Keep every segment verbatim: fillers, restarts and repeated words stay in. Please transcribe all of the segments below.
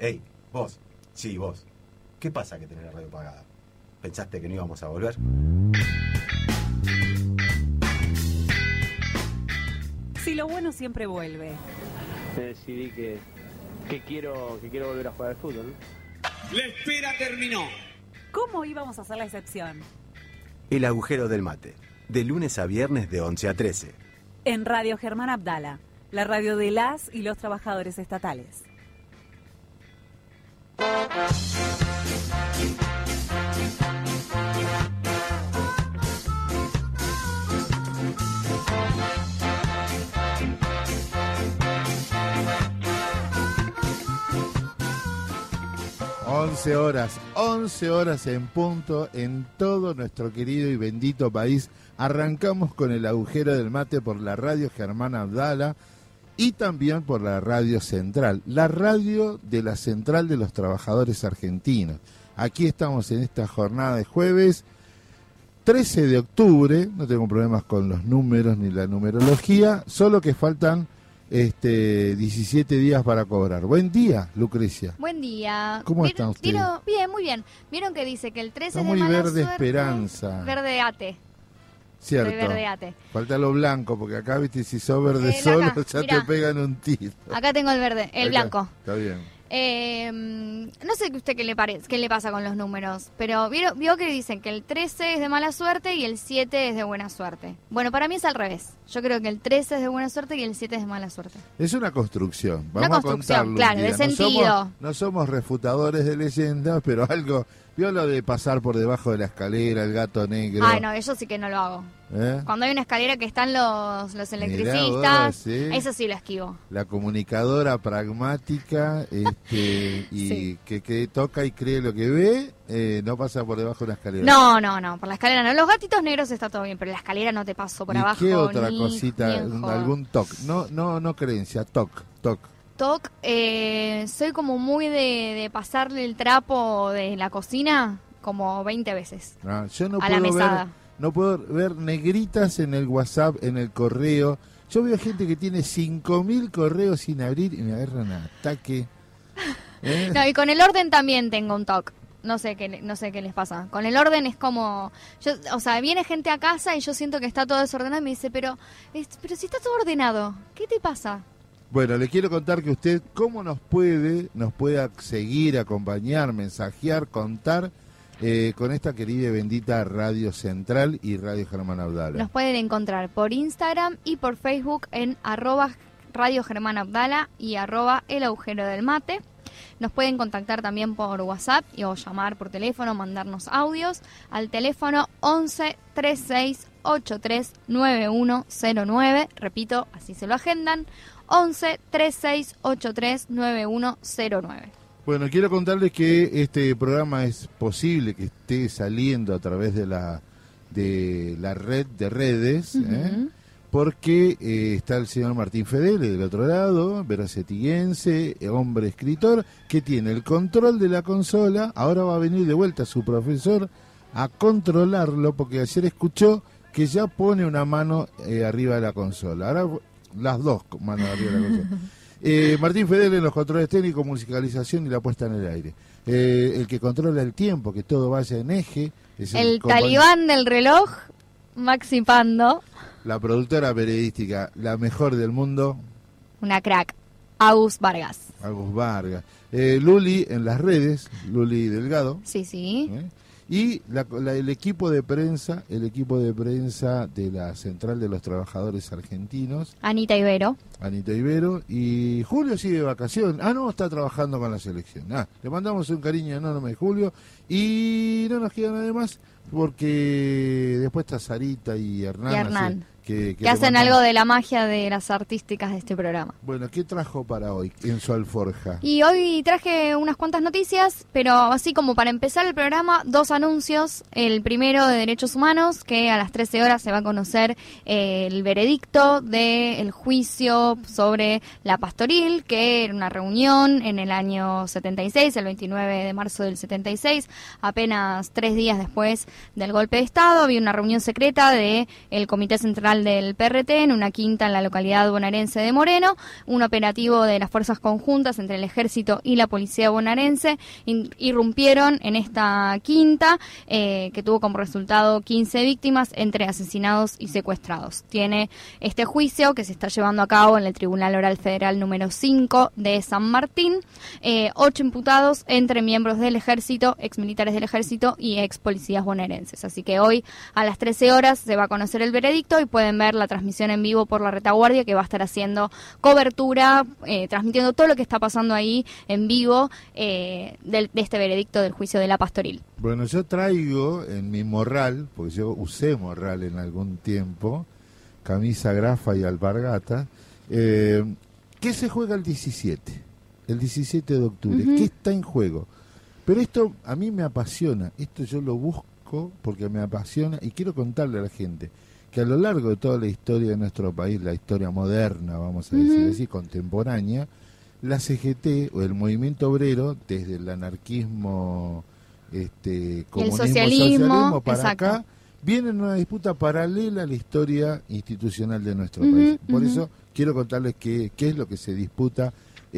Ey, vos, sí, vos. ¿Qué pasa que tenés la radio apagada? ¿Pensaste que no íbamos a volver? Si lo bueno siempre vuelve. Decidí que, que, quiero, que quiero volver a jugar al fútbol, ¿no? La espera terminó. ¿Cómo íbamos a hacer la excepción? El agujero del mate. De lunes a viernes de once a trece. En Radio Germán Abdala, la radio de las y los trabajadores estatales. once horas, once horas en punto en todo nuestro querido y bendito país. Arrancamos con el agujero del mate por la radio Germán Abdala y también por la radio Central, la radio de la Central de los Trabajadores Argentinos. Aquí estamos en esta jornada de jueves trece de octubre, no tengo problemas con los números ni la numerología, solo que faltan Este, diecisiete días para cobrar. Buen día, Lucrecia. Buen día. ¿Cómo ¿Vieron, están ustedes? ¿vieron? Bien, muy bien. Vieron que dice que el trece Está es de muy mala verde suerte. esperanza. Verdeate. Cierto. Soy verdeate. Falta lo blanco, porque acá, viste, si sos verde Eh, solo, acá, ya mirá. te pegan un tiro. Acá tengo el verde, el Acá, blanco. Está bien. Eh, no sé usted qué le parece, qué le pasa con los números, pero vio, vio que dicen que el trece es de mala suerte y el siete es de buena suerte. Bueno, para mí es al revés. Yo creo que el trece es de buena suerte y el siete es de mala suerte. Es una construcción. Una Vamos construcción, a contarlo un claro, día. de No sentido. somos, no somos refutadores de leyendas, pero algo... Vio lo de pasar por debajo de la escalera, el gato negro. Ay, no, eso sí que no lo hago. ¿Eh? Cuando hay una escalera que están los, los Mirá electricistas, vos, ¿sí? eso sí lo esquivo. La comunicadora pragmática este, y Sí. que, que toca y cree lo que ve, eh, no pasa por debajo de una escalera. No, no, no, por la escalera no. Los gatitos negros está todo bien, pero la escalera no te paso por ¿Y abajo. qué otra ni- cosita? ni en un- joda. algún toque. No, no, no creencia, toc, toc. Toc, eh, soy como muy de, de pasarle el trapo de la cocina como veinte veces. Ah, yo no A la puedo ver, mesada. no puedo ver negritas en el WhatsApp, en el correo. Yo veo gente que tiene cinco mil correos sin abrir y me agarran a ataque. ¿Eh? No, y con el orden también tengo un toc. No sé qué, le- no sé qué les pasa. Con el orden es como, yo, o sea, viene gente a casa y yo siento que está todo desordenado y me dice, pero, es- pero si está todo ordenado, ¿qué te pasa? Bueno, le quiero contar que usted, ¿cómo nos puede, nos puede seguir, acompañar, mensajear, contar eh, con esta querida y bendita Radio Central y Radio Germán Abdala? Nos pueden encontrar por Instagram y por Facebook en arroba Radio Germán Abdala y arroba El Agujero del Mate. Nos pueden contactar también por WhatsApp y, o llamar por teléfono, mandarnos audios al teléfono once treinta y seis ochenta y tres noventa y uno cero nueve. Repito, así se lo agendan, once treinta y seis ochenta y tres noventa y uno cero nueve. Bueno, quiero contarles que este programa es posible que esté saliendo a través de la de la red de redes, Ujú. ¿eh? Porque eh, está el señor Martín Fedele del otro lado, veracetiguense, eh, hombre escritor, que tiene el control de la consola. Ahora va a venir de vuelta su profesor a controlarlo, porque ayer escuchó que ya pone una mano eh, arriba de la consola. Ahora las dos manos arriba de la consola. Eh, Martín Fedele en los controles técnicos, musicalización y la puesta en el aire. Eh, el que controla el tiempo, que todo vaya en eje. Es El compañ- talibán del reloj, Maxi Pando, La productora periodística, la mejor del mundo, una crack, Agus Vargas. Agus Vargas. Eh, Luli en las redes, Luli Delgado. Sí, sí. ¿eh? Y la- la- el equipo de prensa, el equipo de prensa de la Central de los Trabajadores Argentinos, Anita Ibero. Anita Ibero, y Julio sigue de vacaciones. Ah, no, está trabajando con la selección. Ah, le mandamos un cariño enorme a Julio. Y no nos queda nada más, porque después está Sarita y Hernán. Y Hernán. así que, Que le hacen mandamos- algo de la magia de las artísticas de este programa. Bueno, ¿qué trajo para hoy en su alforja? Y hoy traje unas cuantas noticias, pero así como para empezar el programa, dos anuncios. El primero de Derechos Humanos, que a las trece horas se va a conocer eh, el veredicto del juicio sobre la pastoril, que era una reunión en el año setenta y seis, el veintinueve de marzo del setenta y seis, apenas tres días después del golpe de Estado. Había una reunión secreta del Comité Central del P R T en una quinta en la localidad bonaerense de Moreno. Un operativo de las fuerzas conjuntas entre el ejército y la policía bonaerense irrumpieron en esta quinta, eh, que tuvo como resultado quince víctimas entre asesinados y secuestrados. Tiene este juicio que se está llevando a cabo en el Tribunal Oral Federal número cinco de San Martín. Eh, ocho imputados entre miembros del ejército, exmilitares del ejército y ex policías bonaerenses. Así que hoy a las trece horas se va a conocer el veredicto y pueden ver la transmisión en vivo por la retaguardia, que va a estar haciendo cobertura, eh, transmitiendo todo lo que está pasando ahí en vivo eh, del, de este veredicto del juicio de la Pastoril. Bueno, yo traigo en mi morral, porque yo usé morral en algún tiempo, camisa grafa y alpargata, eh, ¿qué se juega el diecisiete? El diecisiete de octubre, uh-huh. ¿Qué está en juego? Pero esto a mí me apasiona, esto yo lo busco porque me apasiona y quiero contarle a la gente que a lo largo de toda la historia de nuestro país, la historia moderna, vamos a decir uh-huh. así, contemporánea, la C G T o el movimiento obrero, desde el anarquismo, este, comunismo, el socialismo, socialismo para exacto. acá, viene en una disputa paralela a la historia institucional de nuestro uh-huh, país. Por uh-huh. eso quiero contarles qué, qué es lo que se disputa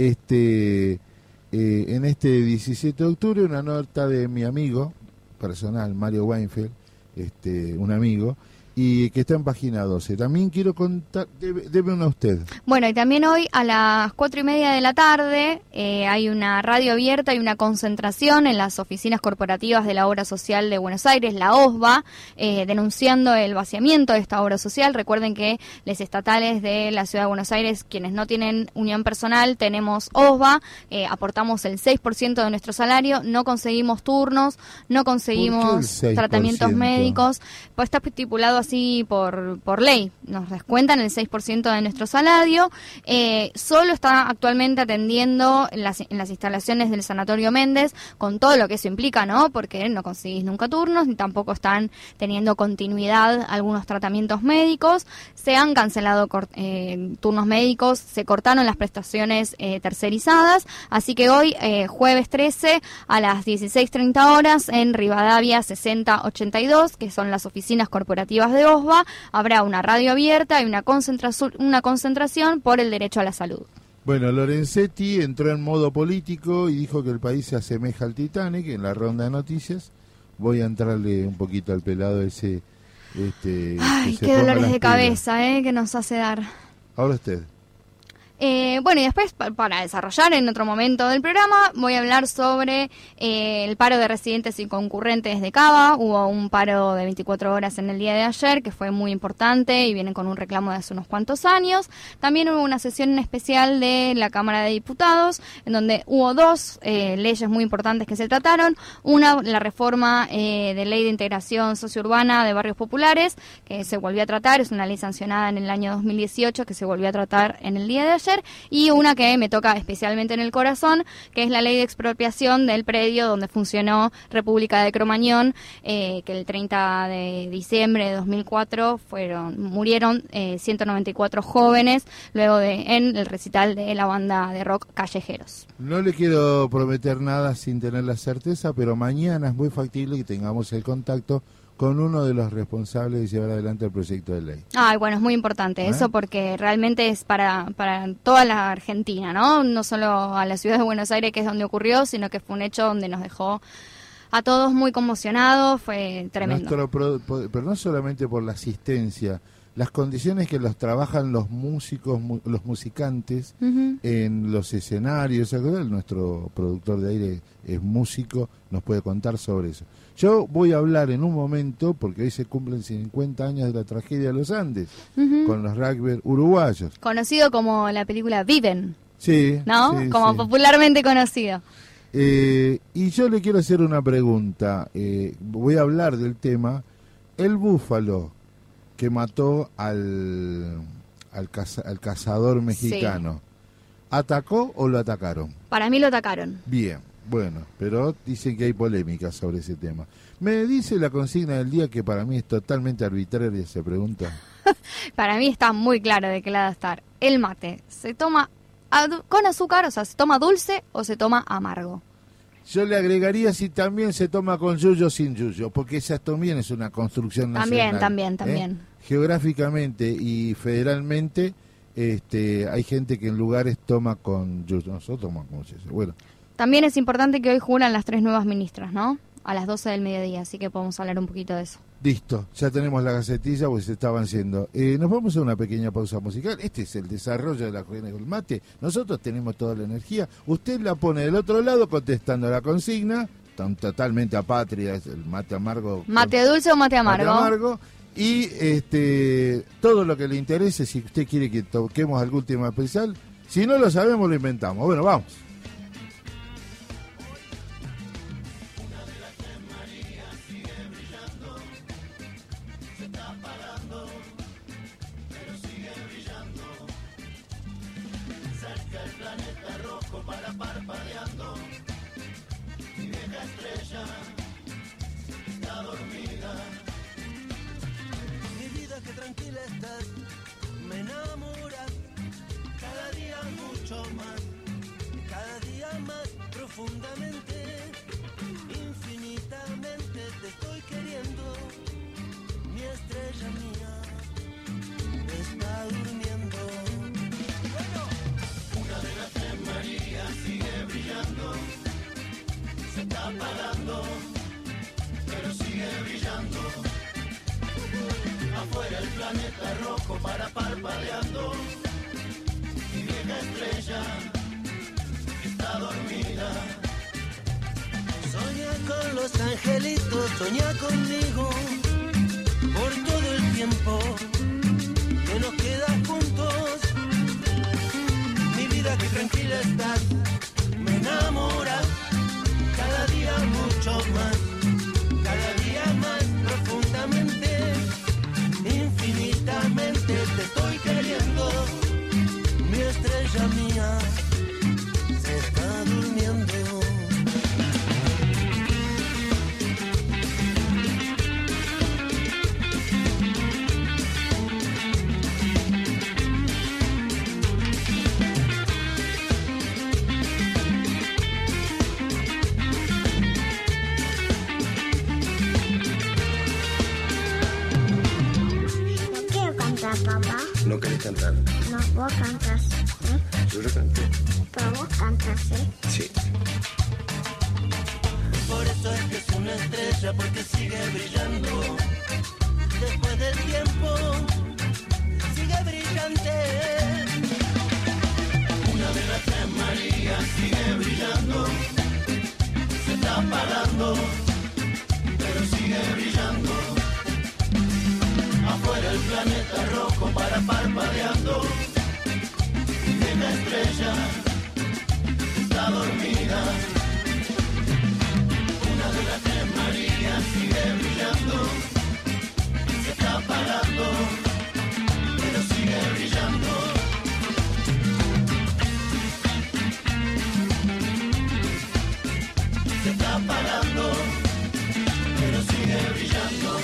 este eh, en este diecisiete de octubre. Una nota de mi amigo personal, Mario Weinfeld, este, un amigo, y que está en página doce. También quiero contar, debe, debe uno a usted. Bueno, y también hoy a las cuatro y media de la tarde eh, hay una radio abierta y una concentración en las oficinas corporativas de la Obra Social de Buenos Aires, la O S B A, eh, denunciando el vaciamiento de esta obra social. Recuerden que los estatales de la Ciudad de Buenos Aires, quienes no tienen unión personal, tenemos O S B A, eh, aportamos el seis por ciento de nuestro salario, no conseguimos turnos, no conseguimos tratamientos médicos, pues está estipulado así por por ley, nos descuentan el seis por ciento de nuestro salario. Eh, solo está actualmente atendiendo en las, en las instalaciones del Sanatorio Méndez, con todo lo que eso implica, ¿no? Porque no conseguís nunca turnos, ni tampoco están teniendo continuidad algunos tratamientos médicos. Se han cancelado eh, turnos médicos, se cortaron las prestaciones eh, tercerizadas, así que hoy, eh, jueves trece, a las dieciséis treinta horas, en Rivadavia sesenta ochenta y dos, que son las oficinas corporativas de O S B A, habrá una radio abierta y una concentración, una concentración por el derecho a la salud. Bueno, Lorenzetti entró en modo político y dijo que el país se asemeja al Titanic en la ronda de noticias. Voy a entrarle un poquito al pelado ese. Este, Ay, qué dolores de cabeza, eh, que nos hace dar. Ahora usted. Eh, bueno, y después, pa- para desarrollar en otro momento del programa, voy a hablar sobre eh, el paro de residentes y concurrentes de Cava. Hubo un paro de veinticuatro horas en el día de ayer, que fue muy importante y vienen con un reclamo de hace unos cuantos años. También hubo una sesión especial de la Cámara de Diputados, en donde hubo dos eh, leyes muy importantes que se trataron. Una, la reforma eh, de Ley de Integración Sociourbana de Barrios Populares, que se volvió a tratar, es una ley sancionada en el año dos mil dieciocho, que se volvió a tratar en el día de ayer. Y una que me toca especialmente en el corazón, que es la ley de expropiación del predio donde funcionó República de Cromañón, eh, que el treinta de diciembre de dos mil cuatro fueron murieron eh, ciento noventa y cuatro jóvenes luego de en el recital de la banda de rock Callejeros. No le quiero prometer nada sin tener la certeza, pero mañana es muy factible que tengamos el contacto con uno de los responsables de llevar adelante el proyecto de ley. Ay, bueno, es muy importante ¿Eh? eso, porque realmente es para, para toda la Argentina, ¿no? No solo a la ciudad de Buenos Aires, que es donde ocurrió, sino que fue un hecho donde nos dejó a todos muy conmocionados, fue tremendo. Nuestro pro, pero no solamente por la asistencia, las condiciones que los trabajan los músicos, mu, los musicantes uh-huh. en los escenarios. Nuestro productor de aire es músico, nos puede contar sobre eso. Yo voy a hablar en un momento, porque hoy se cumplen cincuenta años de la tragedia de los Andes, uh-huh. con los rugby uruguayos. Conocido como la película Viven. Sí. ¿No? Sí, como sí. popularmente conocido. Eh, y yo le quiero hacer una pregunta. Eh, voy a hablar del tema. El búfalo que mató al, al, caza, al cazador mexicano, sí. ¿atacó o lo atacaron? Para mí lo atacaron. Bien. Bueno, pero dicen que hay polémica sobre ese tema. Me dice la consigna del día, que para mí es totalmente arbitraria, se pregunta. Para mí está muy claro de qué lado estar. El mate, ¿se toma con azúcar, o sea, se toma dulce o se toma amargo? Yo le agregaría si también se toma con yuyo o sin yuyo, porque esa también es una construcción nacional. También, también, ¿eh? también. Geográficamente y federalmente, este, hay gente que en lugares toma con yuyo. Nosotros tomamos con yuyo. Bueno. También es importante que hoy juran las tres nuevas ministras, ¿no? A las doce del mediodía, así que podemos hablar un poquito de eso. Listo, ya tenemos la gacetilla, pues se estaban haciendo. Eh, nos vamos a una pequeña pausa musical. Este es el desarrollo de la Jornada del Mate. Nosotros tenemos toda la energía. Usted la pone del otro lado contestando la consigna. Tan totalmente apátrida, es el mate amargo. ¿Mate dulce o mate amargo? Mate amargo. Y este, todo lo que le interese, si usted quiere que toquemos algún tema especial. Si no lo sabemos, lo inventamos. Bueno, vamos. Soñá conmigo por todo el tiempo que nos queda juntos. Mi vida, que tranquila estás, me enamoras cada día mucho más, cada día más profundamente, infinitamente te estoy queriendo. Mi estrella mía se está durmiendo. Papá. ¿No querés cantar? No, vos cantas, ¿eh? Yo lo canto. Pero vos cantas, ¿eh? Sí. Por eso es que es una estrella, porque sigue brillando. Después del tiempo, sigue brillante. Una de las tres Marías sigue brillando. Se está apagando, pero sigue brillando. Afuera el planeta rojo para parpadeando. Y una estrella está dormida. Una de las tres Marías sigue brillando. Se está apagando, pero sigue brillando. Se está apagando, pero sigue brillando.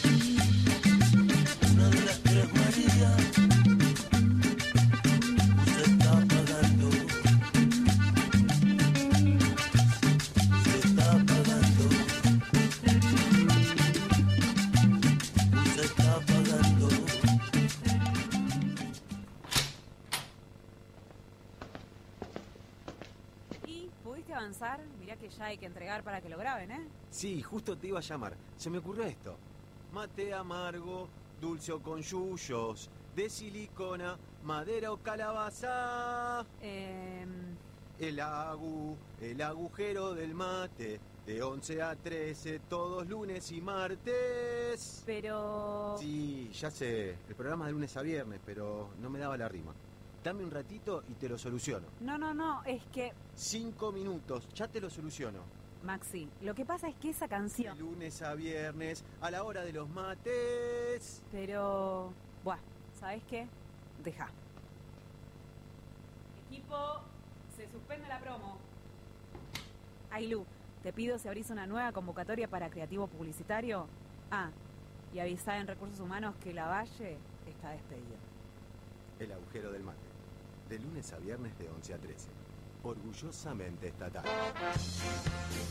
Mirá que ya hay que entregar para que lo graben, ¿eh? Sí, justo te iba a llamar. Se me ocurrió esto. Mate amargo, dulce o con yuyos, de silicona, madera o calabaza. Eh... El agu, el agujero del mate, de once a trece, todos lunes y martes. Pero... Sí, ya sé, el programa de lunes a viernes, pero no me daba la rima. Dame un ratito y te lo soluciono. No, no, no, es que... Cinco minutos, ya te lo soluciono. Maxi, lo que pasa es que esa canción... De lunes a viernes, a la hora de los mates... Pero... Buah, ¿sabes qué? Deja. Equipo, se suspende la promo. Ailú, te pido si abrís una nueva convocatoria para creativo publicitario. Ah, y avisá en Recursos Humanos que Lavalle está despedido. El agujero del mate. De lunes a viernes de once a trece. Orgullosamente estatal.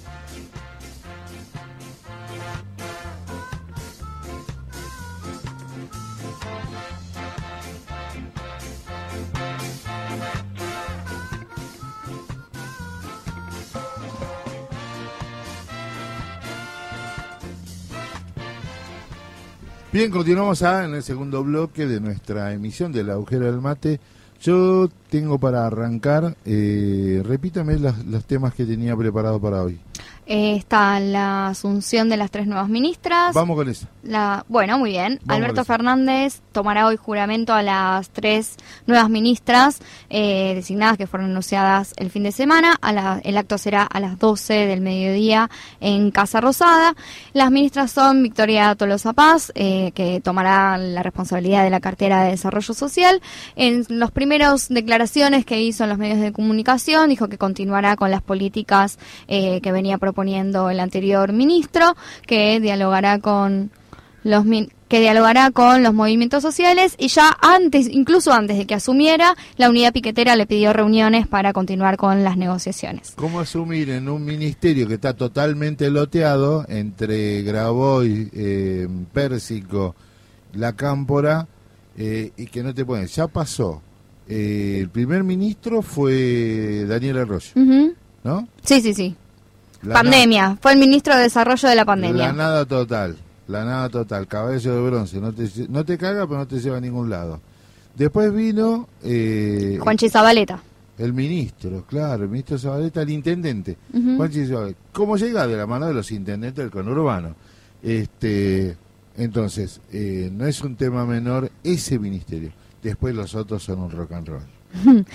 Bien, continuamos a, en el segundo bloque de nuestra emisión del Agujero del Mate. Yo tengo para arrancar, eh, repítame los, los temas que tenía preparado para hoy. Eh, está la asunción de las tres nuevas ministras. Vamos con eso. La, bueno, muy bien. Vamos Alberto Fernández tomará hoy juramento a las tres nuevas ministras eh, designadas que fueron anunciadas el fin de semana. A la, el acto será a las doce del mediodía en Casa Rosada. Las ministras son Victoria Tolosa Paz, eh, que tomará la responsabilidad de la cartera de Desarrollo Social. En los primeros declaraciones que hizo en los medios de comunicación, dijo que continuará con las políticas eh, que venía proponiendo proponiendo el anterior ministro, que dialogará con los que dialogará con los movimientos sociales, y ya antes, incluso antes de que asumiera, la unidad piquetera le pidió reuniones para continuar con las negociaciones. ¿Cómo asumir en un ministerio que está totalmente loteado entre Graboy, eh, Pérsico, La Cámpora, eh, y que no te pueden? Ya pasó. Eh, el primer ministro fue Daniel Arroyo, uh-huh. ¿no? Sí, sí, sí. La pandemia, nada. Fue el ministro de Desarrollo de la pandemia. La nada total, la nada total, caballo de bronce, no te, no te caga pero no te lleva a ningún lado. Después vino... Eh, Juanchi Zabaleta. El ministro, claro, el ministro Zabaleta, el intendente. Uh-huh. Juanchi Zabaleta. ¿Cómo llega? De la mano de los intendentes del conurbano. Este, entonces, eh, no es un tema menor ese ministerio. Después los otros son un rock and roll.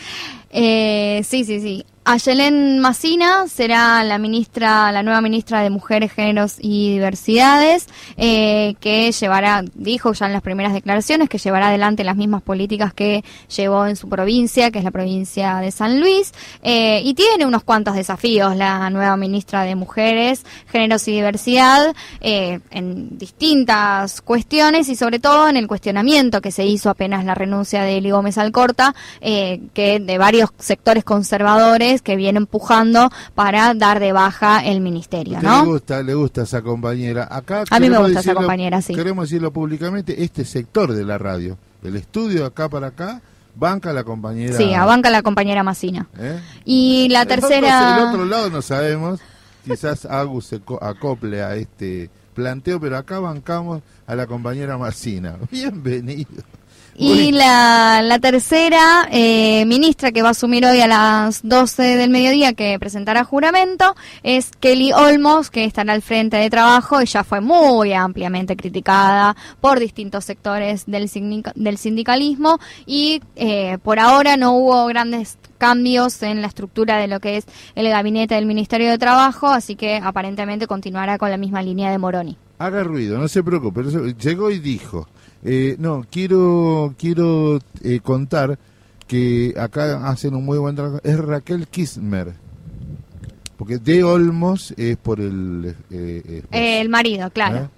eh, sí, sí, sí. Ayelén Macina será la ministra, la nueva ministra de Mujeres, Géneros y Diversidades, eh, que llevará, dijo ya en las primeras declaraciones, que llevará adelante las mismas políticas que llevó en su provincia, que es la provincia de San Luis, eh, y tiene unos cuantos desafíos la nueva ministra de Mujeres, Géneros y Diversidad, eh, en distintas cuestiones y sobre todo en el cuestionamiento que se hizo apenas la renuncia de Eli Gómez Alcorta, eh, que de varios sectores conservadores que viene empujando para dar de baja el ministerio, ¿no? Le gusta, le gusta esa compañera. Acá a mí me gusta decirlo, esa compañera, sí. Queremos decirlo públicamente, este sector de la radio, el estudio acá para acá, banca la compañera. Sí, banca la compañera Macina. ¿Eh? Y la el tercera... Otro, el otro lado no sabemos, quizás Agus se acople a este planteo, pero acá bancamos a la compañera Macina. Bienvenido. Y la, la tercera eh, ministra que va a asumir hoy a las doce del mediodía, que presentará juramento, es Kelly Olmos, que estará al frente de trabajo y ya fue muy ampliamente criticada por distintos sectores del, sindic- del sindicalismo y eh, por ahora no hubo grandes cambios en la estructura de lo que es el gabinete del Ministerio de Trabajo, así que aparentemente continuará con la misma línea de Moroni. Haga ruido, no se preocupe, llegó y dijo... Eh, no, quiero quiero eh, contar que acá hacen un muy buen trabajo. Es Raquel Kismer, porque de Olmos es por el eh, eh, el marido, claro. ¿Eh?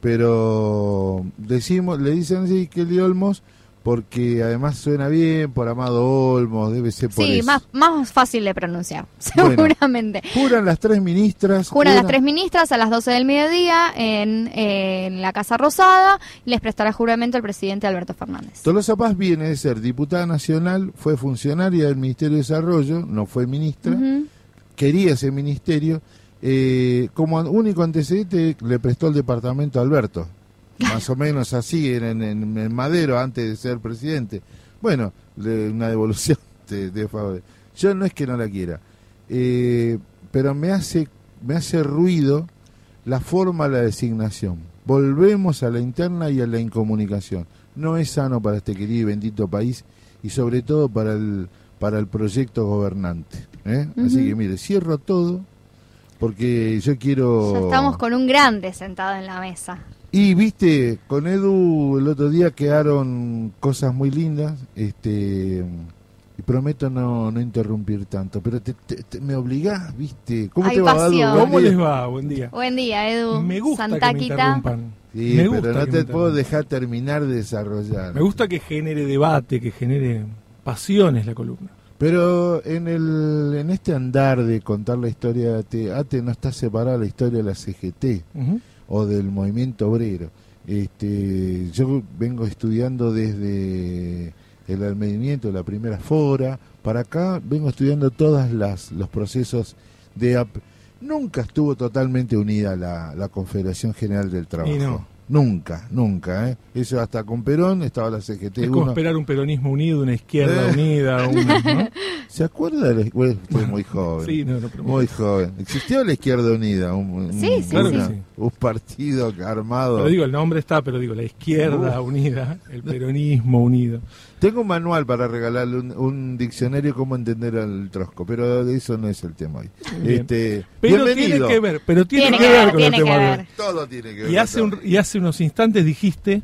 Pero decimos, le dicen así Kelly Olmos porque además suena bien por Amado Olmos, debe ser por sí, eso. más más fácil de pronunciar, seguramente. Bueno, juran las tres ministras. Juran las tres ministras a las doce del mediodía en, eh, en la Casa Rosada y les prestará juramento el presidente Alberto Fernández. Tolosa Paz viene de ser diputada nacional, fue funcionaria del Ministerio de Desarrollo, no fue ministra, uh-huh. Quería ese ministerio. Eh, como único antecedente le prestó el departamento a Alberto. Más o menos así en, en, en Madero antes de ser presidente. Bueno, le, una devolución de, de favor. Yo no es que no la quiera, eh, pero me hace me hace ruido la forma de la designación. Volvemos a la interna y a la incomunicación. No es sano para este querido y bendito país y sobre todo para el para el proyecto gobernante. ¿eh? Uh-huh. Así que mire, cierro todo porque yo quiero... Ya estamos con un grande sentado en la mesa. Y viste, con Edu el otro día quedaron cosas muy lindas, este, y prometo no, no interrumpir tanto, pero te, te, te, me obligás, viste. ¿Cómo Hay te va, pasión. Edu? ¿Cómo les va? Buen día. Buen día, Edu. Me gusta Santa que me interrumpan. Sí, me pero no te me puedo dejar terminar de desarrollar. Me gusta que genere debate, que genere pasiones la columna. Pero en el en este andar de contar la historia de A T E, A T E no está separada la historia de la C G T. Uh-huh. O del movimiento obrero. Este, yo vengo estudiando desde el advenimiento de la primera fora para acá, vengo estudiando todas las los procesos de ap- nunca estuvo totalmente unida la, la Confederación General del Trabajo. Y no. Nunca, nunca, ¿eh? Eso hasta con Perón estaba la C G T. Es como uno. esperar un peronismo unido, una izquierda unida, una, ¿no? ¿Se acuerda? De la, bueno, usted es muy joven. Sí, no, no, pero muy joven. ¿Existió la Izquierda Unida? Un, un, Sí, sí, Claro sí. que sí. un partido armado. Pero digo, el nombre está, pero digo, la izquierda unida, el peronismo unido. Tengo un manual para regalarle, un, un diccionario cómo entender al trosco, pero de eso no es el tema hoy. Bien. Este, Pero bienvenido. tiene que ver, pero tiene, Tiene que que ver ver, con el tiene tema que de ver. hoy. Todo tiene que ver. Y con hace, un, todo. y hace unos instantes dijiste,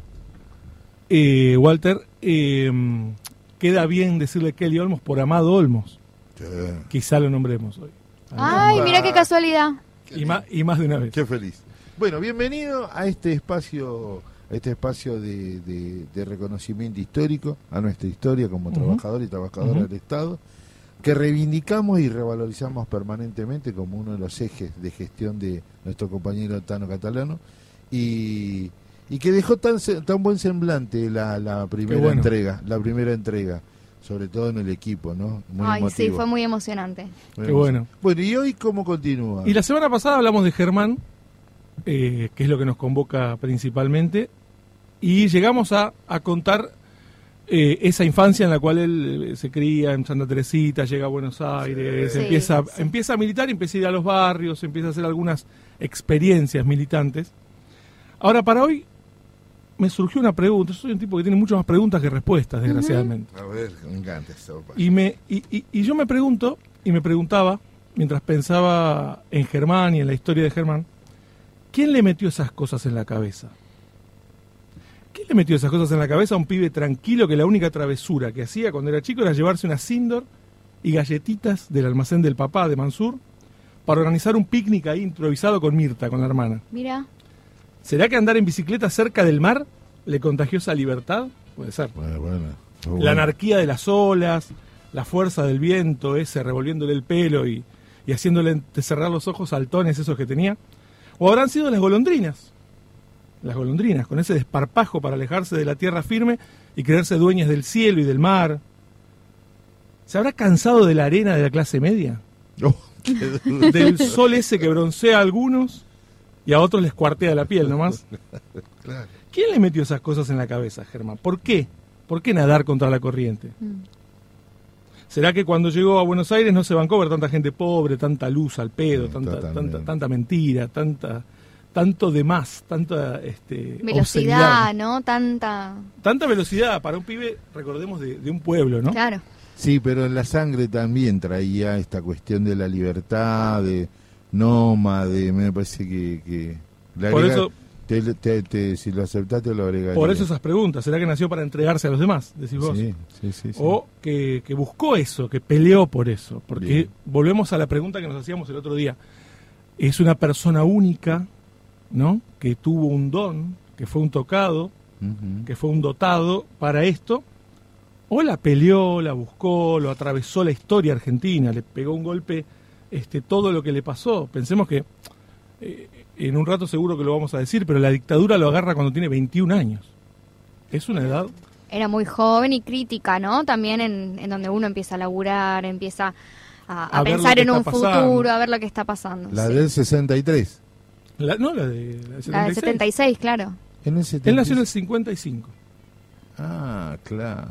eh, Walter, eh, queda bien decirle Kelly Olmos por Amado Olmos. Sí. Quizá lo nombremos hoy. Ay, mira qué casualidad. Y más, y más de una vez. Qué feliz. Bueno, bienvenido a este espacio, a este espacio de, de- de reconocimiento histórico, a nuestra historia como Ujú. trabajador y trabajadora Ujú. del Estado, que reivindicamos y revalorizamos permanentemente como uno de los ejes de gestión de nuestro compañero Tano Catalano, y, y que dejó tan, se- tan buen semblante la, la primera bueno. entrega, la primera entrega, sobre todo en el equipo, ¿no? Muy Ay, sí, emotivo. fue muy emocionante. Muy Qué emotivo. bueno. Bueno, ¿y hoy cómo continúa? Y la semana pasada hablamos de Germán, eh, que es lo que nos convoca principalmente, y llegamos a, a contar eh, esa infancia en la cual él eh, se cría en Santa Teresita, llega a Buenos Aires, Sí, empieza, sí. empieza a militar, empieza a ir a los barrios, empieza a hacer algunas experiencias militantes. Ahora, para hoy me surgió una pregunta. Yo soy un tipo que tiene muchas más preguntas que respuestas, desgraciadamente. A ver, me encanta eso. Y, me, y, y- y yo me pregunto, y me preguntaba, mientras pensaba en Germán y en la historia de Germán, ¿quién le metió esas cosas en la cabeza? ¿Quién le metió esas cosas en la cabeza a un pibe tranquilo que la única travesura que hacía cuando era chico era llevarse una Sindor y galletitas del almacén del papá de Mansur para organizar un picnic ahí improvisado con Mirta, con la hermana? Mira, ¿Será que andar en bicicleta cerca del mar le contagió esa libertad? Puede ser. Bueno, bueno, muy La bueno. anarquía de las olas, la fuerza del viento, ese revolviéndole el pelo y, y haciéndole cerrar los ojos saltones esos que tenía. O habrán sido las golondrinas. Las golondrinas, con ese desparpajo para alejarse de la tierra firme y creerse dueñas del cielo y del mar. ¿Se habrá cansado de la arena de la clase media? Oh, qué duro. Del sol ese que broncea a algunos y a otros les cuartea la piel nomás. Claro. ¿Quién le metió esas cosas en la cabeza, Germán? ¿Por qué? ¿Por qué nadar contra la corriente? Mm. ¿Será que cuando llegó a Buenos Aires no se bancó ver tanta gente pobre, tanta luz al pedo, Sí, tanta, totalmente. tanta, tanta mentira, tanta, tanto de más, tanta este, velocidad, obscenidad? ¿no? Tanta. Tanta velocidad para un pibe, recordemos, de, de un pueblo, ¿no? Claro. Sí, pero en la sangre también traía esta cuestión de la libertad, de nómade, me parece que... que le Por agrega- eso- te- te- te- si lo aceptaste lo agregaría. Por eso esas preguntas. ¿Será que nació para entregarse a los demás? Decís vos. Sí, sí, sí, sí. O que, que buscó eso, que peleó por eso. Porque Bien. volvemos a la pregunta que nos hacíamos el otro día. Es una persona única, ¿no? Que tuvo un don, que fue un tocado, Ujú. que fue un dotado para esto. O la peleó, la buscó, lo atravesó la historia argentina, le pegó un golpe este, todo lo que le pasó. Pensemos que, eh, en un rato seguro que lo vamos a decir, pero la dictadura lo agarra cuando tiene veintiún años. Es una edad... Era muy joven y crítica, ¿no? También en, en donde uno empieza a laburar, empieza a, a A ver lo pensar que en está un pasando. futuro, a ver lo que está pasando. La sí. del sesenta y tres. La, no, la de, la de La del setenta y seis. setenta y seis, claro. En el setenta y Él nació en el seis. cincuenta y cinco. Ah, claro.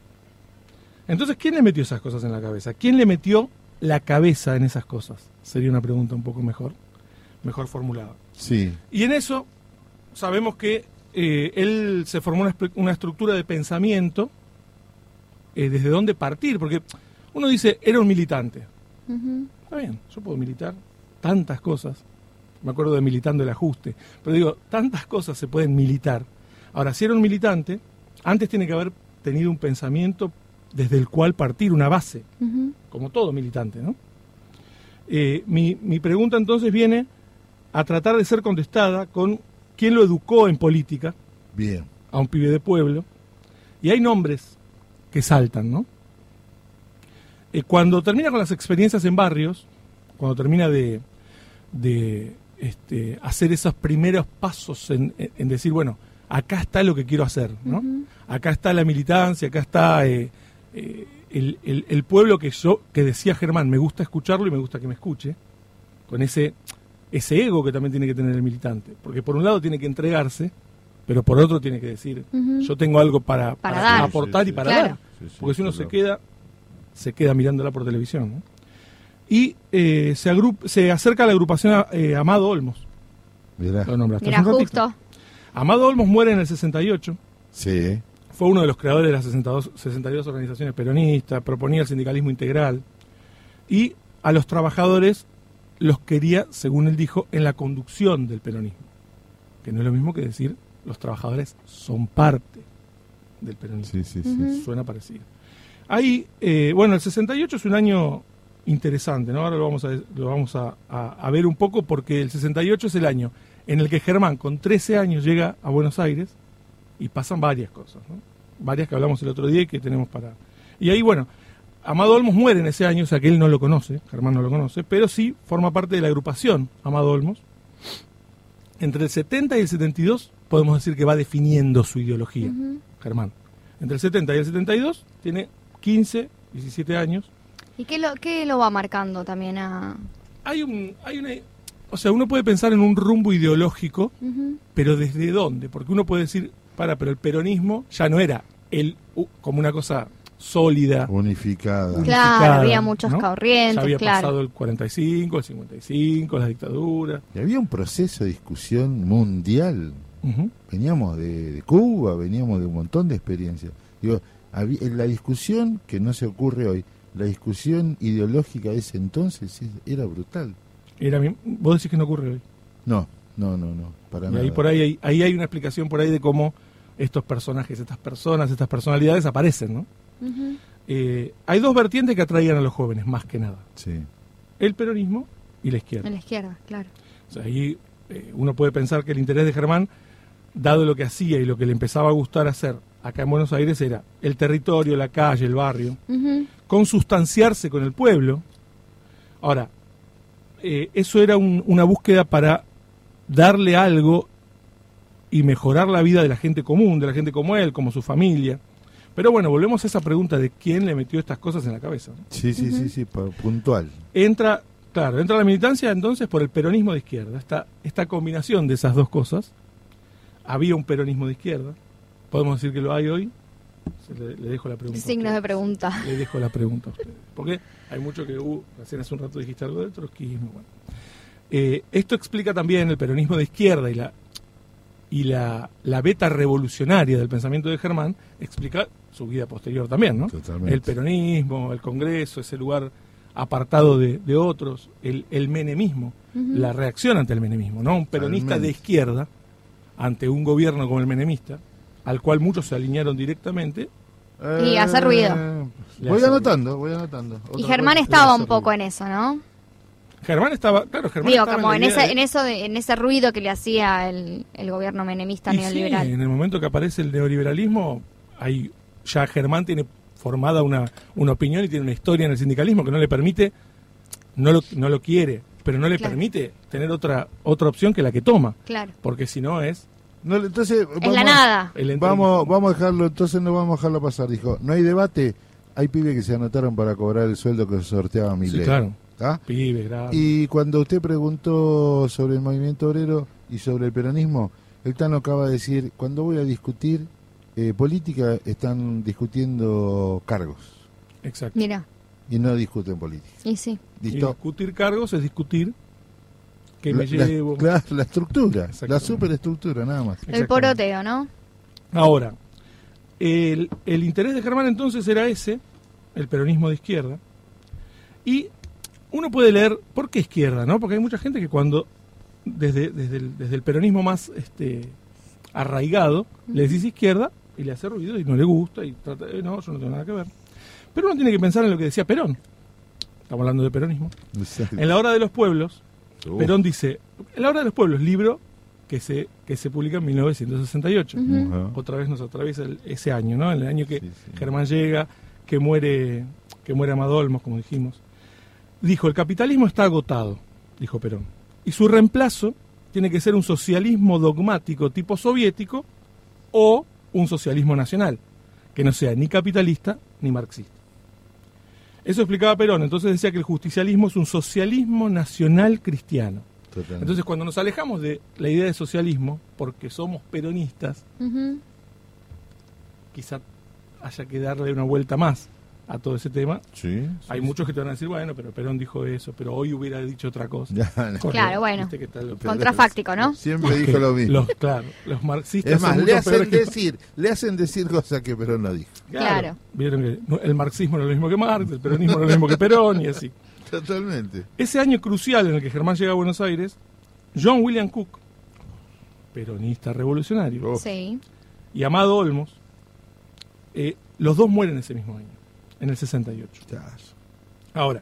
Entonces, ¿quién le metió esas cosas en la cabeza? ¿Quién le metió la cabeza en esas cosas? Sería una pregunta un poco mejor, mejor formulada. Sí. Y en eso sabemos que eh, él se formó una, espe- una estructura de pensamiento eh, desde dónde partir, porque uno dice, era un militante. Ujú. Está bien, yo puedo militar tantas cosas. Me acuerdo de militando el ajuste. Pero digo, tantas cosas se pueden militar. Ahora, si era un militante, antes tiene que haber tenido un pensamiento desde el cual partir, una base, Ujú. como todo militante, ¿no? Eh, mi, mi pregunta entonces viene a tratar de ser contestada con quién lo educó en política, Bien. a un pibe de pueblo, y hay nombres que saltan, ¿no? Eh, cuando termina con las experiencias en barrios, cuando termina de, de este, hacer esos primeros pasos en, en- en decir, bueno, acá está lo que quiero hacer, ¿no? Ujú. Acá está la militancia, acá está eh, eh, el, el- el pueblo que yo, que decía Germán, me gusta escucharlo y me gusta que me escuche, con ese, ese ego que también tiene que tener el militante, porque por un lado tiene que entregarse, pero por otro tiene que decir, Ujú. yo tengo algo para, Para para dar. aportar Sí, y sí, para claro. dar. Sí, sí, Porque si uno se claro. queda, se queda mirándola por televisión, ¿no? Y eh, se, agrup- se acerca a la agrupación eh, Amado Olmos. Mirá. Lo nombraste Mira, hace un ratito. justo. Amado Olmos muere en el sesenta y ocho. Sí. Fue uno de los creadores de las sesenta y dos, sesenta y dos organizaciones peronistas, proponía el sindicalismo integral y a los trabajadores los quería, según él dijo, en la conducción del peronismo. Que no es lo mismo que decir los trabajadores son parte del peronismo. Sí, sí, sí. Ujú. Suena parecido. Ahí, eh, bueno, el sesenta y ocho es un año interesante, ¿no? Ahora lo vamos, a, lo vamos a, a- a ver un poco porque el sesenta y ocho es el año en el que Germán, con trece años, llega a Buenos Aires y pasan varias cosas, ¿no? Varias que hablamos el otro día y que tenemos para... Y ahí, bueno, Amado Olmos muere en ese año, o sea que él no lo conoce, Germán no lo conoce, pero sí forma parte de la agrupación Amado Olmos. Entre el setenta y el setenta y dos podemos decir que va definiendo su ideología, Ujú. Germán. Entre el setenta y el setenta y dos tiene quince, diecisiete años. ¿Y qué lo, qué lo va marcando también a...? Hay un, hay una, o sea, uno puede pensar en un rumbo ideológico, Ujú. pero ¿desde dónde? Porque uno puede decir, para, pero el peronismo ya no era el uh, como una cosa sólida. Unificada. Claro, unificada, había muchas ¿no? corrientes, Ya había claro. pasado el cuarenta y cinco, el cincuenta y cinco, la dictadura. Y había un proceso de discusión mundial. Ujú. Veníamos de, de Cuba, veníamos de un montón de experiencias. Digo, había, en la discusión que no se ocurre hoy, la discusión ideológica de ese entonces es- era brutal. Era mi- vos decís que no ocurre hoy. No, no, no, no, para Y nada. ahí por ahí, hay, ahí hay una explicación por ahí de cómo estos personajes, estas personas, estas personalidades aparecen, ¿no? Ujú. Eh, hay dos vertientes que atraían a los jóvenes, más que nada. Sí. El peronismo y la izquierda. En la izquierda, claro. O sea, ahí eh, uno puede pensar que el interés de Germán, dado lo que hacía y lo que le empezaba a gustar hacer acá en Buenos Aires, era el territorio, la calle, el barrio, Ujú. consustanciarse con el pueblo. Ahora, eh, eso era un- una búsqueda para darle algo y mejorar la vida de la gente común, de la gente como él, como su familia. Pero bueno, volvemos a esa pregunta de quién le metió estas cosas en la cabeza, ¿no? Sí, sí, sí, sí, pa- puntual. Entra, claro, entra la militancia entonces por el peronismo de izquierda. Esta, esta combinación de esas dos cosas. Había un peronismo de izquierda. ¿Podemos decir que lo hay hoy? Se le, le dejo la pregunta. a Signos de ustedes. pregunta. Le dejo la pregunta a ustedes. Porque hay mucho que... Uh, recién hace un rato dijiste algo del trotskismo. Bueno. Eh, esto explica también el peronismo de izquierda y la y la, la beta revolucionaria del pensamiento de Germán, explica su vida posterior también, ¿no? Totalmente. El peronismo, el Congreso, ese lugar apartado de, de otros, el, el menemismo, Ujú. la reacción ante el menemismo, ¿no? Un peronista Totalmente. de izquierda ante un gobierno como el menemista, al cual muchos se alinearon directamente. Y hace ruido. Le Voy hace anotando, voy anotando. Y Otra Germán cosa. estaba hace un poco ruido. en eso, ¿no? Germán estaba, claro, Germán Digo, estaba como en, la esa, idea de- en eso de, en ese ruido que le hacía el, el gobierno menemista Y neoliberal. sí, en el momento que aparece el neoliberalismo, hay, ya Germán tiene formada una, una opinión y tiene una historia en el sindicalismo que no le permite, no lo, no lo quiere, pero no le Claro. permite tener otra otra opción que la que toma, Claro. porque si no es No, entonces, Es la nada. el entreguismo. Vamos, vamos a dejarlo, entonces no vamos a dejarlo pasar. Dijo, no hay debate, hay pibes que se anotaron para cobrar el sueldo que sorteaba Sí, Milei. claro, ¿Ah? pibe, grave. Y cuando usted preguntó sobre el movimiento obrero y sobre el peronismo, el Tano acaba de decir, cuando voy a discutir eh, política, están discutiendo cargos Exacto. Mira, y no discuten política. y sí. Y ¿Listo? discutir cargos es discutir que La, me la- llevo. la- la estructura, la Exactamente. superestructura, nada más. El Exactamente. poroteo, ¿no? Ahora, el, el interés de Germán entonces era ese, el peronismo de izquierda, y uno puede leer, ¿por qué izquierda? ¿No? Porque hay mucha gente que cuando, desde, desde, el, desde el peronismo más este, arraigado, le decís izquierda y le hace ruido y no le gusta y trata de, no, yo no tengo nada que ver. Pero uno tiene que pensar en lo que decía Perón, estamos hablando de peronismo. Exacto. En La Hora de los Pueblos, Uf. Perón dice, en La Hora de los Pueblos, libro que se, que se publica en mil novecientos sesenta y ocho. Ujú. Ajá. Otra vez nos atraviesa el- ese año, ¿no? El año que Sí, sí. Germán llega, que muere, que muere Amado Olmos, como dijimos. Dijo, el capitalismo está agotado, dijo Perón. Y su reemplazo tiene que ser un socialismo dogmático tipo soviético o un socialismo nacional, que no sea ni capitalista ni marxista. Eso explicaba Perón, entonces decía que el justicialismo es un socialismo nacional cristiano. Totalmente. Entonces, cuando nos alejamos de la idea de socialismo, porque somos peronistas, Ujú. quizá haya que darle una vuelta más a todo ese tema. Sí, sí, Hay sí. muchos que te van a decir, bueno, pero Perón dijo eso, pero hoy hubiera dicho otra cosa. Ya, no. Corre, Claro, bueno. viste que tal- Pero- Contrafáctico, ¿no? Siempre Porque dijo lo mismo. Los, claro, los marxistas Es más, son le mucho hacen peores que- decir, le hacen decir cosas que Perón no dijo. Claro. Vieron que no- el marxismo no es lo mismo que Marx, el peronismo no es lo mismo que Perón y así. Totalmente. Ese año crucial en el que Germán llega a Buenos Aires, John William Cook, peronista revolucionario, Oh. Sí. y Amado Olmos, eh, los dos mueren ese mismo año, en el sesenta y ocho. Ya. Ahora,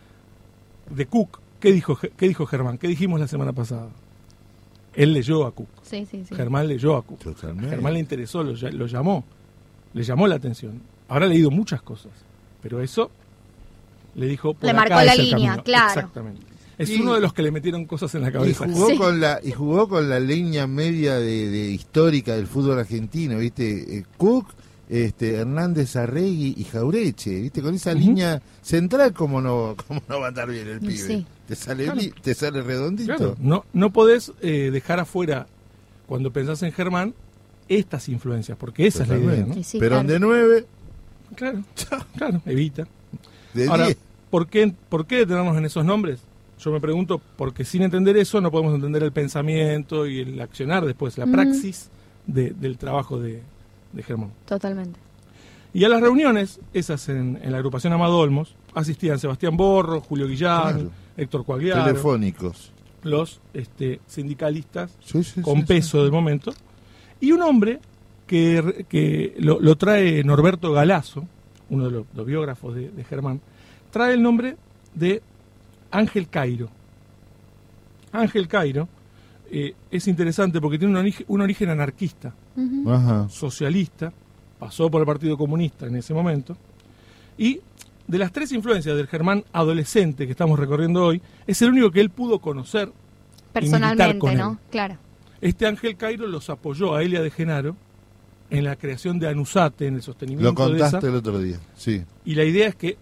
de Cook, ¿qué dijo, Ge- qué dijo Germán? ¿Qué dijimos la semana pasada? Él leyó a Cook. Sí, sí, sí. Germán leyó a Cook. Totalmente. Germán le interesó, lo, ll- lo llamó, le llamó la atención. Habrá leído muchas cosas, pero eso le dijo... por Le acá marcó la es el línea, camino. claro. Exactamente. Es Y- uno de los que le metieron cosas en la Y cabeza. jugó Sí. con la y jugó con la línea media de, de histórica del fútbol argentino, ¿viste? Eh, Cook, este Hernández Arregui y Jaureche, ¿viste? Con esa Ujú. línea central, ¿cómo no cómo no va a andar bien el Y pibe? sí. Te sale Claro. bi- te sale redondito. Claro, no, no podés eh, dejar afuera, cuando pensás en Germán, estas influencias, porque esa es la idea, Totalmente. ¿no? Sí, sí, Perón claro. de nueve, Claro, claro, evita. de Ahora, diez. ¿por qué, ¿por qué detenernos en esos nombres? Yo me pregunto, porque sin entender eso no podemos entender el pensamiento y el accionar después, la Ujú. praxis de- del trabajo de, de Germán. Totalmente. Y a las reuniones, esas en, en la agrupación Amado Olmos, asistían Sebastián Borro, Julio Guillán, Claro. Héctor Coagliaro, Telefónicos. los este, sindicalistas Sí, sí, con sí, peso sí. del momento, y un hombre que, que lo, lo trae Norberto Galazo, uno de los, los biógrafos de, de Germán, trae el nombre de Ángel Cairo. Ángel Cairo eh, es interesante porque tiene un origen, un origen anarquista, Ujú. Ajá. socialista, pasó por el Partido Comunista en ese momento, y de las tres influencias del Germán adolescente que estamos recorriendo hoy, es el único que él pudo conocer. militar Personalmente, con ¿no? él. Claro. Este Ángel Cairo los apoyó a Elia de Genaro en la creación de Anusate, en el sostenimiento Lo de esa. contaste el otro día. Sí. Y la idea es que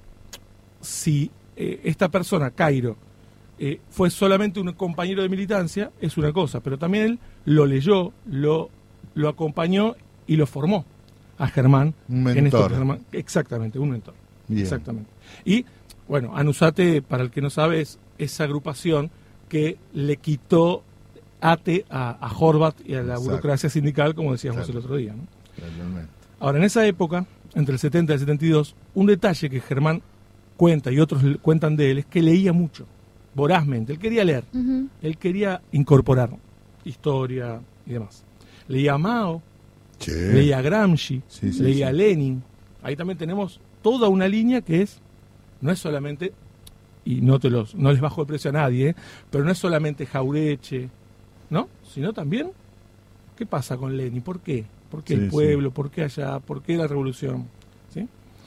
si eh, esta persona, Cairo, eh, fue solamente un compañero de militancia, es una cosa, pero también él lo leyó, lo, lo acompañó y lo formó a Germán. Un en esto mentor. que Germán- exactamente, un mentor. Bien. Exactamente. Y, bueno, Anusate, para el que no sabe, es esa agrupación que le quitó ate a, a Horvat y a la Exacto. burocracia sindical, como decíamos Claro. el otro día, ¿no? Totalmente. Ahora, en esa época, entre el setenta y el setenta y dos, un detalle que Germán cuenta y otros le- cuentan de él es que leía mucho, vorazmente. Él quería leer, Ujú. él quería incorporar historia y demás. Leía a Mao, Sí. leía a Gramsci, Sí, sí, leía sí. a Lenin. Ahí también tenemos toda una línea que es, no es solamente, y no, te los, no les bajo el precio a nadie, ¿eh? Pero no es solamente Jaureche, ¿no? Sino también, ¿qué pasa con Lenin? ¿Por qué? ¿Por qué Sí, el pueblo? ¿Por qué allá? ¿Por qué la revolución? ¿Sí?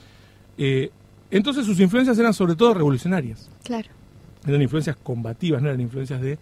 Eh, entonces sus influencias eran sobre todo revolucionarias. Claro. Eran influencias combativas, no eran influencias de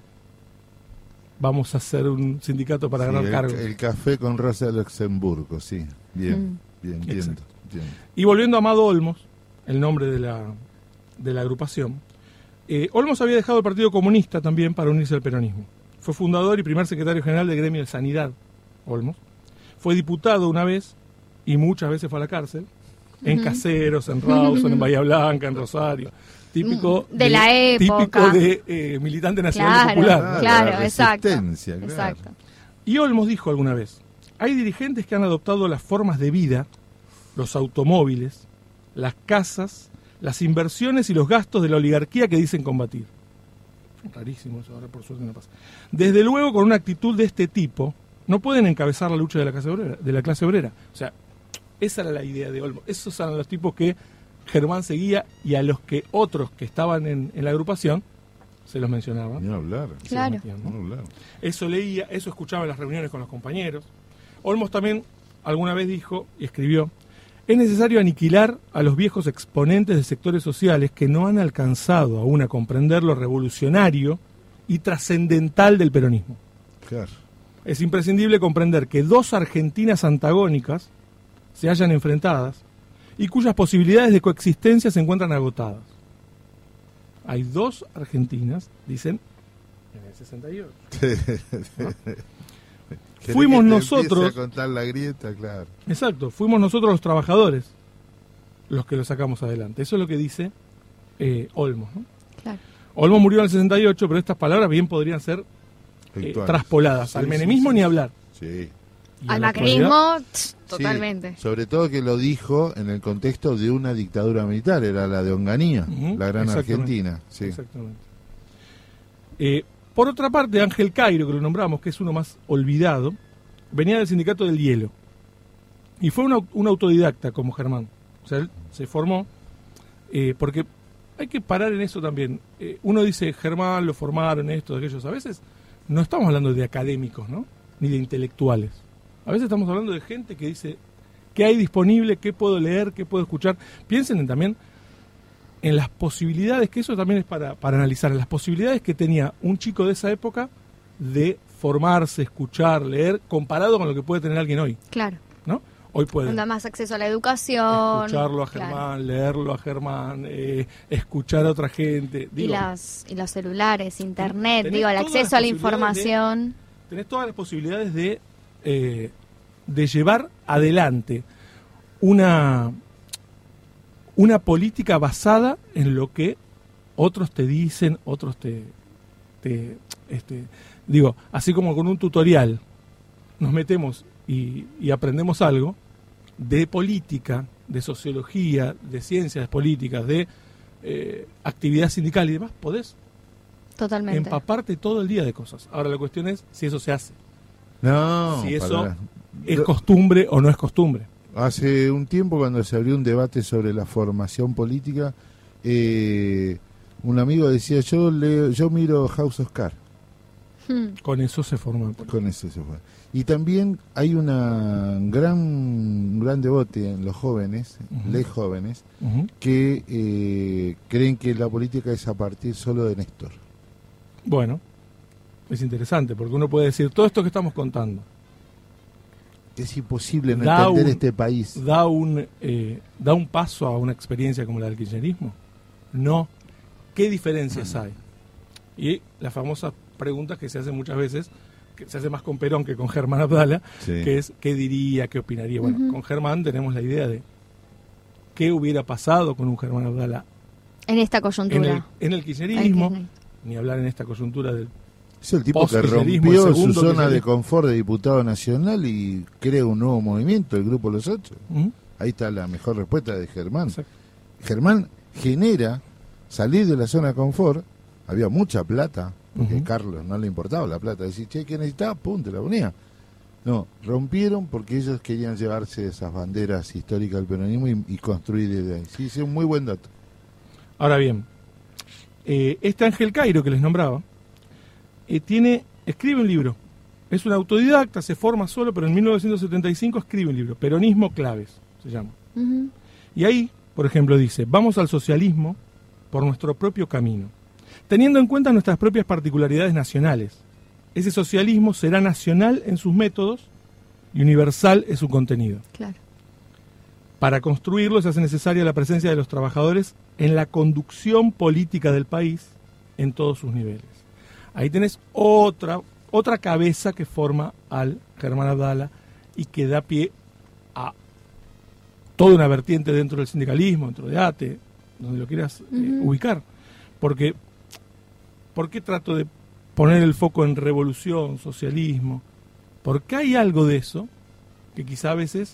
vamos a hacer un sindicato para Sí, ganar el, cargos. el café con Rosa de Luxemburgo, sí. Bien, Mm. bien, entiendo, Exacto. entiendo. Y volviendo a Amado Olmos, el nombre de la, de la agrupación, eh, Olmos había dejado el Partido Comunista también para unirse al peronismo. Fue fundador y primer secretario general del gremio de Sanidad, Olmos. Fue diputado una vez y muchas veces fue a la cárcel, en Ujú. Caseros, en Rawson, en Bahía Blanca, en Rosario. Típico De la época. Típico de eh, militante nacional Claro. popular. Claro, la exacto. resistencia, claro. Exacto. Y Olmos dijo alguna vez, hay dirigentes que han adoptado las formas de vida, los automóviles, las casas, las inversiones y los gastos de la oligarquía que dicen combatir. Rarísimo eso, ahora por suerte no pasa. Desde luego, con una actitud de este tipo, no pueden encabezar la lucha de la clase obrera. De la clase obrera. O sea, esa era la idea de Olmos. Esos eran los tipos que Germán seguía y a los que otros que estaban en, en la agrupación se los mencionaba. Ni hablar. Se los Claro. metían, ¿no? Ni hablar. Eso leía, eso escuchaba en las reuniones con los compañeros. Olmos también alguna vez dijo y escribió, es necesario aniquilar a los viejos exponentes de sectores sociales que no han alcanzado aún a comprender lo revolucionario y trascendental del peronismo. Claro. Es imprescindible comprender que dos Argentinas antagónicas se hallan enfrentadas y cuyas posibilidades de coexistencia se encuentran agotadas. Hay dos Argentinas, dicen, En el sesenta y ocho. ¿No? Fuimos que te nosotros... empiece a contar la grieta, claro. Exacto, fuimos nosotros los trabajadores los que lo sacamos adelante. Eso es lo que dice eh, Olmos, ¿no? Claro. Olmos murió en el sesenta y ocho, pero estas palabras bien podrían ser eh, traspoladas. Sí, al sí, menemismo sí, ni sí. hablar. Sí. Y a Al la macrismo, actualidad, tss, totalmente. Sí, sobre todo que lo dijo en el contexto de una dictadura militar, era la de Onganía, Ujú, la gran exactamente. Argentina. Sí. Exactamente. Eh, por otra parte, Ángel Cairo, que lo nombramos, que es uno más olvidado, venía del sindicato del hielo. Y fue un, au- un autodidacta como Germán. O sea, él se formó, eh, porque hay que parar en eso también. Eh, uno dice, Germán lo formaron, esto, aquellos. A veces no estamos hablando de académicos, ¿no? Ni de intelectuales. A veces estamos hablando de gente que dice, ¿qué hay disponible? ¿Qué puedo leer? ¿Qué puedo escuchar? Piensen en, también en las posibilidades, que eso también es para, para analizar, en las posibilidades que tenía un chico de esa época de formarse, escuchar, leer, comparado con lo que puede tener alguien hoy, Claro. ¿no? Hoy puede Da más acceso a la educación. escucharlo a claro. Germán, leerlo a Germán, eh, escuchar a otra gente. Y, Digo, las, y los celulares, internet, tenés digo, el todas acceso las a la posibilidades información. tenés todas las posibilidades de, eh, de llevar adelante una, una política basada en lo que otros te dicen, otros te, te este, digo, así como con un tutorial nos metemos y, y aprendemos algo de política, de sociología, de ciencias políticas, de eh, actividad sindical y demás, podés Totalmente. empaparte todo el día de cosas. Ahora la cuestión es si eso se hace, No, si eso para- es Lo- costumbre o no es costumbre. Hace un tiempo, cuando se abrió un debate sobre la formación política, eh, un amigo decía, yo leo, yo miro House of Cards. Hmm. Con eso se forma. Con eso se fue. Y también hay una gran, un gran debate en los jóvenes, Ujú. les jóvenes, Ujú. que eh, creen que la política es a partir solo de Néstor. Bueno, es interesante porque uno puede decir todo esto que estamos contando Es imposible no Da entender un- este país. da un eh, da un paso a una experiencia como la del kirchnerismo. No. ¿Qué diferencias hay? Y la famosa pregunta que se hace muchas veces, que se hace más con Perón que con Germán Abdala, Sí. que es ¿qué diría, qué opinaría? Bueno, Ujú. con Germán tenemos la idea de qué hubiera pasado con un Germán Abdala En esta en coyuntura. el, en el Ay, kirchnerismo, Kirchner. ni hablar en esta coyuntura del... Es el tipo que Post-kirchnerismo, el rompió su segundo zona de kirchnerismo. confort de diputado nacional y crea un nuevo movimiento, el Grupo Los Ocho. ¿Mm? Ahí está la mejor respuesta de Germán. Exacto. Germán genera salir de la zona de confort. Había mucha plata, porque Ujú. a Carlos no le importaba la plata. Decía, che, ¿qué necesitaba? Pum, te la ponía. No, rompieron porque ellos querían llevarse esas banderas históricas del peronismo y, y construir desde ahí. Sí, es un muy buen dato. Ahora bien, eh, este Ángel Cairo que les nombraba, eh, tiene, escribe un libro. Es un autodidacta, se forma solo, pero en mil novecientos setenta y cinco escribe un libro, Peronismo Claves, se llama. Ujú. Y ahí, por ejemplo, dice, vamos al socialismo por nuestro propio camino, teniendo en cuenta nuestras propias particularidades nacionales. Ese socialismo será nacional en sus métodos y universal en su contenido. Claro. Para construirlo se hace necesaria la presencia de los trabajadores en la conducción política del país en todos sus niveles. Ahí tenés otra, otra cabeza que forma al Germán Abdala y que da pie a toda una vertiente dentro del sindicalismo, dentro de A T E, donde lo quieras eh, Ujú. ubicar. Porque, ¿por qué trato de poner el foco en revolución, socialismo? Porque hay algo de eso que quizá a veces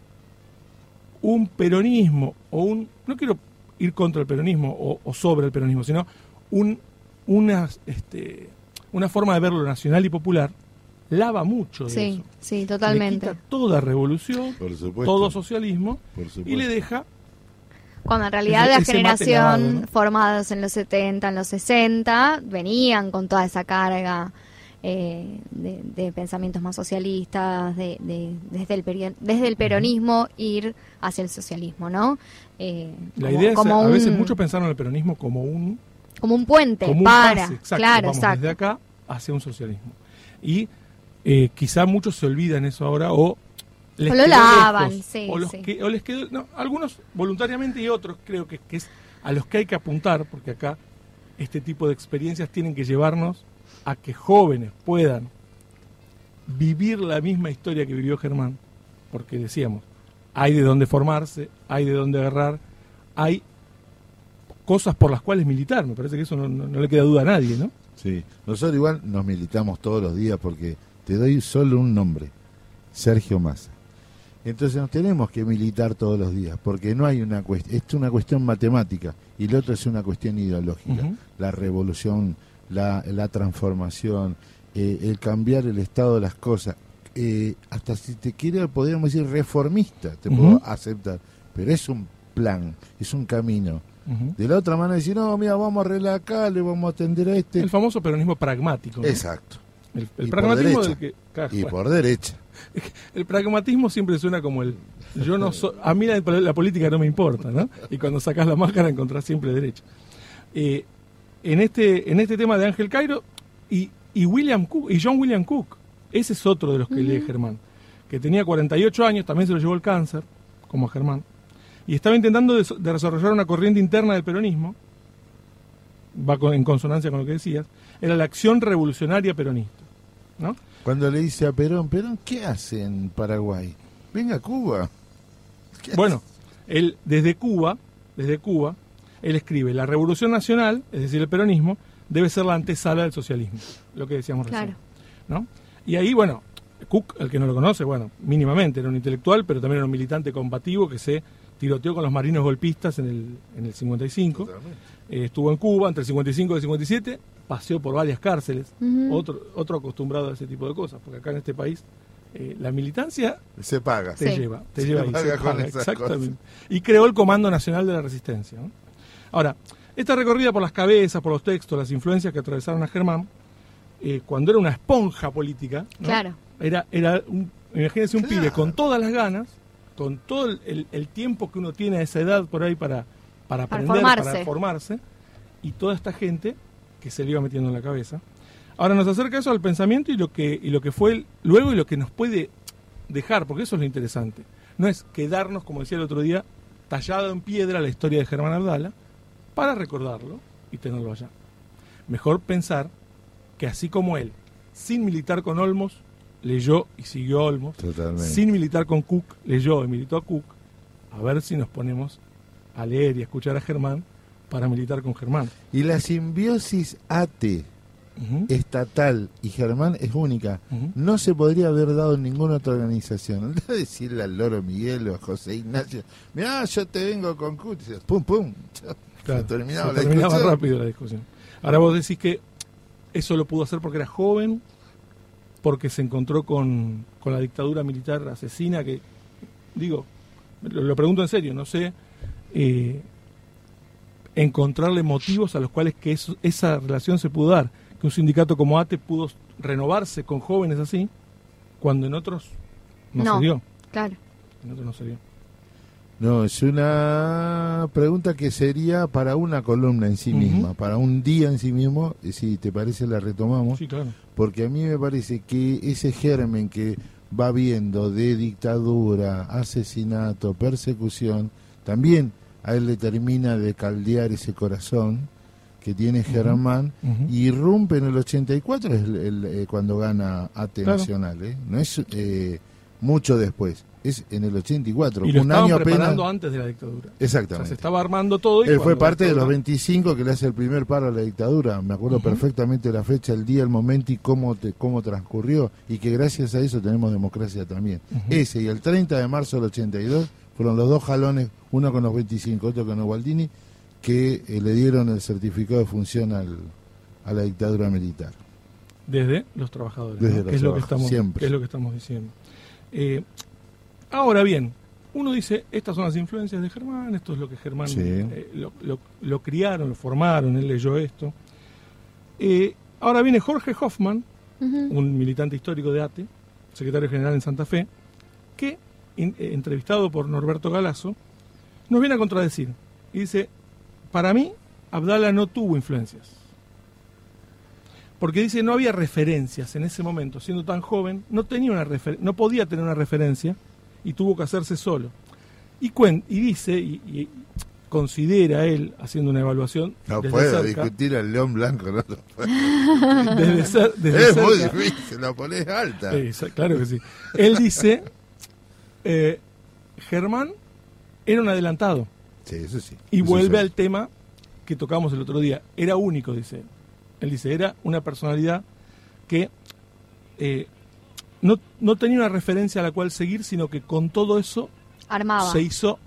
un peronismo o un, no quiero ir contra el peronismo o, o sobre el peronismo, sino un, una, este, una forma de ver lo nacional y popular lava mucho de Sí, eso. sí, Le totalmente. quita toda revolución, Por supuesto. todo socialismo Por supuesto. y le deja Cuando en realidad Ese- la ese mate generación lavado, ¿no? formados en los setenta, en los sesenta, venían con toda esa carga eh, de, de pensamientos más socialistas, de, de- desde, el peri- desde el peronismo ir hacia el socialismo, ¿no? Eh, la como- idea es, como a veces un- muchos pensaron el peronismo como un como un puente como un para, pase, exacto, claro, vamos exacto. desde acá hacia un socialismo. Y eh, quizá muchos se olvidan eso ahora o les O lo quedó lavan, lejos, sí, o, los sí. que- o les quedó, no, algunos voluntariamente y otros creo que, que es a los que hay que apuntar, porque acá este tipo de experiencias tienen que llevarnos a que jóvenes puedan vivir la misma historia que vivió Germán, porque decíamos, hay de dónde formarse, hay de dónde agarrar, hay cosas por las cuales militar, me parece que eso no, no, no le queda duda a nadie, ¿no? Sí, nosotros igual nos militamos todos los días porque te doy solo un nombre, Sergio Massa. Entonces nos tenemos que militar todos los días, porque no hay una cuestión, esto es una cuestión matemática y lo otro es una cuestión ideológica, uh-huh. La revolución, la, la transformación, eh, el cambiar el estado de las cosas, eh, hasta si te quiere, podríamos decir reformista, te uh-huh. puedo aceptar, pero es un plan, es un camino. Uh-huh. De la otra manera decir, no, mira, vamos a arreglar acá, le vamos a atender a este. El famoso peronismo pragmático, ¿no? Exacto. El, el pragmatismo del que... Claro, y por derecha. El pragmatismo siempre suena como el... yo no so, a mí la, la política no me importa, ¿no? Y cuando sacás la máscara encontrás siempre derecha. Eh, en este en este tema de Ángel Cairo y, y William Cook, y John William Cook, ese es otro de los que uh-huh. lee Germán, que tenía cuarenta y ocho años, también se lo llevó el cáncer, como a Germán, y estaba intentando de, de desarrollar una corriente interna del peronismo, va con, en consonancia con lo que decías, era la acción revolucionaria peronista, ¿no? Cuando le dice a Perón, Perón, ¿qué hace en Paraguay? Venga a Cuba. Bueno, él desde Cuba, desde Cuba, él escribe, la revolución nacional, es decir, el peronismo, debe ser la antesala del socialismo, lo que decíamos claro. recién, ¿no? Y ahí, bueno, Cook, el que no lo conoce, bueno, mínimamente, era un intelectual, pero también era un militante combativo que se tiroteó con los marinos golpistas en el, en el cincuenta y cinco, eh, estuvo en Cuba entre el cincuenta y cinco y el cincuenta y siete, paseó por varias cárceles, uh-huh. otro, otro acostumbrado a ese tipo de cosas, porque acá en este país eh, la militancia se paga, te sí. lleva, te se lleva paga y se con paga, esas exactamente. Cosas. Y creó el Comando Nacional de la Resistencia, ¿no? Ahora, esta recorrida por las cabezas, por los textos, las influencias que atravesaron a Germán, eh, cuando era una esponja política, ¿no? Claro. Era, era un, imagínense un claro. pibe con todas las ganas, con todo el, el, el tiempo que uno tiene a esa edad por ahí para, para, para aprender, formarse. para formarse, y toda esta gente que se le iba metiendo en la cabeza. Ahora nos acerca eso al pensamiento y lo que y lo que fue el, luego y lo que nos puede dejar, porque eso es lo interesante. No es quedarnos, como decía el otro día, tallado en piedra la historia de Germán Abdala para recordarlo y tenerlo allá. Mejor pensar que así como él, sin militar con Olmos, leyó y siguió a Olmos, totalmente. Sin militar con Cook, leyó y militó a Cook, a ver si nos ponemos a leer y a escuchar a Germán para militar con Germán. Y la simbiosis A T uh-huh. estatal y Germán es única. Uh-huh. No se podría haber dado en ninguna otra organización. No decirle al Loro Miguel o a José Ignacio, mirá, yo te vengo con Cook, pum, pum. Claro, se terminaba, se la terminaba discusión. rápido la discusión. Ahora vos decís que eso lo pudo hacer porque era joven, porque se encontró con, con la dictadura militar asesina, que, digo, lo, lo pregunto en serio, no sé, eh, encontrarle motivos a los cuales que eso, esa relación se pudo dar, que un sindicato como A T E pudo renovarse con jóvenes así, cuando en otros no, no se dio. Claro. En otros no se dio. No, es una pregunta que sería para una columna en sí uh-huh. misma, para un día en sí mismo, si te parece la retomamos, sí, claro. Porque a mí me parece que ese germen que va viendo de dictadura, asesinato, persecución, también a él le termina de caldear ese corazón que tiene Germán uh-huh. Uh-huh. y irrumpe en el ochenta y cuatro, es el, el, eh, cuando gana A T E claro. Nacional, ¿eh? No es eh, mucho después. Es en el ochenta y cuatro, y lo un estaban año preparando apenas antes de la dictadura. Exactamente. O sea, se estaba armando todo. Y él fue parte dictadura... de los veinticinco que le hace el primer paro a la dictadura. Me acuerdo uh-huh. perfectamente la fecha, el día, el momento y cómo te, cómo transcurrió. Y que gracias a eso tenemos democracia también. Uh-huh. Ese y el treinta de marzo del ochenta y dos fueron los dos jalones, uno con los veinticinco, otro con Ubaldini, que eh, le dieron el certificado de función al, a la dictadura militar. Desde los trabajadores. Desde ¿no? los que es lo que trabajadores, estamos, siempre. que es lo que estamos diciendo. Eh, Ahora bien, uno dice, estas son las influencias de Germán, esto es lo que Germán sí. eh, lo, lo, lo criaron, lo formaron, él leyó esto. Eh, ahora viene Jorge Hoffman, uh-huh. un militante histórico de A T E, secretario general en Santa Fe, que, in, eh, entrevistado por Norberto Galazo, nos viene a contradecir. Y dice, para mí, Abdala no tuvo influencias. Porque dice, no había referencias en ese momento, siendo tan joven, no, tenía una refer- no podía tener una referencia, y tuvo que hacerse solo. Y, cuen- y dice, y, y considera él, haciendo una evaluación No desde puedo cerca, discutir al león blanco, no lo puedo. desde cer- desde Es muy cerca, difícil, la ponés alta. Eh, esa- claro que sí. Él dice, eh, Germán era un adelantado. Sí, eso sí. Y Eso vuelve sí. al tema que tocamos el otro día. Era único, dice él. Él dice, era una personalidad que eh, no, no tenía una referencia a la cual seguir, sino que con todo eso Armaba. se hizo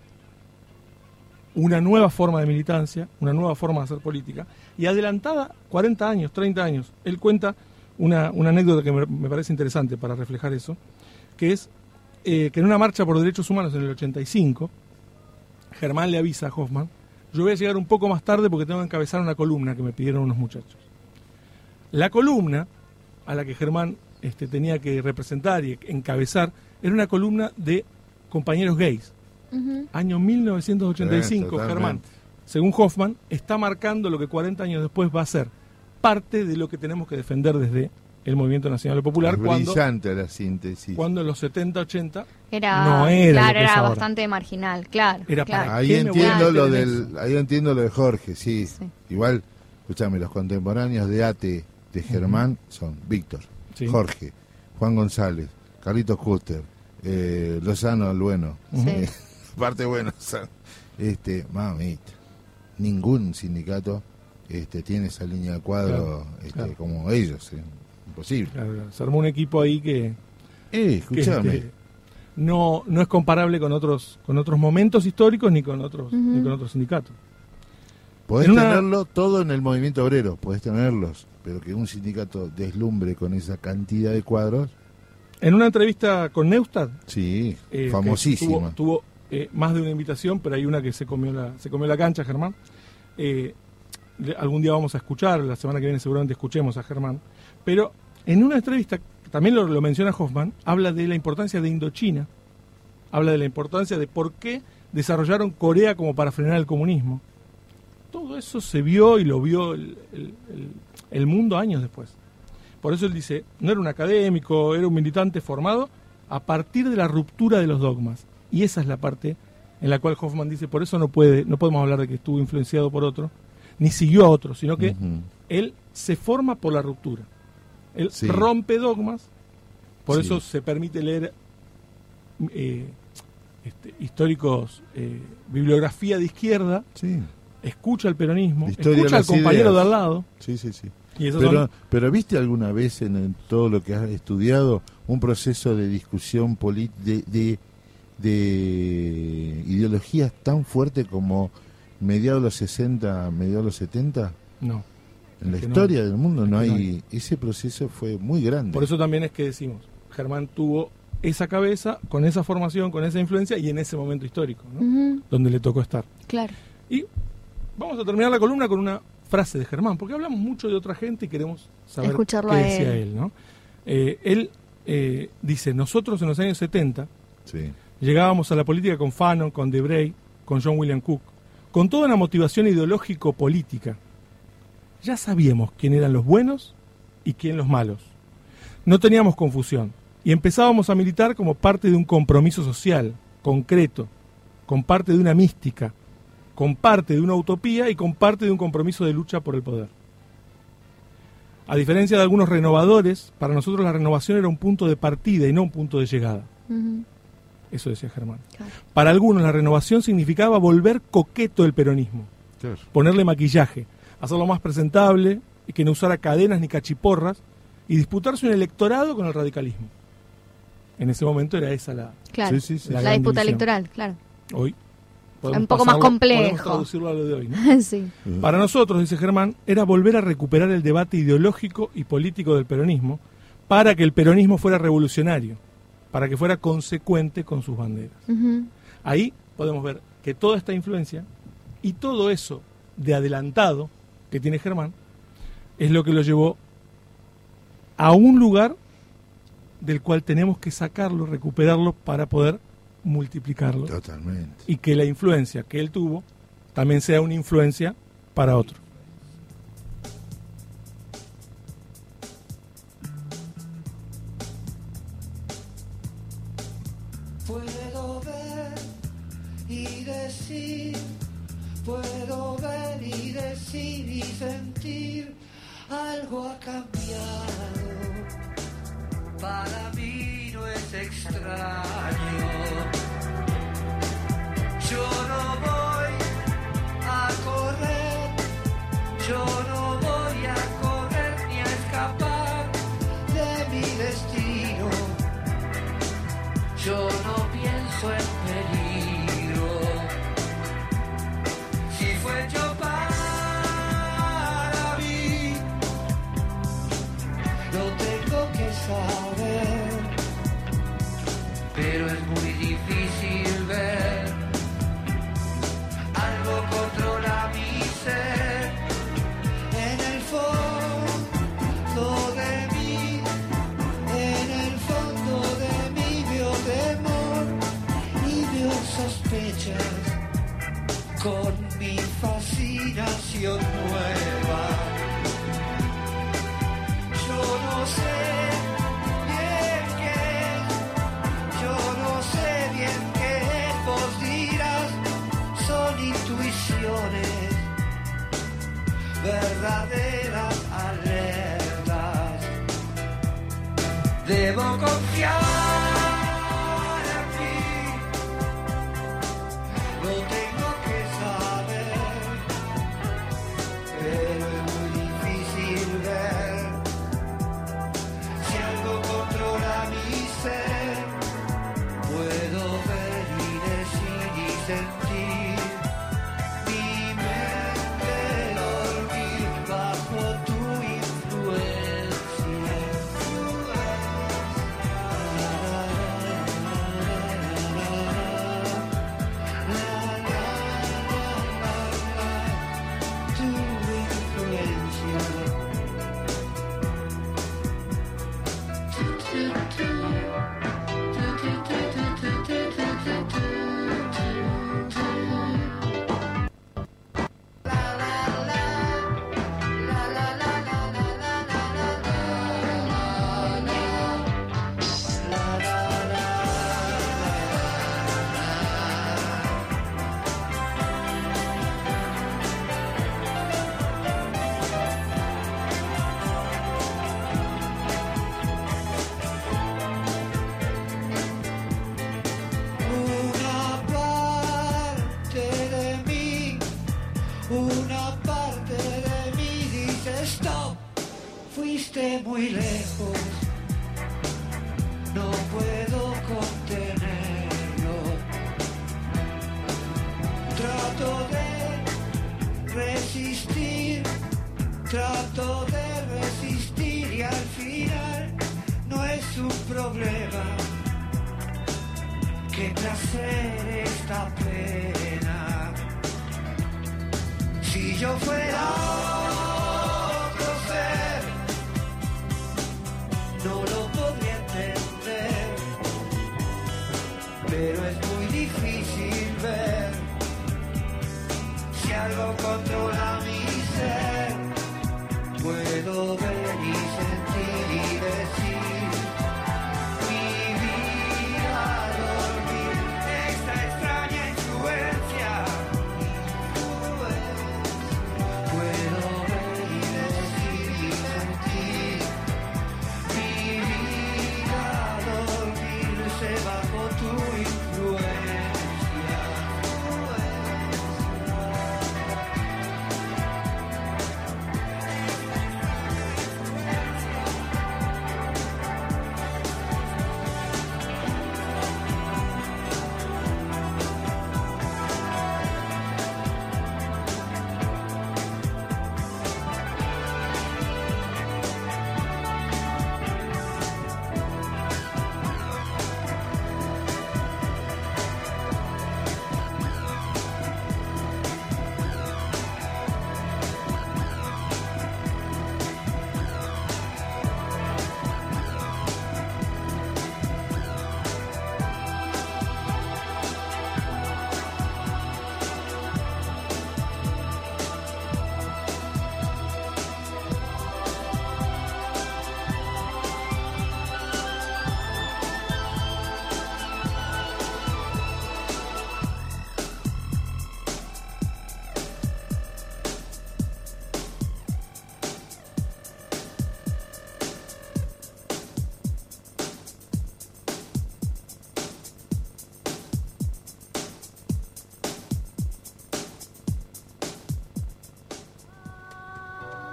una nueva forma de militancia, una nueva forma de hacer política, y adelantada cuarenta años, treinta años. Él cuenta una, una anécdota que me, me parece interesante para reflejar eso, que es eh, que en una marcha por derechos humanos en el ochenta y cinco, Germán le avisa a Hoffman, yo voy a llegar un poco más tarde porque tengo que encabezar una columna que me pidieron unos muchachos. La columna a la que Germán este, tenía que representar y encabezar era una columna de compañeros gays. Ujú. Año mil novecientos ochenta y cinco, Sí, Germán, totalmente. según Hoffman, está marcando lo que cuarenta años después va a ser parte de lo que tenemos que defender desde el Movimiento Nacional Popular Es cuando, brillante la síntesis. cuando en los setenta, ochenta Era, no era claro, lo que es era ahora. bastante marginal, claro. Era claro. para- Ahí ¿Qué me voy a entiendo lo meter en del, ahí entiendo lo de Jorge, sí. Sí. Igual, escúchame, los contemporáneos de A T E de Germán son Víctor, Sí. Jorge, Juan González, Carlitos Custer, eh, Lozano el Bueno, Sí. eh, parte bueno, o sea, este, mamita, ningún sindicato este, tiene esa línea de cuadro Claro, este, claro. como ellos, eh, imposible. Claro, claro. Se armó un equipo ahí que, Eh, que, escúchame, este, no, no es comparable con otros con otros momentos históricos ni con otros Ujú. ni con otros sindicatos. podés en una- tenerlo todo en el movimiento obrero, podés tenerlos, pero que un sindicato deslumbre con esa cantidad de cuadros, En una entrevista con Neustadt, sí, eh, que famosísima. tuvo, tuvo, eh, más de una invitación, pero hay una que se comió la, se comió la cancha, Germán. Eh, le- algún día vamos a escuchar, la semana que viene seguramente escuchemos a Germán. Pero en una entrevista, también lo, lo menciona Hoffman, habla de la importancia de Indochina, habla de la importancia de por qué desarrollaron Corea como para frenar el comunismo. Todo eso se vio y lo vio el, el- el- el mundo años después. Por eso él dice, no era un académico, era un militante formado a partir de la ruptura de los dogmas. Y esa es la parte en la cual Hoffman dice, por eso no puede, no podemos hablar de que estuvo influenciado por otro, ni siguió a otro, sino que Ujú. él se forma por la ruptura. Él Sí. rompe dogmas, por Sí. eso se permite leer eh, este, históricos, eh, bibliografía de izquierda, Sí, escucha el peronismo, Historia de escucha al las compañero ideas. de al lado, sí, sí, sí. y esos Pero, son- pero ¿viste alguna vez en, en todo lo que has estudiado un proceso de discusión polit de, de, de ideologías tan fuerte como mediados de los sesenta, mediados de los setenta? no. En la Es que no. historia del mundo no Es que no hay... Ese proceso fue muy grande. Por eso también es que decimos, Germán tuvo esa cabeza, con esa formación, con esa influencia y en ese momento histórico, ¿no? Ujú, Donde le tocó estar. claro. Y vamos a terminar la columna con una frase de Germán, porque hablamos mucho de otra gente y queremos saber Escucharlo qué a decía él. él, ¿no? Eh, él eh, dice, nosotros en los años setenta Sí. llegábamos a la política con Fanon, con Debray, con John William Cook, con toda una motivación ideológico-política. Ya sabíamos quién eran los buenos y quién los malos. No teníamos confusión y empezábamos a militar como parte de un compromiso social, concreto, con parte de una mística, con parte de una utopía y con parte de un compromiso de lucha por el poder. A diferencia de algunos renovadores, para nosotros la renovación era un punto de partida y no un punto de llegada. Ujú, Eso decía Germán. claro. Para algunos la renovación significaba volver coqueto el peronismo, Claro. ponerle maquillaje, hacerlo más presentable y que no usara cadenas ni cachiporras y disputarse un electorado con el radicalismo. En ese momento era esa la... Claro. Sí, sí, sí. La La, gran disputa división. electoral, claro. Hoy Un poco más pasarlo- complejo. Podemos traducirlo a lo de hoy, ¿no? sí. Para nosotros, dice Germán, era volver a recuperar el debate ideológico y político del peronismo para que el peronismo fuera revolucionario, para que fuera consecuente con sus banderas. Ujú, Ahí podemos ver que toda esta influencia y todo eso de adelantado que tiene Germán es lo que lo llevó a un lugar del cual tenemos que sacarlo, recuperarlo para poder multiplicarlo Totalmente. y que la influencia que él tuvo también sea una influencia para otro. Puedo ver y decir puedo ver y decir y sentir, algo ha cambiado. Para mí no es extraño. Yo no voy a correr, yo no voy a correr ni a escapar de mi destino. Yo no pienso en peligro. Si fue yo para mí, lo tengo que saber, pero es muy difícil ver. Algo controla mi ser, en el fondo de mí, en el fondo de mí veo temor y veo sospechas con mi fascinación nueva. Yo no sé bien qué es, yo no sé bien qué es, vos dirás, son intuiciones, verdaderas alertas. Debo confiar en mí, lo tengo que saber, pero es muy difícil ver si algo controla mi ser. Puedo ver y decir y sentir mi mente dormir bajo tu influencia. Tu influencia. Una parte de mí, una parte de mí dice stop, fuiste muy lejos, no puedo contenerlo. Trato de resistir, trato de resistir y al final no es un problema. Qué placer esta pena. Si yo fuera otro ser, no lo podría entender, pero es muy difícil ver si algo controla mi ser. Puedo ver y sentir y decir mi vida dormir, esta extraña influencia. Puedo ver y decir y sentir mi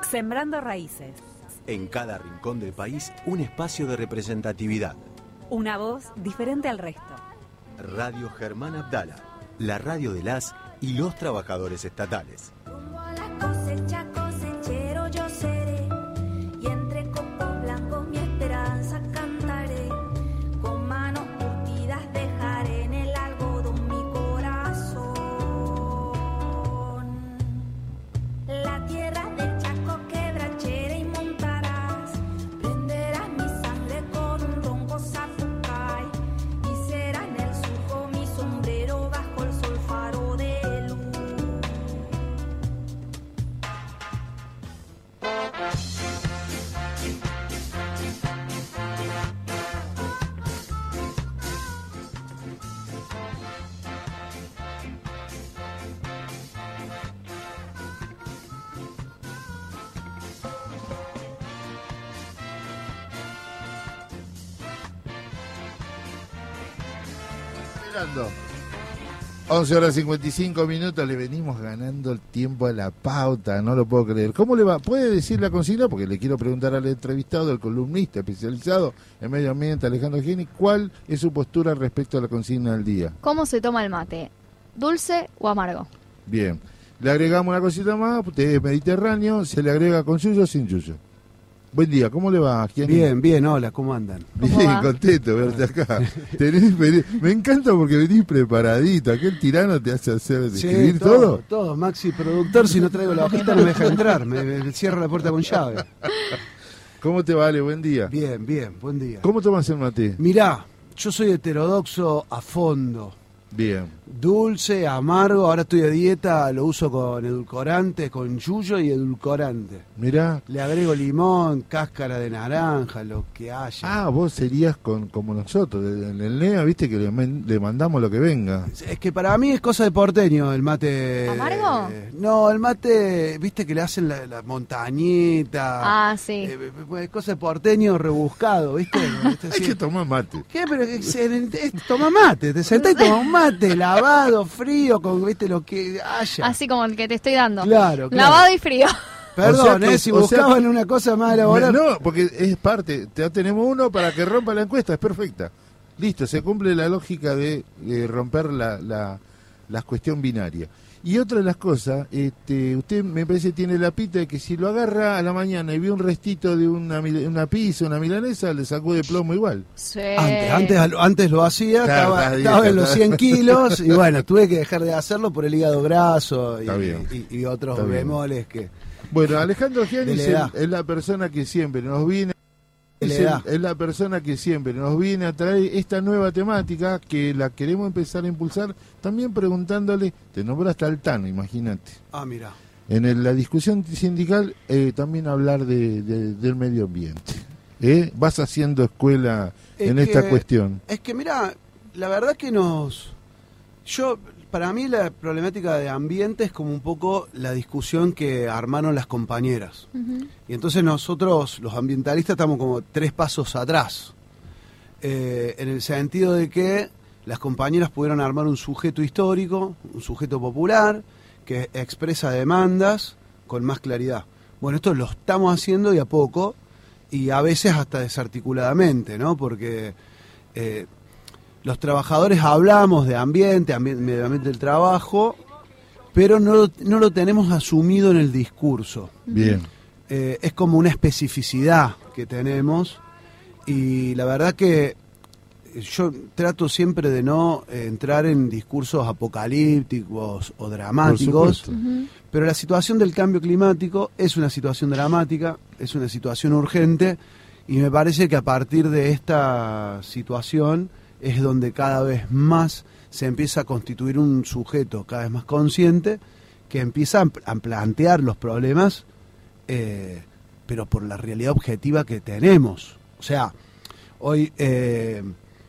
Sembrando raíces. En cada rincón del país, un espacio de representatividad. Una voz diferente al resto. Radio Germán Abdala, la radio de las y los trabajadores estatales. Rumbo a la cosecha, cosechero yo seré, y entre copos blancos mi esperanza cantaré. Con manos curtidas dejaré en el algodón mi corazón. La tierra del Chaco quebrachera y montarás, prenderás mi sangre con un ronco zapucay, y será en el surco mi sombrero bajo el sol faro de luz. Esperando. once horas cincuenta y cinco minutos, le venimos ganando el tiempo a la pauta, no lo puedo creer. ¿Cómo le va? ¿Puede decir la consigna? Porque le quiero preguntar al entrevistado, al columnista especializado en medio ambiente, Alejandro Gieni, ¿cuál es su postura respecto a la consigna del día? ¿Cómo se toma el mate? ¿Dulce o amargo? Bien, le agregamos una cosita más, usted es mediterráneo, se le agrega con yuyo o sin yuyo. Buen día, ¿cómo le va, Gieni? Bien, bien, hola, ¿cómo andan? Bien, contento de verte acá. Tenés, vení- me encanta porque venís preparadito. Aquel tirano te hace hacer Sí, escribir todo, todo. todo, Maxi, productor, si no traigo la hojita no me deja entrar, me, me cierra la puerta con llave. ¿Cómo te vale? Buen día. Bien, bien, buen día. ¿Cómo tomas el mate? Mirá, yo soy heterodoxo a fondo. Bien. Dulce, amargo, ahora estoy a dieta, lo uso con edulcorante, con yuyo y edulcorante. Mirá. Le agrego limón, cáscara de naranja, lo que haya. Ah, vos serías con, como nosotros. En el N E A, viste que le, men- le mandamos lo que venga. Es que para mí es cosa de porteño el mate. ¿Amargo? eh, no, el mate, viste que le hacen la, la montañita. Ah, sí. Eh, es cosa de porteño rebuscado, ¿viste? ¿Viste? Hay Sí. que tomar mate. ¿Qué? Pero que se- es- toma mate, te sentás y toma un mate, lavado, frío, con viste lo que haya. Así como el que te estoy dando. Claro, claro. Lavado y frío. Perdón, O sea que- eh, si o sea buscaban que- una cosa más elaborada. No, porque es parte. Ya tenemos uno para que rompa la encuesta, es perfecta. Listo, se cumple la lógica de eh, romper la, la, la cuestión binaria. Y otra de las cosas, este, usted me parece tiene la pita de que si lo agarra a la mañana y ve un restito de una, mil- una pizza, una milanesa, le sacó de plomo igual. Sí. Antes, antes, antes lo hacía, Claro, estaba, estás estaba dieta, en los estás- cien kilos y bueno, tuve que dejar de hacerlo por el hígado graso y, Está bien. y- y otros Está bien. bemoles que... Bueno, Alejandro Giani De la es, el- edad. es la persona que siempre nos viene De la es, el- edad. es la persona que siempre nos viene a traer esta nueva temática que la queremos empezar a impulsar, también preguntándole, te nombraste al Tano, imagínate. Ah, mira. En el- la discusión sindical eh, también hablar de, de- del medio ambiente. ¿Eh? Vas haciendo escuela Es en que- esta cuestión. Es que mira, la verdad que nos... Yo, para mí la problemática de ambiente es como un poco la discusión que armaron las compañeras. Ujú. Y entonces nosotros, los ambientalistas, estamos como tres pasos atrás. Eh, en el sentido de que las compañeras pudieron armar un sujeto histórico, un sujeto popular, que expresa demandas con más claridad. Bueno, esto lo estamos haciendo y a poco, y a veces hasta desarticuladamente, ¿no? Porque eh, los trabajadores hablamos de ambiente, ambi- medio ambiente del trabajo, pero no lo, no lo tenemos asumido en el discurso. Bien. Eh, es como una especificidad que tenemos y la verdad que yo trato siempre de no eh, entrar en discursos apocalípticos o dramáticos, supuesto. Ujú. pero la situación del cambio climático es una situación dramática, es una situación urgente y me parece que a partir de esta situación es donde cada vez más se empieza a constituir un sujeto cada vez más consciente que empieza a a plantear los problemas eh, pero por la realidad objetiva que tenemos. O sea, hoy eh,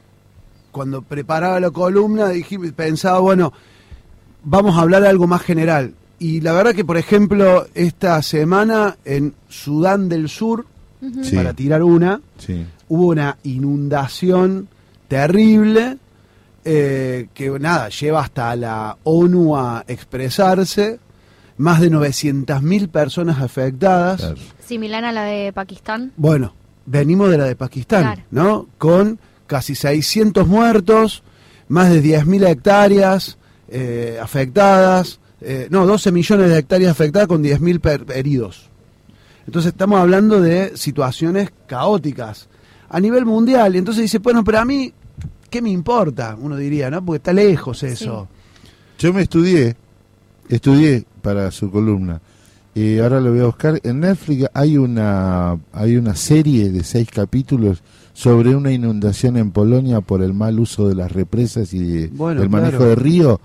cuando preparaba la columna dije, pensaba, bueno, vamos a hablar de algo más general. Y la verdad que, por ejemplo, esta semana en Sudán del Sur, Ujú. Sí. para tirar una, Sí. hubo una inundación terrible eh, que nada, lleva hasta la ONU a expresarse más de novecientas mil personas afectadas. Claro. Similar a la de Pakistán. Bueno, venimos de la de Pakistán, Claro. ¿no? Con casi seiscientos muertos, más de diez mil hectáreas eh, afectadas, eh, no, doce millones de hectáreas afectadas con diez mil heridos. Entonces estamos hablando de situaciones caóticas a nivel mundial. Y entonces dice, bueno, pero a mí, ¿qué me importa? Uno diría, ¿no? Porque está lejos eso. Yo me estudié, estudié para su columna. Y ahora lo voy a buscar. En Netflix hay una, hay una serie de seis capítulos sobre una inundación en Polonia por el mal uso de las represas y de, Bueno, del manejo claro. de río,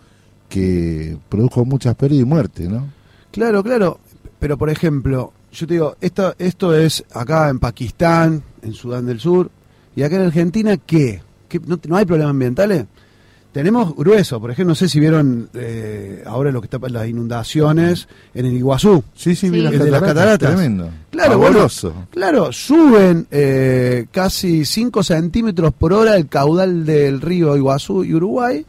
que produjo muchas pérdidas y muerte, ¿no? Claro, claro. Pero, por ejemplo, yo te digo, esto, esto es acá en Pakistán, en Sudán del Sur, y acá en Argentina, ¿qué? ¿Qué? ¿No, ¿No hay problemas ambientales? Tenemos grueso, por ejemplo, no sé si vieron eh, ahora lo que está las inundaciones en el Iguazú. Sí, sí, vi el las de las cataratas, cataratas. tremendo. Claro, bueno, Pavoroso. claro, suben eh, casi cinco centímetros por hora el caudal del río Iguazú y Uruguay,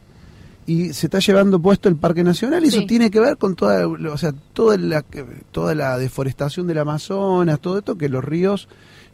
y se está llevando puesto el Parque Nacional, y Sí. eso tiene que ver con toda, o sea, toda la, toda la deforestación del Amazonas, todo esto, que los ríos,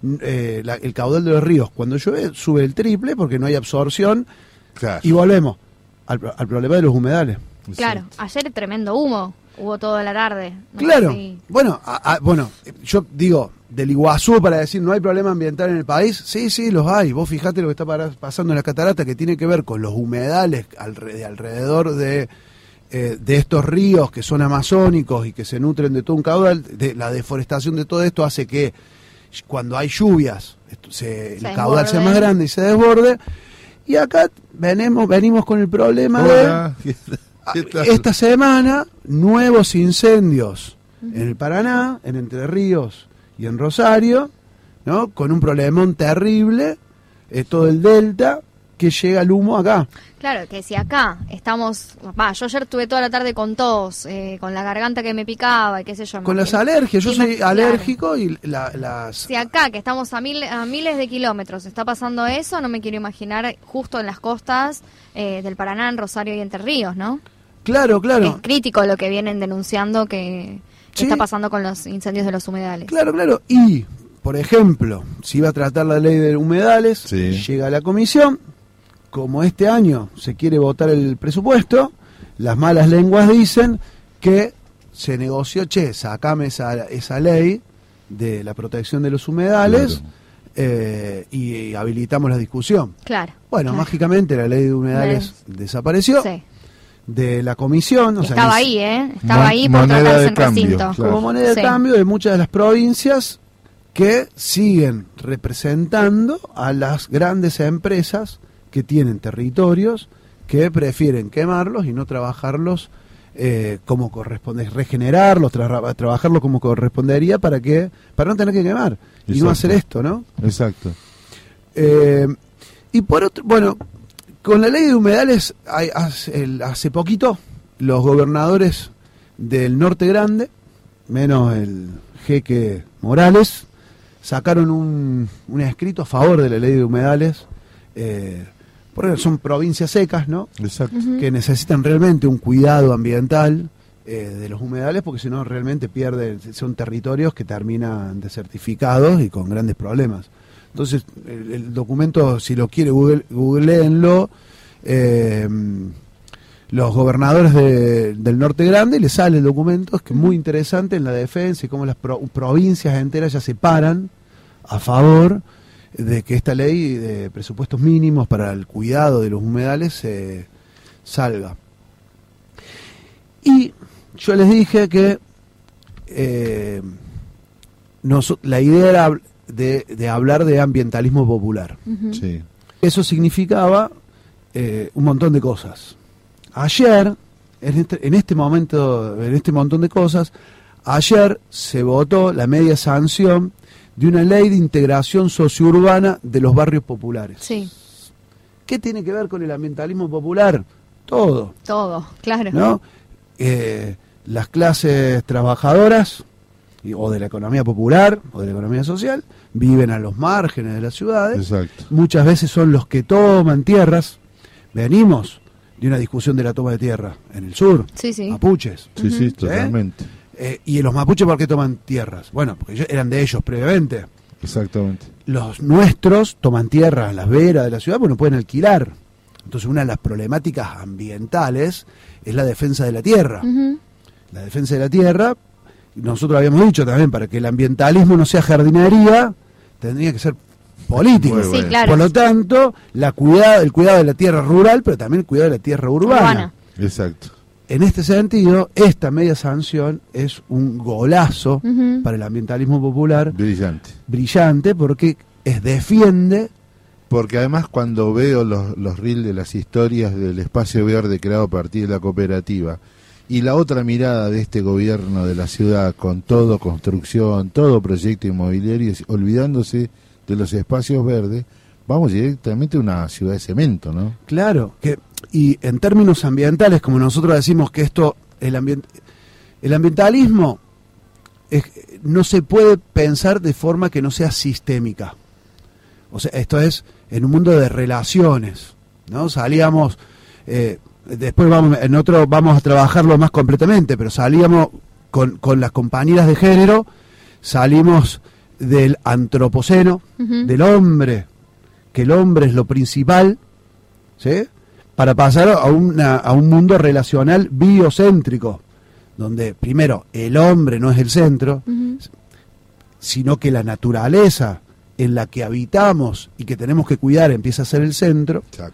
eh, la- el caudal de los ríos, cuando llueve, sube el triple porque no hay absorción. Claro. Y volvemos al, al problema de los humedales. Claro, ayer tremendo humo, hubo todo la tarde. No Claro. sé si- Bueno, a- a- bueno, yo digo, del Iguazú para decir no hay problema ambiental en el país, sí, sí, los hay. Vos fijate lo que está para- pasando en la catarata, que tiene que ver con los humedales alre- de alrededor de, eh, de estos ríos que son amazónicos y que se nutren de todo un caudal. De, la deforestación de todo esto hace que cuando hay lluvias esto se- el Se caudal sea desborde. más grande y se desborde. Y acá venimos, venimos con el problema Hola, de... ¿qué tal? Esta semana, nuevos incendios en el Paraná, en Entre Ríos y en Rosario, ¿no? Con un problemón terrible, eh, todo el delta, que llega el humo acá. Claro, que si acá estamos... Va, yo ayer estuve toda la tarde con tos, eh, con la garganta que me picaba y qué sé yo. Con las imagino- alergias, yo Ima- soy claro. alérgico y la- las... Si acá, que estamos a, mil, a miles de kilómetros, está pasando eso, no me quiero imaginar justo en las costas eh, del Paraná, en Rosario y Entre Ríos, ¿no? Claro, Es claro, crítico lo que vienen denunciando que, que Sí. está pasando con los incendios de los humedales. claro, claro. Y, por ejemplo, si iba a tratar la ley de humedales, Sí. llega a la comisión, como este año se quiere votar el presupuesto, las malas lenguas dicen que se negoció, che, sacame esa, esa ley de la protección de los humedales, Claro. eh, y habilitamos la discusión. Claro. Bueno, claro. mágicamente la ley de humedales desapareció Sí. de la comisión. O sea, Estaba ni- ahí, ¿eh? Estaba Mon- ahí por moneda tratarse de en cambio, recinto. claro. como moneda de Sí. cambio de muchas de las provincias que siguen representando a las grandes empresas que tienen territorios que prefieren quemarlos y no trabajarlos eh, como corresponde, regenerarlos, tra- trabajarlos como correspondería para que para no tener que quemar y no Exacto. hacer esto, ¿no? Exacto. Eh, y por otro, bueno, con la ley de humedales, hay- hace, el- hace poquito los gobernadores del Norte Grande, menos el jeque Morales, sacaron un, un escrito a favor de la ley de humedales, eh, porque son provincias secas, ¿no? Exacto. Ujú. Que necesitan realmente un cuidado ambiental eh, de los humedales, porque si no realmente pierden, son territorios que terminan desertificados y con grandes problemas. Entonces, el, el documento, si lo quiere, google, googleenlo, eh, los gobernadores de- del Norte Grande, y le sale el documento, es que es muy interesante en la defensa y cómo las pro- provincias enteras ya se paran a favor de que esta ley de presupuestos mínimos para el cuidado de los humedales eh, salga. Y yo les dije que eh, nos- la idea era de, de hablar de ambientalismo popular. Ujú. Sí. Eso significaba eh, un montón de cosas. Ayer, en este, en este momento, en este montón de cosas, ayer se votó la media sanción de una ley de integración sociourbana de los barrios populares. Sí, ¿Qué tiene que ver con el ambientalismo popular? Todo, todo, claro. ¿no? Eh, las clases trabajadoras y- o de la economía popular o de la economía social viven a los márgenes de las ciudades. Exacto. Muchas veces son los que toman tierras. Venimos de una discusión de la toma de tierra en el sur, Sí, sí. mapuches. Sí, sí, totalmente. Eh, ¿Y los mapuches por qué toman tierras? Bueno, porque ellos eran de ellos previamente. Exactamente. Los nuestros toman tierras en las veras de la ciudad porque no pueden alquilar. Entonces una de las problemáticas ambientales es la defensa de la tierra. Ujú. La defensa de la tierra, nosotros habíamos dicho también, para que el ambientalismo no sea jardinería, tendría que ser político. Muy bueno. Sí, claro. Por lo tanto, la cuidado, el cuidado de la tierra rural, pero también el cuidado de la tierra urbana. Urbana. Exacto. En este sentido, esta media sanción es un golazo Ujú. para el ambientalismo popular, Brillante. brillante, porque es defiende. Porque además cuando veo los, los reels de las historias del espacio verde creado a partir de la cooperativa y la otra mirada de este gobierno de la ciudad con todo construcción, todo proyecto inmobiliario, olvidándose de los espacios verdes, vamos directamente a una ciudad de cemento, ¿no? Claro, que y en términos ambientales, como nosotros decimos que esto, el, ambient, el ambientalismo es, no se puede pensar de forma que no sea sistémica. O sea, esto es en un mundo de relaciones, ¿no? Salíamos, eh, después vamos, en otro vamos a trabajarlo más completamente, pero salíamos con, con las compañeras de género, salimos del antropoceno, Ujú. del hombre, que el hombre es lo principal, ¿sí? Para pasar a, una, a un mundo relacional biocéntrico, donde primero el hombre no es el centro, Ujú. sino que la naturaleza en la que habitamos y que tenemos que cuidar empieza a ser el centro. Exacto.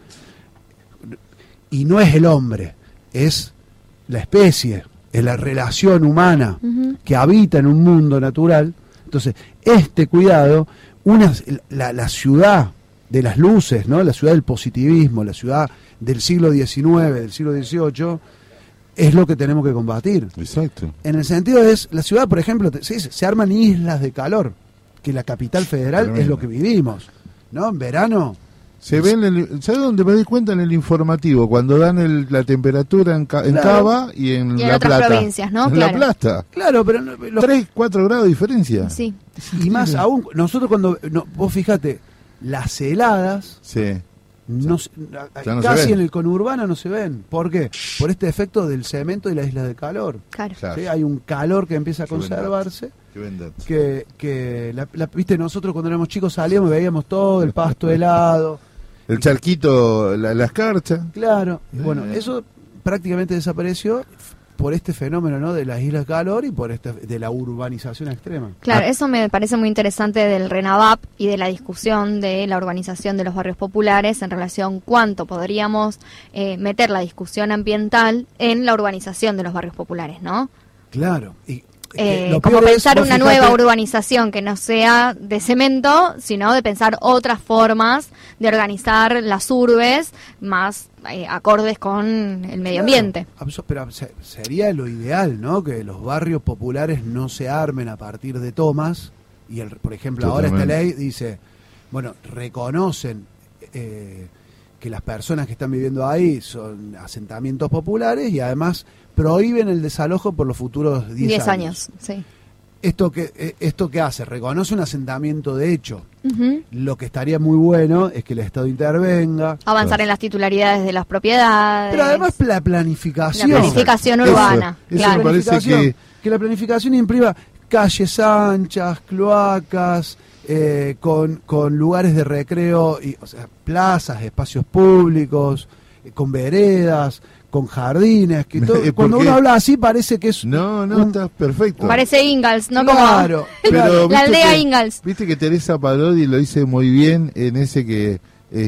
Y no es el hombre, es la especie, es la relación humana Ujú. que habita en un mundo natural. Entonces, este cuidado, una, la, la ciudad de las luces, ¿no? La ciudad del positivismo, la ciudad del siglo diecinueve, del siglo dieciocho, es lo que tenemos que combatir. Exacto. En el sentido es, la ciudad, por ejemplo, te- se, dice, se arman islas de calor, que la capital federal Tremendo. es lo que vivimos, ¿no? En verano, Se ve en el, ¿sabes dónde me doy cuenta? En el informativo, cuando dan el- la temperatura en, Ca- en Claro. Cava y en Y en La otras Plata. provincias, ¿no? En Claro. La Plata. claro, pero no- los- Tres, cuatro grados de diferencia. Sí. y más aún, nosotros cuando, no, vos fíjate, las heladas Sí. no, se- Ya no se casi ven. en el conurbano no se ven. ¿Por qué? Por este efecto del cemento y la isla de calor. Claro. Claro. ¿Sí? Hay un calor que empieza a Qué buen dato. conservarse. Qué buen dato. Que, que la, la- viste, nosotros cuando éramos chicos salíamos y veíamos todo, el pasto helado. El charquito, la, la escarcha. Claro, y bueno, Eh. eso prácticamente desapareció f- por este fenómeno, ¿no? De las islas de calor y por este, de la urbanización extrema. Claro, Ah. eso me parece muy interesante del RENAVAP y de la discusión de la urbanización de los barrios populares en relación cuánto podríamos eh, meter la discusión ambiental en la urbanización de los barrios populares, ¿no? Claro. Y, Eh, eh, lo como peor es, pensar vos una fijate, nueva urbanización que no sea de cemento, sino de pensar otras formas de organizar las urbes más eh, acordes con el medio claro, ambiente. abso- Pero se- sería lo ideal, ¿no? Que los barrios populares no se armen a partir de tomas. Y, el, por ejemplo, ahora esta Totalmente. ley dice, bueno, reconocen eh, que las personas que están viviendo ahí son asentamientos populares y además prohíben el desalojo por los futuros diez Diez años. años, sí. ¿Esto qué, eh, ¿Esto qué hace? Reconoce un asentamiento de hecho. Ujú. Lo que estaría muy bueno es que el Estado intervenga. Avanzar en las titularidades de las propiedades. Pero además la planificación. La planificación Eso, urbana, eso claro. me parece Planificación, que que la planificación imprima calles anchas, cloacas, eh, con, con lugares de recreo, y, o sea, plazas, espacios públicos, eh, con veredas, con jardines. Que todo- ¿Por cuando qué? uno habla así parece que es... no, no, un- está perfecto. Parece Ingalls, ¿no? Claro, Como Pero la viste aldea que- Ingalls. Viste que Teresa Parodi lo dice muy bien en ese que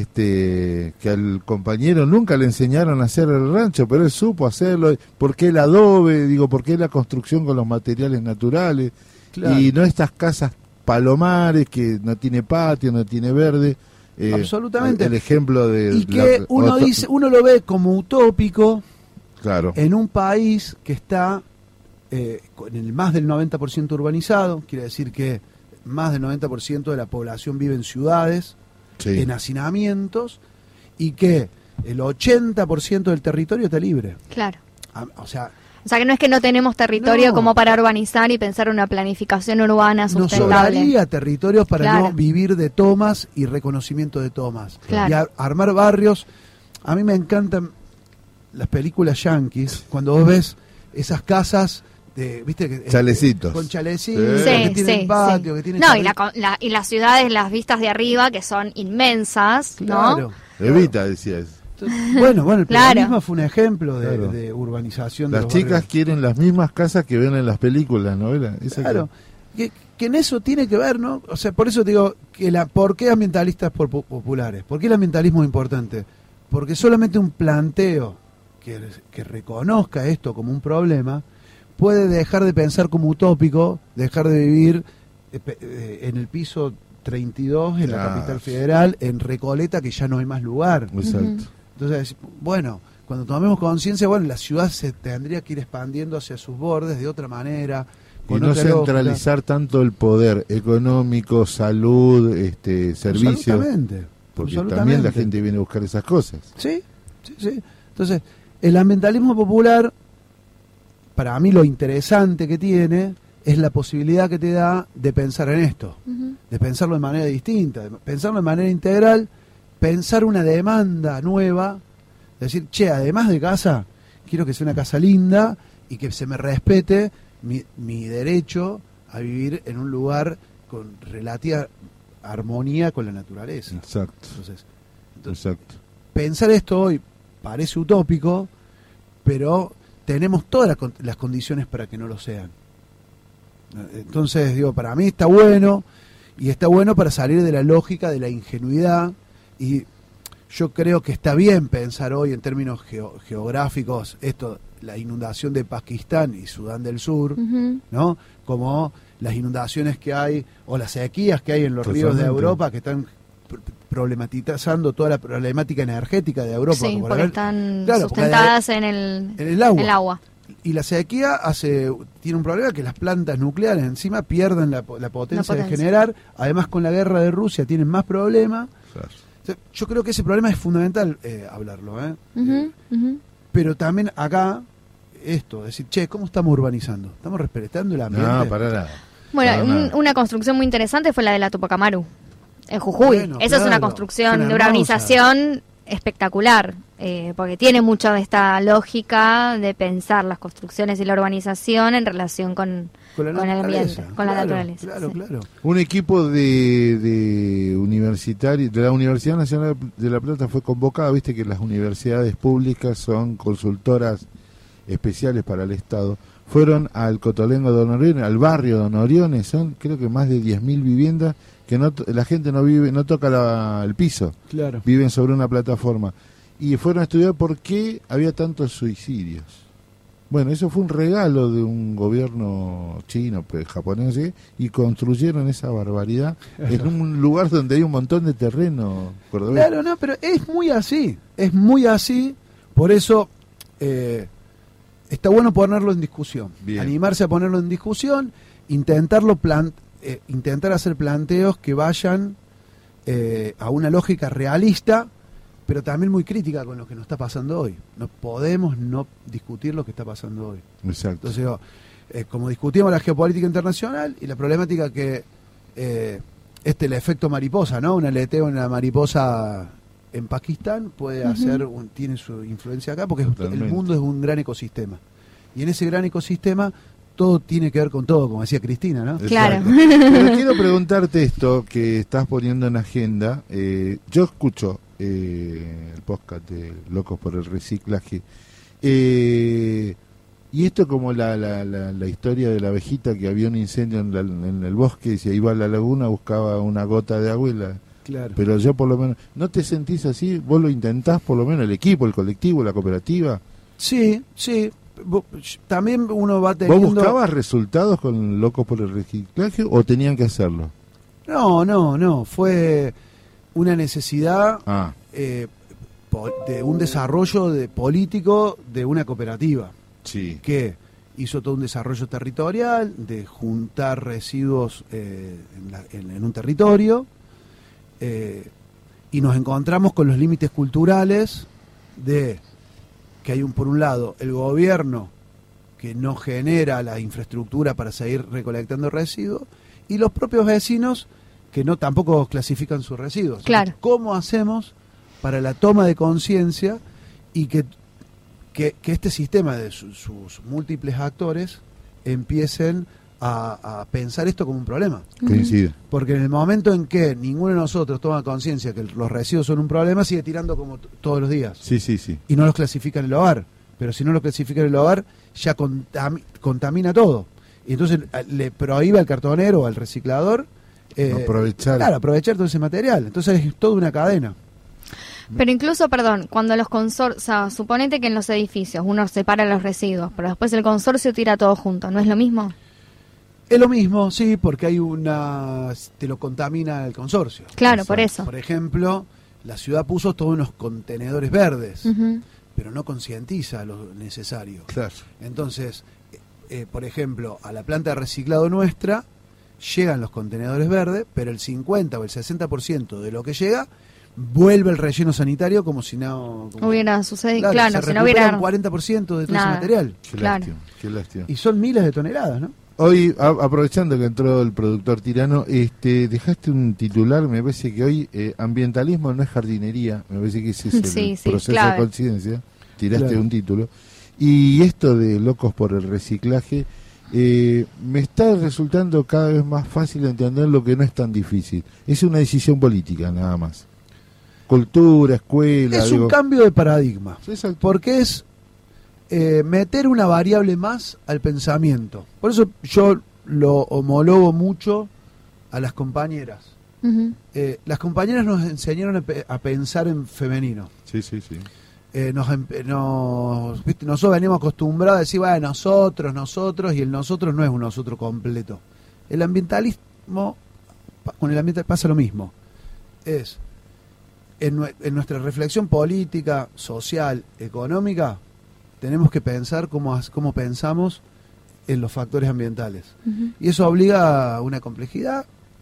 este que al compañero nunca le enseñaron a hacer el rancho, pero él supo hacerlo. ¿Por qué el adobe? Digo, ¿por qué la construcción con los materiales naturales? Claro. Y no estas casas palomares que no tiene patio, no tiene verde. Eh, Absolutamente. El ejemplo de... Y que la- uno otro- dice, uno lo ve como utópico Claro. en un país que está eh, con el más del noventa por ciento urbanizado, quiere decir que más del noventa por ciento de la población vive en ciudades, Sí. en hacinamientos, y que el ochenta por ciento del territorio está libre. Claro. Ah, O sea, O sea que no es que no tenemos territorio No. como para urbanizar y pensar una planificación urbana nos sustentable. sobraría territorios para Claro. no vivir de tomas y reconocimiento de tomas. Claro. Y ar- armar barrios. A mí me encantan las películas yanquis, cuando vos ves esas casas de, ¿viste? Que, Chalecitos. Con chalecitos, Sí, que tienen sí, patio, sí. que tienen No, jardín. y, la, co- la- y las ciudades, las vistas de arriba, que son inmensas, Claro. ¿no? Evita, decía eso. Bueno, bueno, el Claro. peronismo fue un ejemplo de, Claro. de urbanización. de Las los chicas barrios. quieren las mismas casas que ven en las películas, ¿novelas? Esa Claro, que, que en eso tiene que ver, ¿no? O sea, por eso digo, que la, ¿por qué ambientalistas por- populares? ¿Por qué el ambientalismo es importante? Porque solamente un planteo que, que reconozca esto como un problema puede dejar de pensar como utópico, dejar de vivir eh, pe- eh, en el piso treinta y dos, en la Claro. capital federal, en Recoleta, que ya no hay más lugar. Exacto. Entonces, bueno, cuando tomemos conciencia, bueno, la ciudad se tendría que ir expandiendo hacia sus bordes de otra manera. Y con no otra lógica. centralizar tanto el poder económico, salud, este, servicios. Absolutamente. Porque absolutamente. también la gente viene a buscar esas cosas. Sí, sí, sí. Entonces, el ambientalismo popular, para mí lo interesante que tiene es la posibilidad que te da de pensar en esto, Ujú. de pensarlo de manera distinta, de pensarlo de manera integral, pensar una demanda nueva, decir, che, además de casa, quiero que sea una casa linda y que se me respete mi, mi derecho a vivir en un lugar con relativa armonía con la naturaleza. Exacto. Entonces, Exacto. pensar esto hoy parece utópico, pero tenemos todas las, con- las condiciones para que no lo sean. Entonces, digo, para mí está bueno, y está bueno para salir de la lógica de la ingenuidad, y yo creo que está bien pensar hoy en términos geo- geográficos esto, la inundación de Pakistán y Sudán del Sur, Ujú. ¿no? Como las inundaciones que hay o las sequías que hay en los ríos de Totalmente. Europa, que están pr- problematizando toda la problemática energética de Europa. Sí, por porque haber- están Claro, porque sustentadas en el, en el agua. el agua. Y la sequía hace tiene un problema, que las plantas nucleares encima pierden la, po- la potencia La de potencia. generar. Además, con la guerra de Rusia tienen más problemas. Claro. O sea, yo creo que ese problema es fundamental eh, hablarlo, ¿eh? Ujú, ujú. Pero también acá esto, decir, che, ¿cómo estamos urbanizando? ¿Estamos respetando el ambiente? No, para nada. Bueno, Para un- nada. una construcción muy interesante fue la de la Tupac Amaru, en Jujuy. Bueno, Esa es una claro, construcción es una de hermosa. urbanización espectacular, eh, porque tiene mucho de esta lógica de pensar las construcciones y la urbanización en relación con, Con la con el ambiente, naturaleza, con la claro, naturaleza. Claro, sí. claro. Un equipo de, de universitario de la Universidad Nacional de La Plata fue convocado, viste que las universidades públicas son consultoras especiales para el Estado. Fueron al Cotolengo de Don Orione, al barrio de Don Orione, son creo que más de diez mil viviendas que no to- la gente no vive, no toca la- el piso, Claro. viven sobre una plataforma. Y fueron a estudiar por qué había tantos suicidios. Bueno, eso fue un regalo de un gobierno chino, pues, japonés, ¿sí? Y construyeron esa barbaridad en un lugar donde hay un montón de terreno cordobés. Claro, no, pero es muy así, es muy así, por eso eh, está bueno ponerlo en discusión, Bien. animarse a ponerlo en discusión, intentarlo plan, eh, intentar hacer planteos que vayan eh, a una lógica realista, pero también muy crítica con lo que nos está pasando hoy. No podemos no discutir lo que está pasando hoy. Exacto. Entonces, digo, eh, como discutimos la geopolítica internacional y la problemática que eh, este el efecto mariposa, ¿no? Un aleteo en la mariposa en Pakistán puede Ujú. hacer, un- tiene su influencia acá, porque es- el Totalmente. mundo es un gran ecosistema. Y en ese gran ecosistema todo tiene que ver con todo, como decía Cristina, ¿no? Claro. Pero quiero preguntarte esto que estás poniendo en agenda. Eh, yo escucho eh, el podcast de Locos por el Reciclaje. Eh, y esto como la, la, la, la historia de la abejita que había un incendio en, la- en el bosque y se iba a la laguna, buscaba una gota de agua y la... Claro. Pero yo por lo menos... ¿No te sentís así? ¿Vos lo intentás por lo menos el equipo, el colectivo, la cooperativa? Sí, sí. Bo- También uno va ¿Vos teniendo... buscabas resultados con Locos por el Reciclaje o tenían que hacerlo? No, no, no. Fue una necesidad Ah, eh, po- de un desarrollo de político de una cooperativa sí. que hizo todo un desarrollo territorial, de juntar residuos eh, en, la- en- en un territorio, eh, y nos encontramos con los límites culturales de que hay un por un lado el gobierno que no genera la infraestructura para seguir recolectando residuos y los propios vecinos que no tampoco clasifican sus residuos. Claro. ¿Cómo hacemos para la toma de conciencia y que, que, que este sistema de su- sus múltiples actores empiecen a, a pensar esto como un problema. Coincide. Porque en el momento en que ninguno de nosotros toma conciencia que los residuos son un problema, sigue tirando como t- todos los días. Sí, sí, sí. Y no los clasifica en el hogar. Pero si no los clasifica en el hogar, ya contami- contamina todo. Y entonces le prohíbe al cartonero o al reciclador eh, aprovechar. Claro, aprovechar todo ese material. Entonces es toda una cadena. Pero incluso, perdón, cuando los consorcios, o sea, suponete que en los edificios uno separa los residuos, pero después el consorcio tira todo junto, ¿no es lo mismo? Es lo mismo, sí, porque hay una... te lo contamina el consorcio. Claro, por eso. Por ejemplo, la ciudad puso todos unos contenedores verdes, Uh-huh. pero no concientiza lo necesario. Claro. Entonces, eh, eh, por ejemplo, a la planta de reciclado nuestra llegan los contenedores verdes, pero el cincuenta o el sesenta por ciento de lo que llega vuelve el relleno sanitario como si no... Como, Hubiera sucedido, claro, claro, se si no recupera hubiera... un cuarenta por ciento de todo Nada. ese material. Qué Claro. lástima, qué lástima. Y son miles de toneladas, ¿no? Hoy, a- aprovechando que entró el productor Tirano, este, dejaste un titular, me parece que hoy, eh, ambientalismo no es jardinería, me parece que ese es el Sí, sí, proceso clave. de conciencia, tiraste Claro. un título. Y esto de locos por el reciclaje, eh, me está resultando cada vez más fácil entender lo que no es tan difícil. Es una decisión política, nada más. Cultura, escuela... Es digo, un cambio de paradigma, exacto. porque es eh, meter una variable más al pensamiento. Por eso yo lo homologo mucho a las compañeras. Ujú. Eh, las compañeras nos enseñaron a, pe- a pensar en femenino. Sí, sí, sí. Eh, nos, em- nos, ¿viste? Nosotros venimos acostumbrados a decir, bueno, nosotros, nosotros, y el nosotros no es un nosotros completo. El ambientalismo, pa- con el ambiental pasa lo mismo. Es, en, nue- en nuestra reflexión política, social, económica, tenemos que pensar cómo, as- cómo pensamos en los factores ambientales. Ujú. Y eso obliga a una complejidad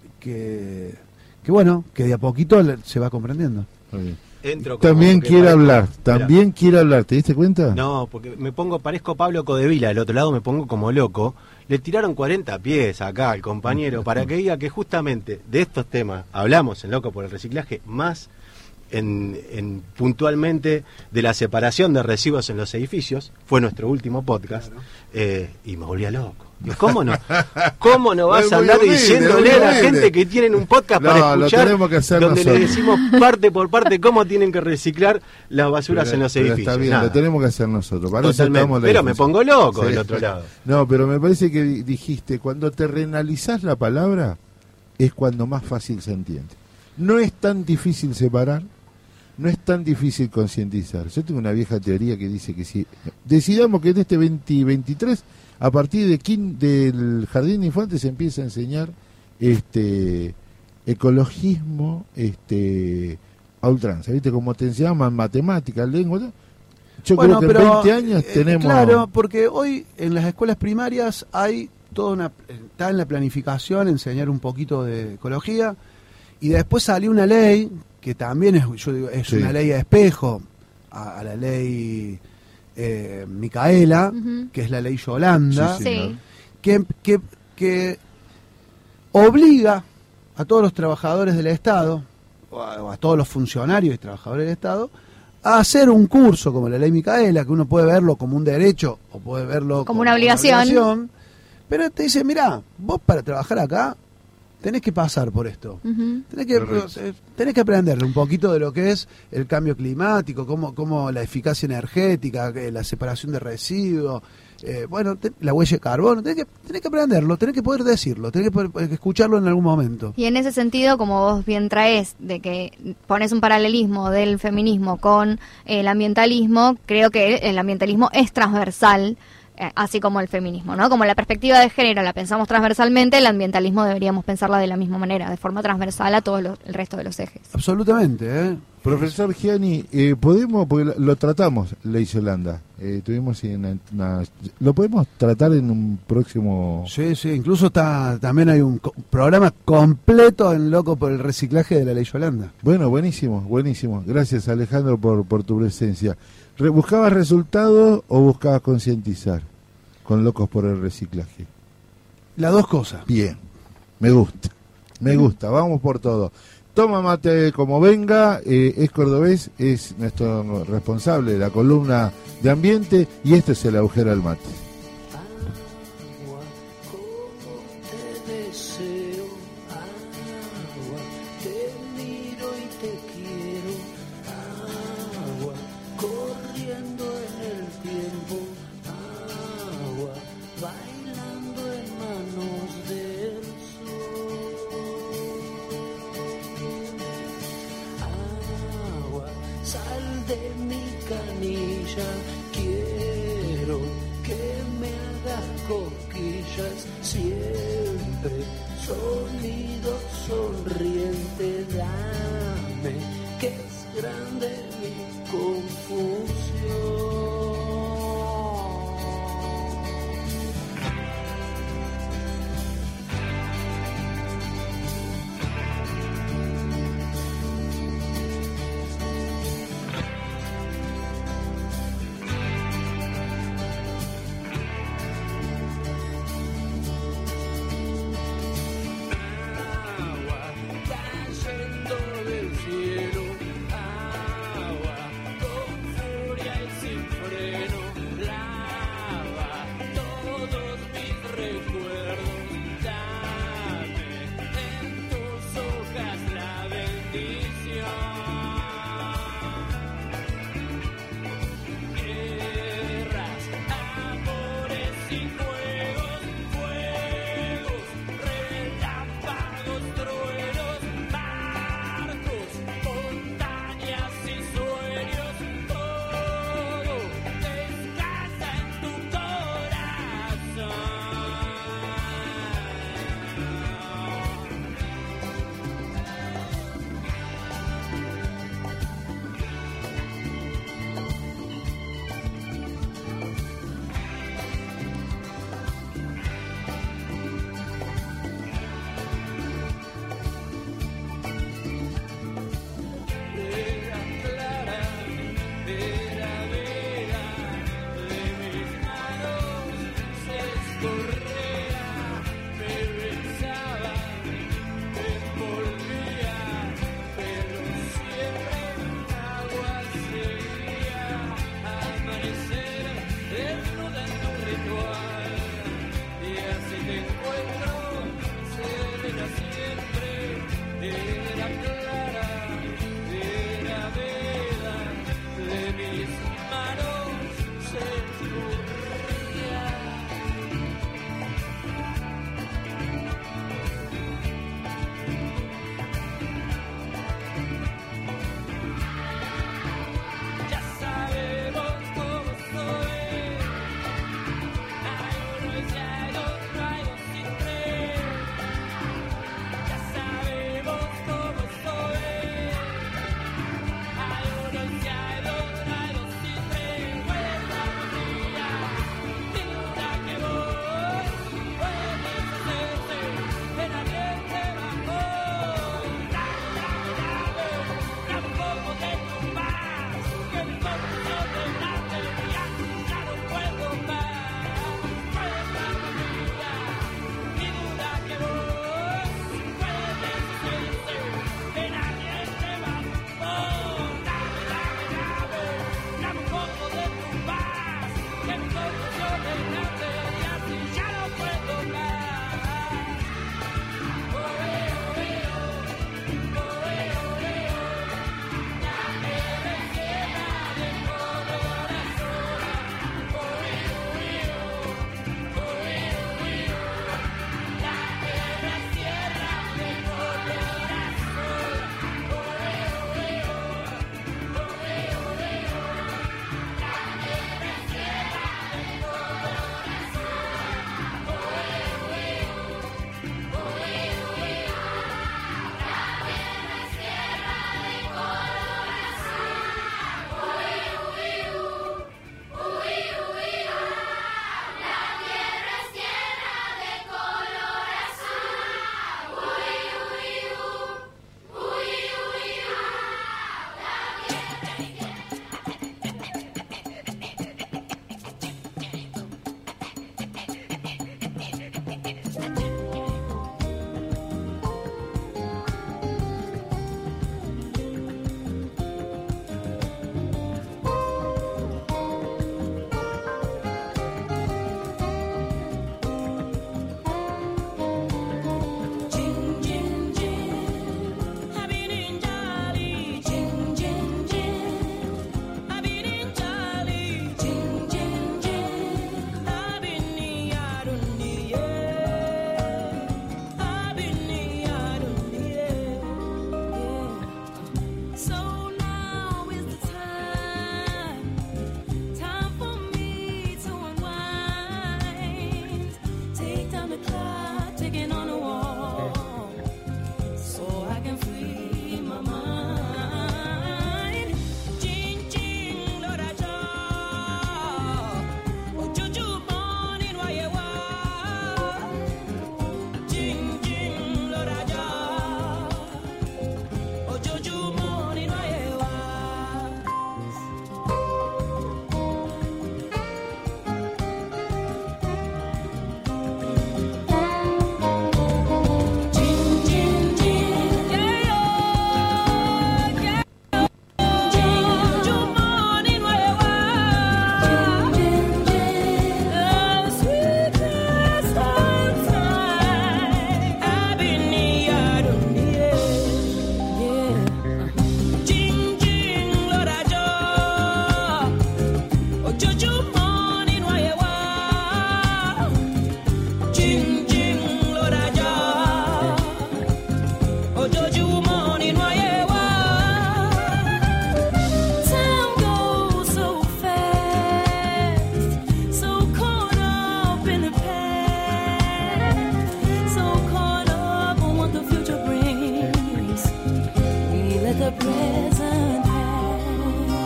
que, que bueno, que de a poquito le- se va comprendiendo. Está bien. Entro como También que quiere parezco- hablar, Espera. también quiere hablar, ¿te diste cuenta? No, porque me pongo, parezco Pablo Codevila, del otro lado me pongo como loco. Le tiraron cuarenta pies acá al compañero para que diga que justamente de estos temas hablamos en Loco por el Reciclaje, más en, en puntualmente de la separación de residuos en los edificios. Fue nuestro último podcast. eh, y me volvía loco. Digo, ¿Cómo no? ¿Cómo no vas Es a muy andar humilde, diciéndole muy a la humilde. gente que tienen un podcast No, para lo escuchar tenemos que hacer donde le nosotros. decimos parte por parte cómo tienen que reciclar las basuras Pero- en los pero edificios? Está bien, Nada. lo tenemos que hacer nosotros. Para eso Totalmente. estamos la Pero me difusión. pongo loco Sí. del otro lado. No, pero me parece que di- dijiste, cuando terrenalizás la palabra, es cuando más fácil se entiende. No es tan difícil separar, no es tan difícil concientizar. Yo tengo una vieja teoría que dice que si decidamos que en este veinte veintitrés, a partir de quin- del jardín de infantes se empieza a enseñar este ecologismo este a ultranza, ¿viste? Como te enseñaban matemáticas, lengua, ¿no? Yo Bueno, creo que pero, en veinte años eh, tenemos... Claro, porque hoy en las escuelas primarias hay toda una... Está en la planificación enseñar un poquito de ecología y después salió una ley que también es, yo digo, es Sí. una ley a espejo a, a la ley eh, Micaela, Ujú. que es la ley Yolanda, Sí, Sí. señor. que, que, que obliga a todos los trabajadores del Estado, o a, o a todos los funcionarios y trabajadores del Estado, a hacer un curso como la ley Micaela, que uno puede verlo como un derecho o puede verlo Como una obligación. pero te dice, mirá, vos para trabajar acá tenés que pasar por esto. Ujú. Tenés que, Correcto. eh, tenés que aprender un poquito de lo que es el cambio climático, cómo, cómo la eficacia energética, que la separación de residuos, eh, bueno, te- la huella de carbono, tenés que, tenés que aprenderlo, tenés que poder decirlo, tenés que poder escucharlo en algún momento. Y en ese sentido, como vos bien traes, de que pones un paralelismo del feminismo con el ambientalismo, creo que el ambientalismo es transversal, eh, así como el feminismo, ¿no? Como la perspectiva de género la pensamos transversalmente, el ambientalismo deberíamos pensarla de la misma manera, de forma transversal a todo lo- el resto de los ejes. Absolutamente, ¿eh? Profesor Gianni, eh, podemos, porque lo, lo tratamos, Ley Yolanda, eh, tuvimos una, una- lo podemos tratar en un próximo... Sí, sí, incluso está, también hay un co- programa completo en Loco por el Reciclaje de la Ley Yolanda. Bueno, buenísimo, buenísimo. Gracias Alejandro por, por tu presencia. Re- ¿Buscabas resultados o buscabas concientizar con Locos por el Reciclaje? Las dos cosas. Bien, me gusta, me gusta, vamos por todo. Toma mate como venga, eh, es cordobés, es nuestro responsable de la columna de ambiente y este es el agujero del mate. Agua de mi canilla. Quiero que me hagas cosquillas siempre, sonido sonriente. Dame que es grande mi confusión. Freno.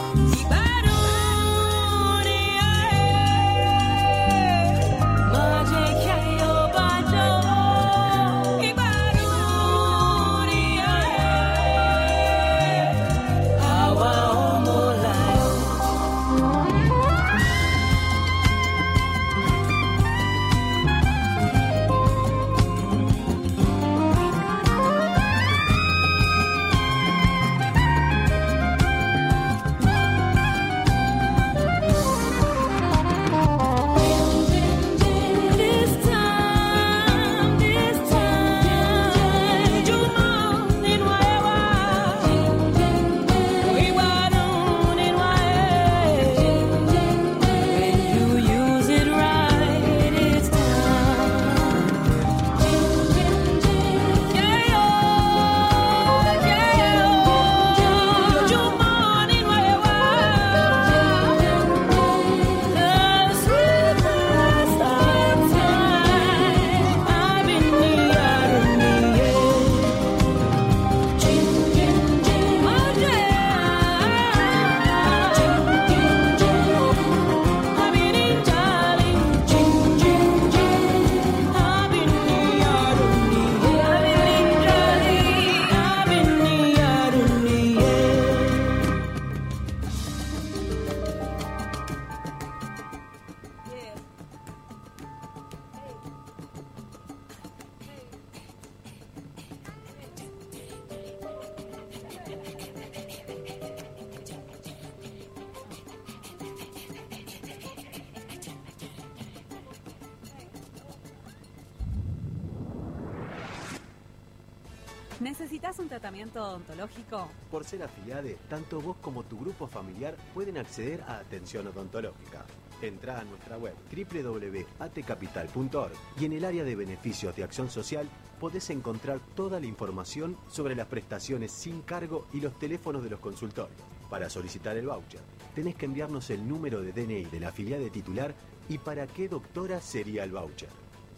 ¿Necesitas un tratamiento odontológico? Por ser afiliade, tanto vos como tu grupo familiar pueden acceder a atención odontológica. Entrá a nuestra web doble u doble u doble u punto a t capital punto org y en el área de beneficios de acción social podés encontrar toda la información sobre las prestaciones sin cargo y los teléfonos de los consultorios. Para solicitar el voucher, tenés que enviarnos el número de D N I de la afiliade titular y para qué doctora sería el voucher.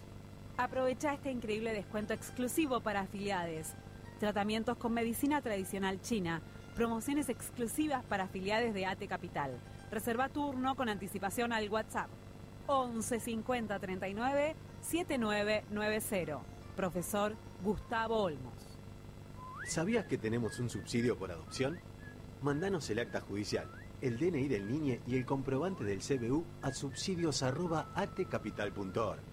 Aprovecha este increíble descuento exclusivo para afiliades. Tratamientos con medicina tradicional china. Promociones exclusivas para afiliades de A T Capital. Reserva turno con anticipación al WhatsApp once cincuenta treinta y nueve setenta y nueve noventa. Profesor Gustavo Olmos. ¿Sabías que tenemos un subsidio por adopción? Mandanos el acta judicial, el D N I del niño y el comprobante del C B U a subsidios arroba a t capital punto org.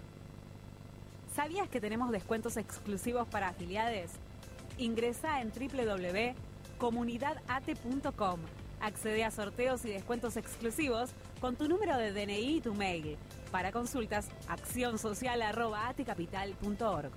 ¿Sabías que tenemos descuentos exclusivos para afiliades? Ingresa en doble u doble u doble u punto comunidad a t punto com. Accede a sorteos y descuentos exclusivos con tu número de D N I y tu mail. Para consultas, accionsocial arroba a t capital punto org.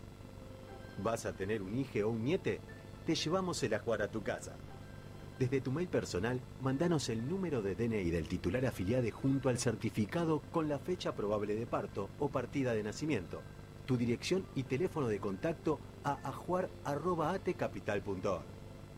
¿Vas a tener un hijo o un niete? Te llevamos el ajuar a tu casa. Desde tu mail personal, mandanos el número de D N I del titular afiliado junto al certificado con la fecha probable de parto o partida de nacimiento, tu dirección y teléfono de contacto a ajuar arroba a t capital punto org.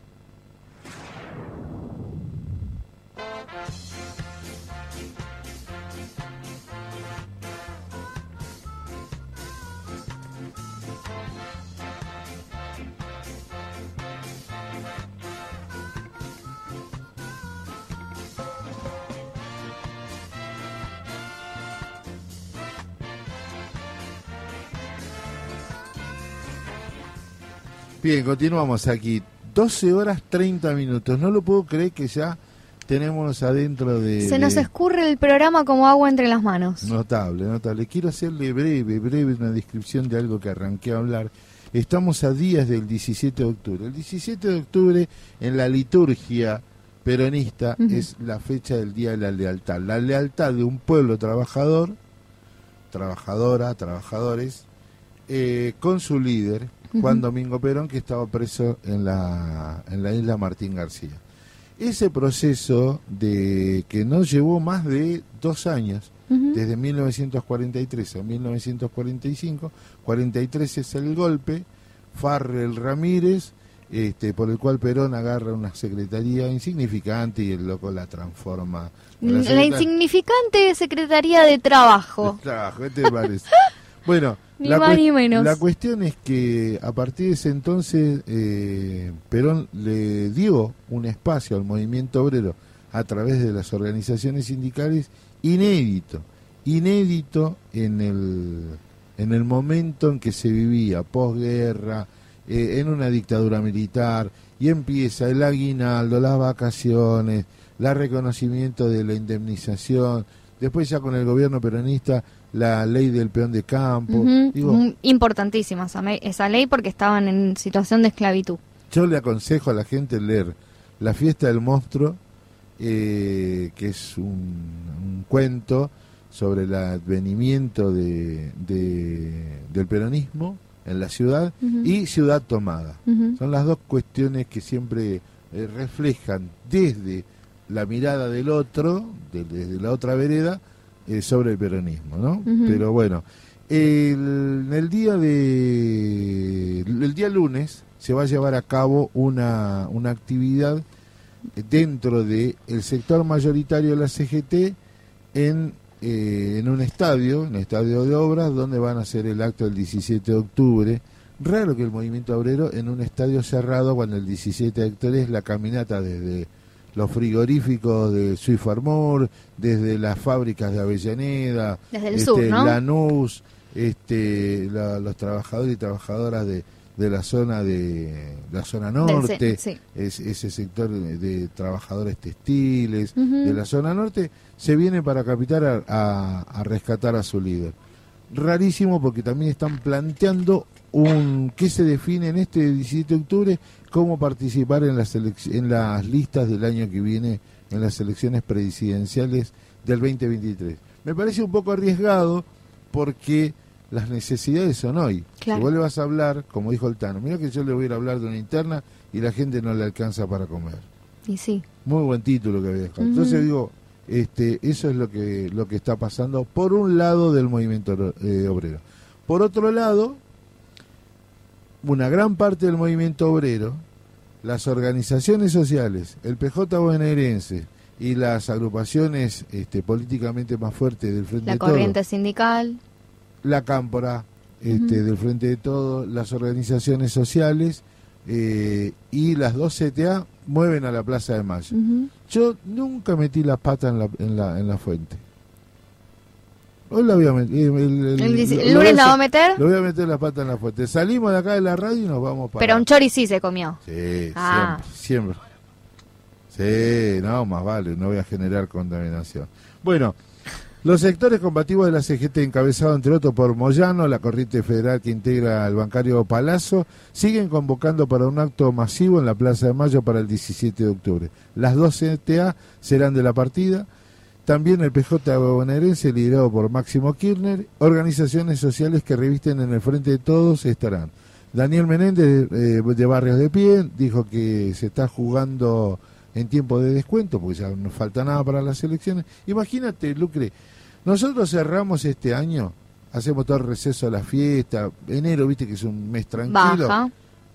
Bien, continuamos aquí. doce horas treinta minutos. No lo puedo creer que ya tenemos adentro de... Se nos de... escurre el programa como agua entre las manos. Notable, notable. Quiero hacerle breve, breve una descripción de algo que arranqué a hablar. Estamos a días del diecisiete de octubre. El diecisiete de octubre en la liturgia peronista uh-huh. es la fecha del Día de la Lealtad. La lealtad de un pueblo trabajador, trabajadora, trabajadores, eh, con su líder, Juan Domingo Perón, que estaba preso en la, en la isla Martín García. Ese proceso de que nos llevó más de dos años, uh-huh. desde mil novecientos cuarenta y tres a mil novecientos cuarenta y cinco, cuarenta y tres es el golpe, Farrell Ramírez, este, por el cual Perón agarra una secretaría insignificante y el loco la transforma. La, la insignificante Secretaría de Trabajo. De trabajo, ¿qué te parece? Bueno, ni la, más ni menos. La cuestión es que a partir de ese entonces eh, Perón le dio un espacio al movimiento obrero a través de las organizaciones sindicales, inédito, inédito en el, en el momento en que se vivía, posguerra, eh, en una dictadura militar, y empieza el aguinaldo, las vacaciones, el reconocimiento de la indemnización, después ya con el gobierno peronista, la ley del peón de campo. Uh-huh. Digo, importantísima esa, esa ley porque estaban en situación de esclavitud. Yo le aconsejo a la gente leer La fiesta del monstruo, eh, que es un, un cuento sobre el advenimiento de, de, del peronismo en la ciudad, uh-huh, y Ciudad Tomada. Uh-huh. Son las dos cuestiones que siempre eh, reflejan desde la mirada del otro, de, desde la otra vereda, eh, sobre el peronismo, ¿no? Uh-huh. Pero bueno, el, el día de el día lunes se va a llevar a cabo una, una actividad dentro del sector mayoritario de la C G T en, eh, en un estadio, en el estadio de obras, donde van a hacer el acto el diecisiete de octubre. Raro que el movimiento obrero en un estadio cerrado, cuando el diecisiete de octubre es la caminata desde los frigoríficos de Suifarmor, desde las fábricas de Avellaneda, desde el este, sur, ¿no? Lanús, este, la, los trabajadores y trabajadoras de de la zona de la zona norte, sí. es, ese sector de, de trabajadores textiles, uh-huh, de la zona norte, se viene para Capital a, a, a rescatar a su líder. Rarísimo, porque también están planteando un qué se define en este diecisiete de octubre, cómo participar en las, en las listas del año que viene, en las elecciones presidenciales del veinte veintitrés. Me parece un poco arriesgado, porque las necesidades son hoy. Claro. Si vos le vas a hablar, como dijo el Tano, mira que yo le voy a ir a hablar de una interna y la gente no le alcanza para comer. Y sí. Muy buen título que había dejado. Uh-huh. Entonces digo, este, eso es lo que lo que está pasando por un lado del movimiento eh, obrero. Por otro lado, una gran parte del movimiento obrero, las organizaciones sociales, el P J bonaerense y las agrupaciones este, políticamente más fuertes del Frente la de Todos, corriente sindical, la Cámpora este, uh-huh, del Frente de Todos, las organizaciones sociales eh, y las dos C T A mueven a la Plaza de Mayo. Uh-huh. Yo nunca metí las patas en la, en la, en la fuente. Hoy la voy a meter. El, el, el, el, el lunes la va a meter. Le voy a meter las patas en la fuente. Salimos de acá de la radio y nos vamos para. Pero un chori sí se comió. Sí, ah. siempre, siempre. Sí, no, más vale, no voy a generar contaminación. Bueno. Los sectores combativos de la C G T, encabezado entre otros por Moyano, la corriente federal que integra al bancario Palazzo, siguen convocando para un acto masivo en la Plaza de Mayo para el diecisiete de octubre. Las dos C T A serán de la partida, también el P J bonaerense, liderado por Máximo Kirchner, organizaciones sociales que revisten en el Frente de Todos estarán. Daniel Menéndez, eh, de Barrios de Pie, dijo que se está jugando en tiempo de descuento, porque ya no falta nada para las elecciones. Imagínate, Lucre, nosotros cerramos este año, hacemos todo el receso a la fiesta, enero, viste que es un mes tranquilo. Baja.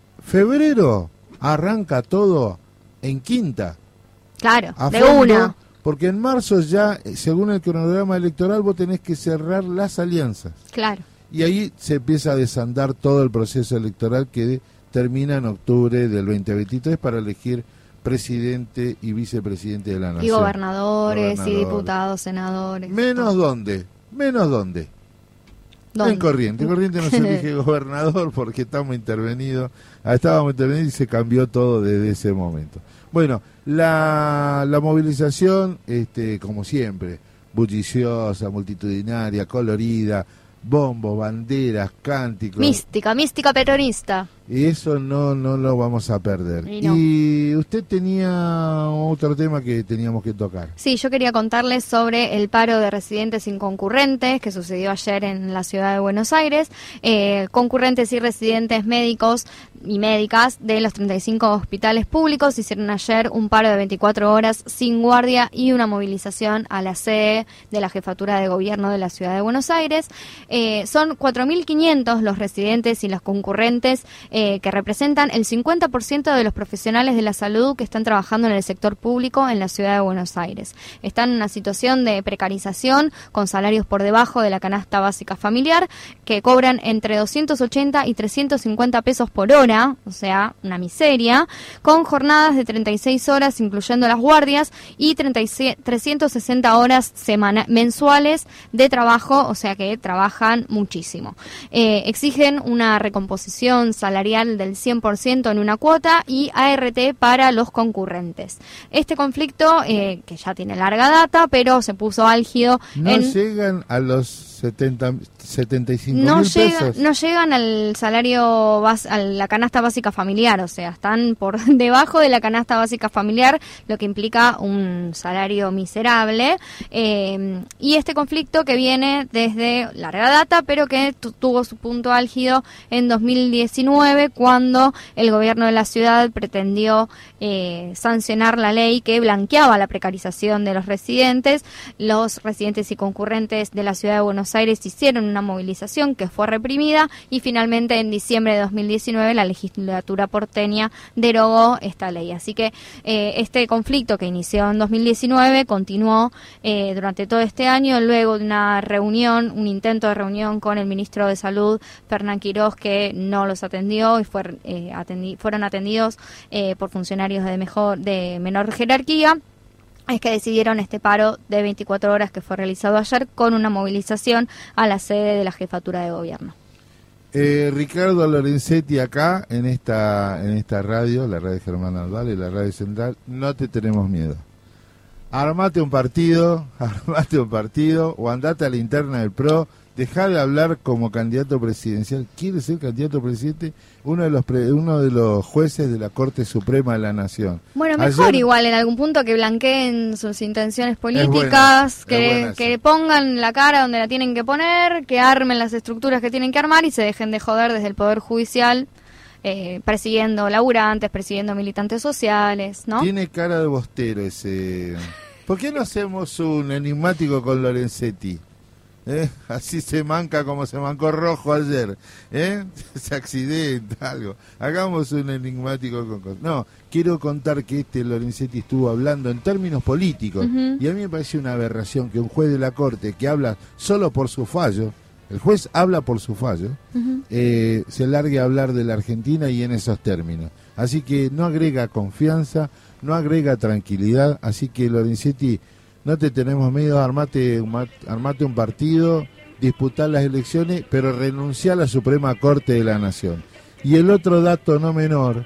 Febrero arranca todo en quinta. Claro, a de fondo, una. Porque en marzo ya, según el cronograma electoral, vos tenés que cerrar las alianzas. Claro. Y ahí se empieza a desandar todo el proceso electoral que termina en octubre del veinte veintitrés para elegir presidente y vicepresidente de la nación. Y gobernadores, gobernadores. y diputados, senadores. ¿Menos dónde? ¿Menos dónde? ¿Dónde? En Corriente. En Corriente no se elige gobernador porque estamos intervenidos. Estábamos intervenidos y se cambió todo desde ese momento. Bueno, la, la movilización, este, como siempre, bulliciosa, multitudinaria, colorida, bombos, banderas, cánticos. Mística, mística peronista. Y eso no no lo vamos a perder. Y, no. y usted tenía otro tema que teníamos que tocar. Sí, yo quería contarles sobre el paro de residentes inconcurrentes que sucedió ayer en la ciudad de Buenos Aires. Eh, concurrentes y residentes médicos y médicas de los treinta y cinco hospitales públicos hicieron ayer un paro de veinticuatro horas sin guardia y una movilización a la sede de la Jefatura de Gobierno de la ciudad de Buenos Aires. Eh, son cuatro mil quinientos los residentes y los concurrentes eh, eh, que representan el cincuenta por ciento de los profesionales de la salud que están trabajando en el sector público en la ciudad de Buenos Aires. Están en una situación de precarización con salarios por debajo de la canasta básica familiar, que cobran entre doscientos ochenta y trescientos cincuenta pesos por hora, o sea, una miseria, con jornadas de treinta y seis horas, incluyendo las guardias, y treinta y seis, trescientas sesenta horas semana, mensuales de trabajo, o sea que trabajan muchísimo. Eh, exigen una recomposición salarial del cien por ciento en una cuota y A R T para los concurrentes. Este conflicto, eh, que ya tiene larga data, pero se puso álgido. No en... llegan a los setenta, setenta y cinco no mil llega, pesos. no llegan al salario, bas, a la canasta básica familiar, o sea, están por debajo de la canasta básica familiar, lo que implica un salario miserable. Eh, y este conflicto que viene desde larga data, pero que tu, tuvo su punto álgido en dos mil diecinueve, cuando el gobierno de la ciudad pretendió eh, sancionar la ley que blanqueaba la precarización de los residentes. Los residentes y concurrentes de la ciudad de Buenos Aires hicieron una movilización que fue reprimida y finalmente en diciembre de dos mil diecinueve la legislatura porteña derogó esta ley. Así que eh, este conflicto que inició en dos mil diecinueve continuó eh, durante todo este año, luego de una reunión, un intento de reunión con el ministro de Salud, Fernán Quirós, que no los atendió y fue, eh, atendi- fueron atendidos eh, por funcionarios de mejor de menor jerarquía. Es que decidieron este paro de veinticuatro horas que fue realizado ayer con una movilización a la sede de la jefatura de gobierno. Eh, Ricardo Lorenzetti acá en esta en esta radio, la radio Germán Aldal y la radio central. No te tenemos miedo. Armate un partido, armate un partido o andate a la interna del P R O. Dejá de hablar como candidato presidencial. ¿Quiere ser candidato a presidente? Uno de los pre, uno de los jueces de la Corte Suprema de la Nación. Bueno, mejor Ayer, igual en algún punto que blanqueen sus intenciones políticas, buena, que, que pongan la cara donde la tienen que poner, que armen las estructuras que tienen que armar y se dejen de joder desde el Poder Judicial, eh, persiguiendo laburantes, persiguiendo militantes sociales, ¿no? Tiene cara de bostero ese. ¿Por qué no hacemos un enigmático con Lorenzetti? ¿Eh? Así se manca como se mancó Rojo ayer, ¿eh? Se accidenta, algo. Hagamos un enigmático con cosas. No, quiero contar que este Lorenzetti estuvo hablando en términos políticos, uh-huh. y a mí me parece una aberración que un juez de la Corte que habla solo por su fallo, el juez habla por su fallo, uh-huh. eh, se largue a hablar de la Argentina y en esos términos. Así que no agrega confianza, no agrega tranquilidad, así que Lorenzetti, no te tenemos miedo, armate, armate un partido, disputar las elecciones, pero renunciar a la Suprema Corte de la Nación. Y el otro dato no menor,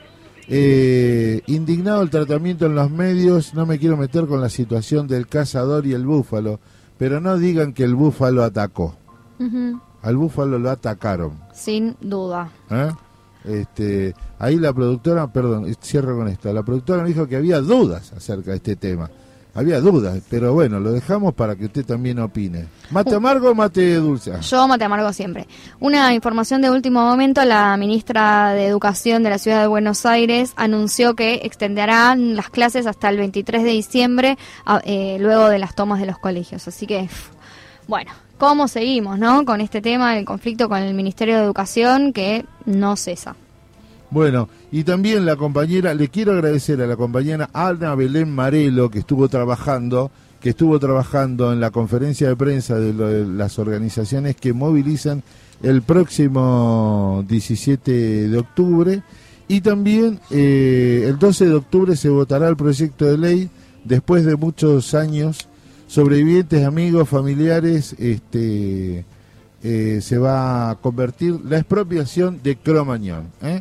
eh, indignado el tratamiento en los medios, no me quiero meter con la situación del cazador y el búfalo, pero no digan que el búfalo atacó. Uh-huh. Al búfalo lo atacaron. Sin duda. ¿Eh? Este, ahí la productora, perdón, cierro con esto, la productora me dijo que había dudas acerca de este tema. Había dudas, pero bueno, lo dejamos para que usted también opine. ¿Mate amargo o mate dulce? Yo mate amargo siempre. Una información de último momento, la ministra de Educación de la Ciudad de Buenos Aires anunció que extenderán las clases hasta el veintitrés de diciembre, eh, luego de las tomas de los colegios. Así que, bueno, ¿cómo seguimos, no? Con este tema, el conflicto con el Ministerio de Educación que no cesa. Bueno, y también la compañera, le quiero agradecer a la compañera Ana Belén Marelo, que estuvo trabajando, que estuvo trabajando en la conferencia de prensa de, lo, de las organizaciones que movilizan el próximo diecisiete de octubre, y también eh, el doce de octubre se votará el proyecto de ley, después de muchos años, sobrevivientes, amigos, familiares, este eh, se va a convertir la expropiación de Cromañón, ¿eh?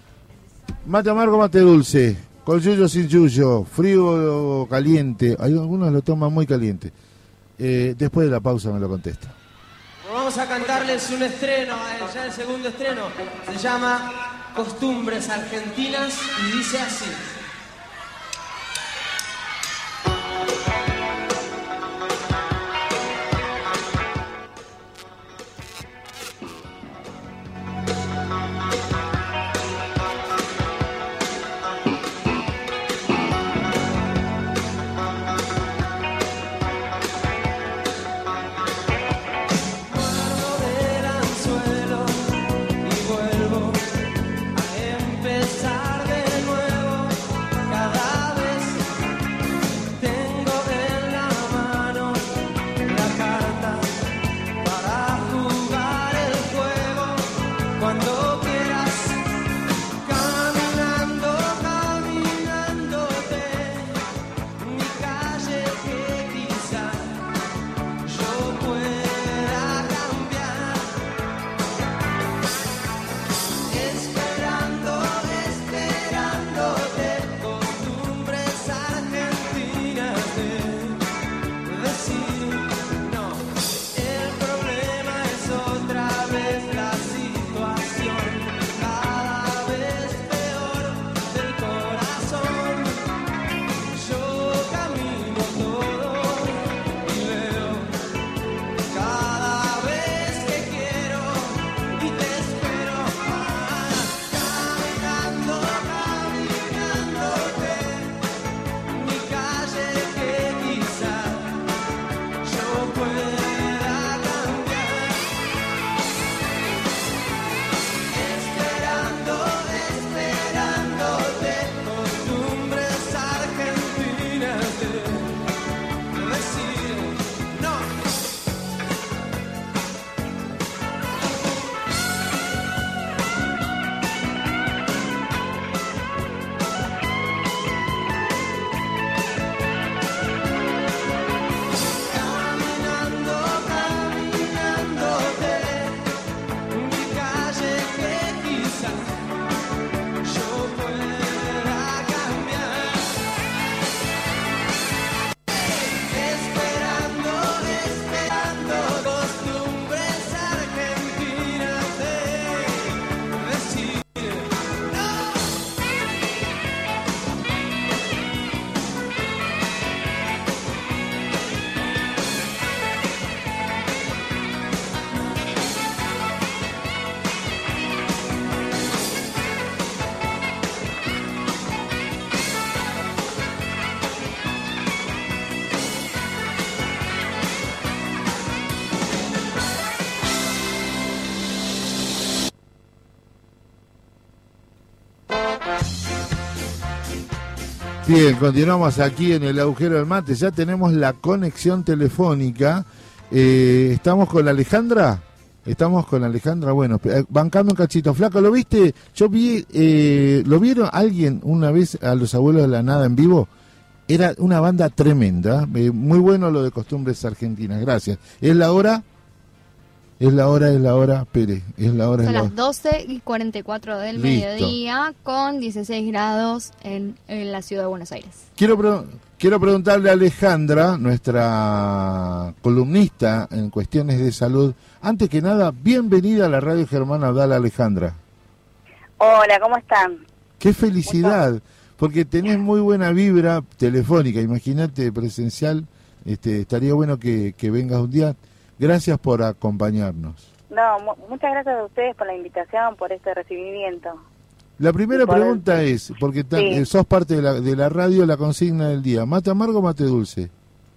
Mate amargo, mate dulce, con yuyo, sin yuyo, frío o caliente. Hay algunos lo toman muy caliente. Eh, después de la pausa me lo contesta. Vamos a cantarles un estreno, ya el segundo estreno. Se llama Costumbres Argentinas y dice así. Del anzuelo y vuelvo a Bien, continuamos aquí en el agujero del mate. Ya tenemos la conexión telefónica. Eh, ¿Estamos con Alejandra? Estamos con Alejandra. Bueno, eh, bancando un cachito. Flaco, ¿lo viste? Yo vi, eh, ¿lo vieron alguien una vez a Los Abuelos de la Nada en vivo? Era una banda tremenda. Eh, muy bueno lo de Costumbres Argentinas. Gracias. ¿Es la hora? Es la hora, es la hora, Pérez, es la hora. Son es la las hora. doce y cuarenta y cuatro del Listo. mediodía con dieciséis grados en, en la ciudad de Buenos Aires. Quiero, pre- quiero preguntarle a Alejandra, nuestra columnista en cuestiones de salud. Antes que nada, bienvenida a la Radio Germán Abdala, Alejandra. Hola, ¿cómo están? Qué felicidad, porque tenés muy buena vibra telefónica. Imagínate presencial, este, estaría bueno que, que vengas un día. Gracias por acompañarnos. No, mu- muchas gracias a ustedes por la invitación, por este recibimiento. La primera por pregunta es, porque ta- Sí. eh, sos parte de la, de la radio, la consigna del día, ¿mate amargo o mate dulce?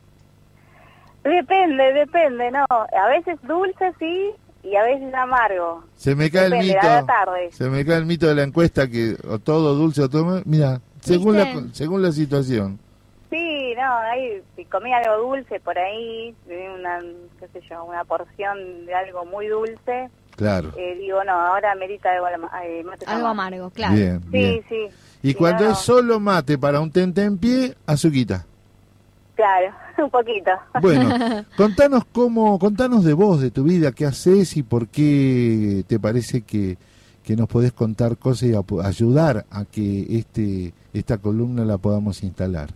Depende, depende, no. A veces dulce, sí, y a veces amargo. Se me cae Depende, el a la mito, tarde. se me cae el mito de la encuesta que o todo dulce o todo ma- mira, según la, ¿Viste? según la situación. Sí, no, ahí, si comí algo dulce por ahí, una, qué sé yo, una porción de algo muy dulce, Claro. eh, digo, no, ahora merita algo, ama- eh, mate Algo amargo, claro. Bien, Sí, bien. sí, Y Sí, cuando no, no. es solo mate para un tentempié, azuquita. claro, un poquito. Bueno, contanos cómo, contanos de vos, de tu vida, qué haces y por qué te parece que, que nos podés contar cosas y apu- ayudar a que este esta columna la podamos instalar.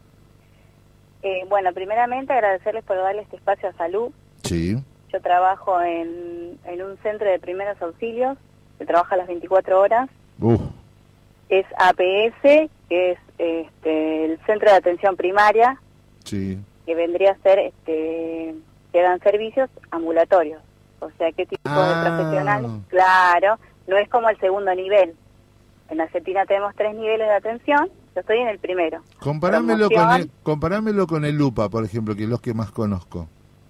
Eh, bueno, primeramente agradecerles por darle este espacio a salud. Sí. Yo trabajo en, en un centro de primeros auxilios, que trabaja las veinticuatro horas. Uf, Es A P S, que es este, el Centro de Atención Primaria, sí. que vendría a ser, este, que dan servicios ambulatorios. O sea, ¿qué tipo Ah. de profesional? Claro, no es como el segundo nivel. En Argentina tenemos tres niveles de atención, yo estoy en el primero. Comparámelo con Promoción. el, comparámelo con el Lupa, por ejemplo, que es los que más conozco.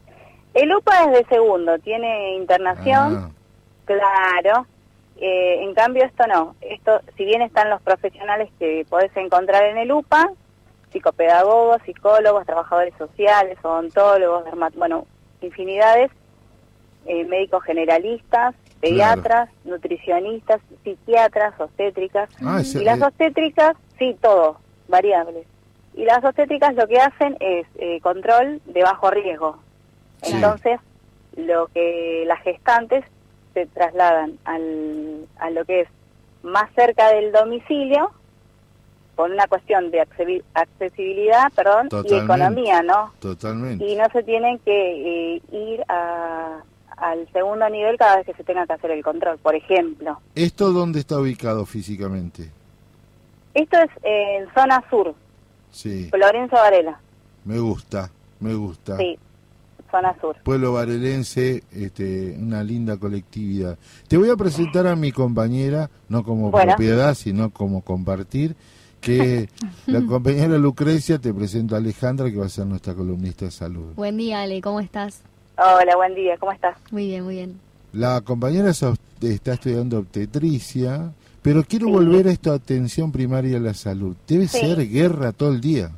El U P A es de segundo, tiene internación, Ah, claro. Eh, en cambio esto no. Esto, si bien están los profesionales que podés encontrar en el U P A, psicopedagogos, psicólogos, trabajadores sociales, odontólogos, dermat- bueno, infinidades, eh, médicos generalistas, pediatras, nutricionistas, psiquiatras, obstétricas. Ah, ese- y las eh. obstétricas, sí, todo, variables. Y las obstétricas lo que hacen es eh, control de bajo riesgo. Sí. Entonces, lo que las gestantes se trasladan al, a lo que es más cerca del domicilio, por una cuestión de accebi- accesibilidad, perdón, y Totalmente. economía, ¿no? totalmente. Y no se tienen que eh, ir a, al segundo nivel cada vez que se tenga que hacer el control, por ejemplo. ¿Esto dónde está ubicado físicamente? Esto es en zona sur, Sí, Lorenzo Varela, me gusta, me gusta. sí, zona sur. Pueblo varelense, este, una linda colectividad. Te voy a presentar a mi compañera, no como Bueno. propiedad, sino como compartir, que la compañera Lucrecia, te presento a Alejandra, que va a ser nuestra columnista de salud. Buen día, Ale, ¿cómo estás? Hola, buen día, ¿cómo estás? Muy bien, muy bien. La compañera es obst- está estudiando obstetricia, pero quiero volver a esta atención primaria a la salud. Debe Sí. ser guerra todo el día.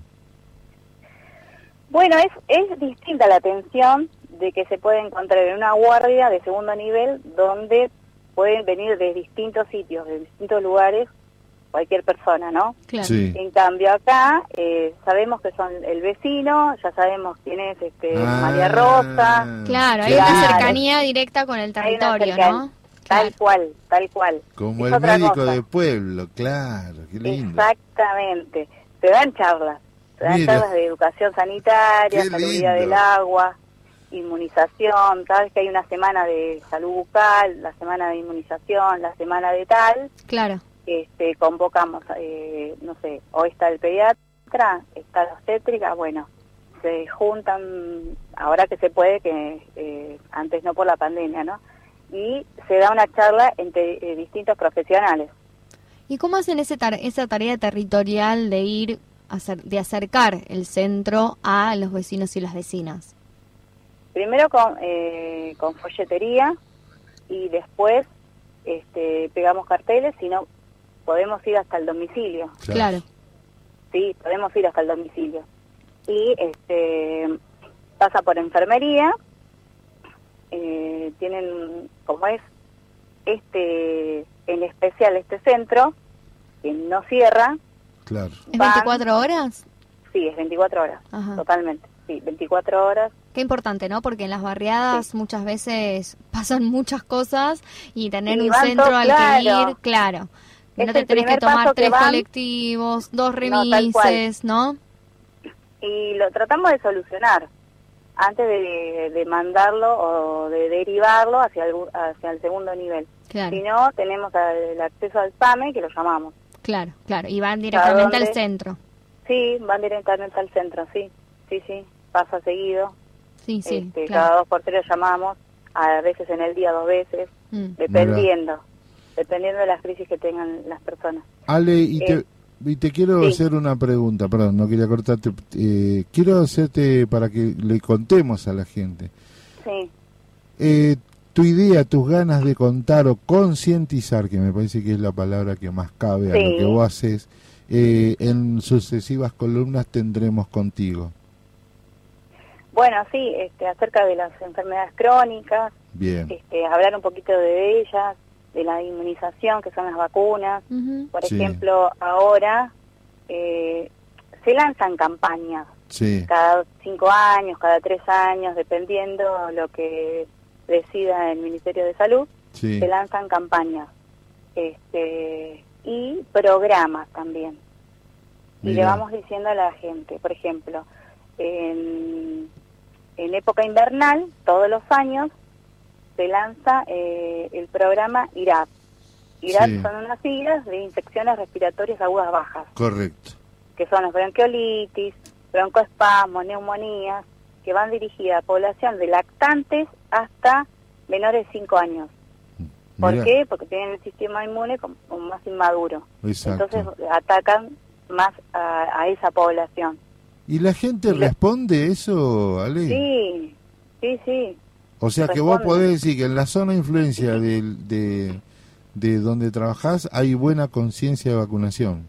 Bueno, es, es distinta la atención de que se puede encontrar en una guardia de segundo nivel donde pueden venir de distintos sitios, de distintos lugares, cualquier persona, ¿no? Claro. Sí. En cambio acá eh, sabemos que son el vecino, ya sabemos quién es este, Ah, María Rosa. Claro, hay Claro. una cercanía directa con el Hay una territorio, cercan- ¿no? Tal cual, tal cual. Como Es el otra médico cosa. de pueblo, claro, qué lindo. Exactamente. Te dan charlas, te dan Mira. charlas de educación sanitaria, Qué salubridad lindo. del agua, inmunización, sabes que hay una semana de salud bucal, la semana de inmunización, la semana de tal, Claro. este, convocamos, eh, no sé, hoy está el pediatra, está la obstétrica, bueno, se juntan, ahora que se puede, que eh, antes no por la pandemia, ¿no? Y se da una charla entre eh, distintos profesionales. ¿Y cómo hacen ese tar- esa tarea territorial de ir, a acer- de acercar el centro a los vecinos y las vecinas? Primero con, eh, con folletería y después este, pegamos carteles, si no podemos ir hasta el domicilio. Claro. sí, podemos ir hasta el domicilio. Y este pasa por enfermería, eh, tienen, como es este, en especial este centro, que no cierra. Claro. ¿Es veinticuatro horas? Sí, es veinticuatro horas, Ajá. totalmente. Sí, veinticuatro horas. Qué importante, ¿no? Porque en las barriadas sí. muchas veces pasan muchas cosas y tener y un centro todo, al claro. que ir, claro. Es no te el tenés que primer tomar paso que tres van. colectivos, dos No, tal remises, ¿no? Y lo tratamos de solucionar antes de, de mandarlo o de derivarlo hacia el, hacia el segundo nivel. Claro. Si no, tenemos el acceso al S A M E, que lo llamamos. Claro, claro. Y van directamente al dónde? centro. Sí, van directamente al centro, sí. Sí, sí, pasa seguido. Sí, sí, este, claro. Cada dos por tres lo llamamos, a veces en el día dos veces, Mm. dependiendo, dependiendo de las crisis que tengan las personas. Ale, y te, Eh, y te quiero sí. hacer una pregunta, perdón, no quería cortarte. Eh, quiero hacerte para que le contemos a la gente. Sí. Eh, tu idea, tus ganas de contar o concientizar, que me parece que es la palabra que más cabe a Sí. lo que vos haces, eh, en sucesivas columnas tendremos contigo. Bueno, sí, este, acerca de las enfermedades crónicas, Bien. este, hablar un poquito de ellas, de la inmunización, que son las vacunas. Uh-huh. Por Sí. ejemplo, ahora eh, se lanzan campañas Sí. cada cinco años, cada tres años, dependiendo lo que decida el Ministerio de Salud, Sí. se lanzan campañas este, y programas también. Y le Mira. vamos diciendo a la gente, por ejemplo, en, en época invernal, todos los años, se lanza eh, el programa I R A P. I R A P Sí. son unas siglas de infecciones respiratorias agudas bajas, Correcto. que son las bronquiolitis, broncoespasmos, neumonías, que van dirigidas a población de lactantes hasta menores de cinco años. ¿Por Mira. qué? Porque tienen el sistema inmune como, como más inmaduro. Exacto. Entonces atacan más a, a esa población. ¿Y la gente responde eso, Ale? Sí, sí, sí. O sea que vos responde. podés decir que en la zona de influencia de, de, de donde trabajás hay buena conciencia de vacunación.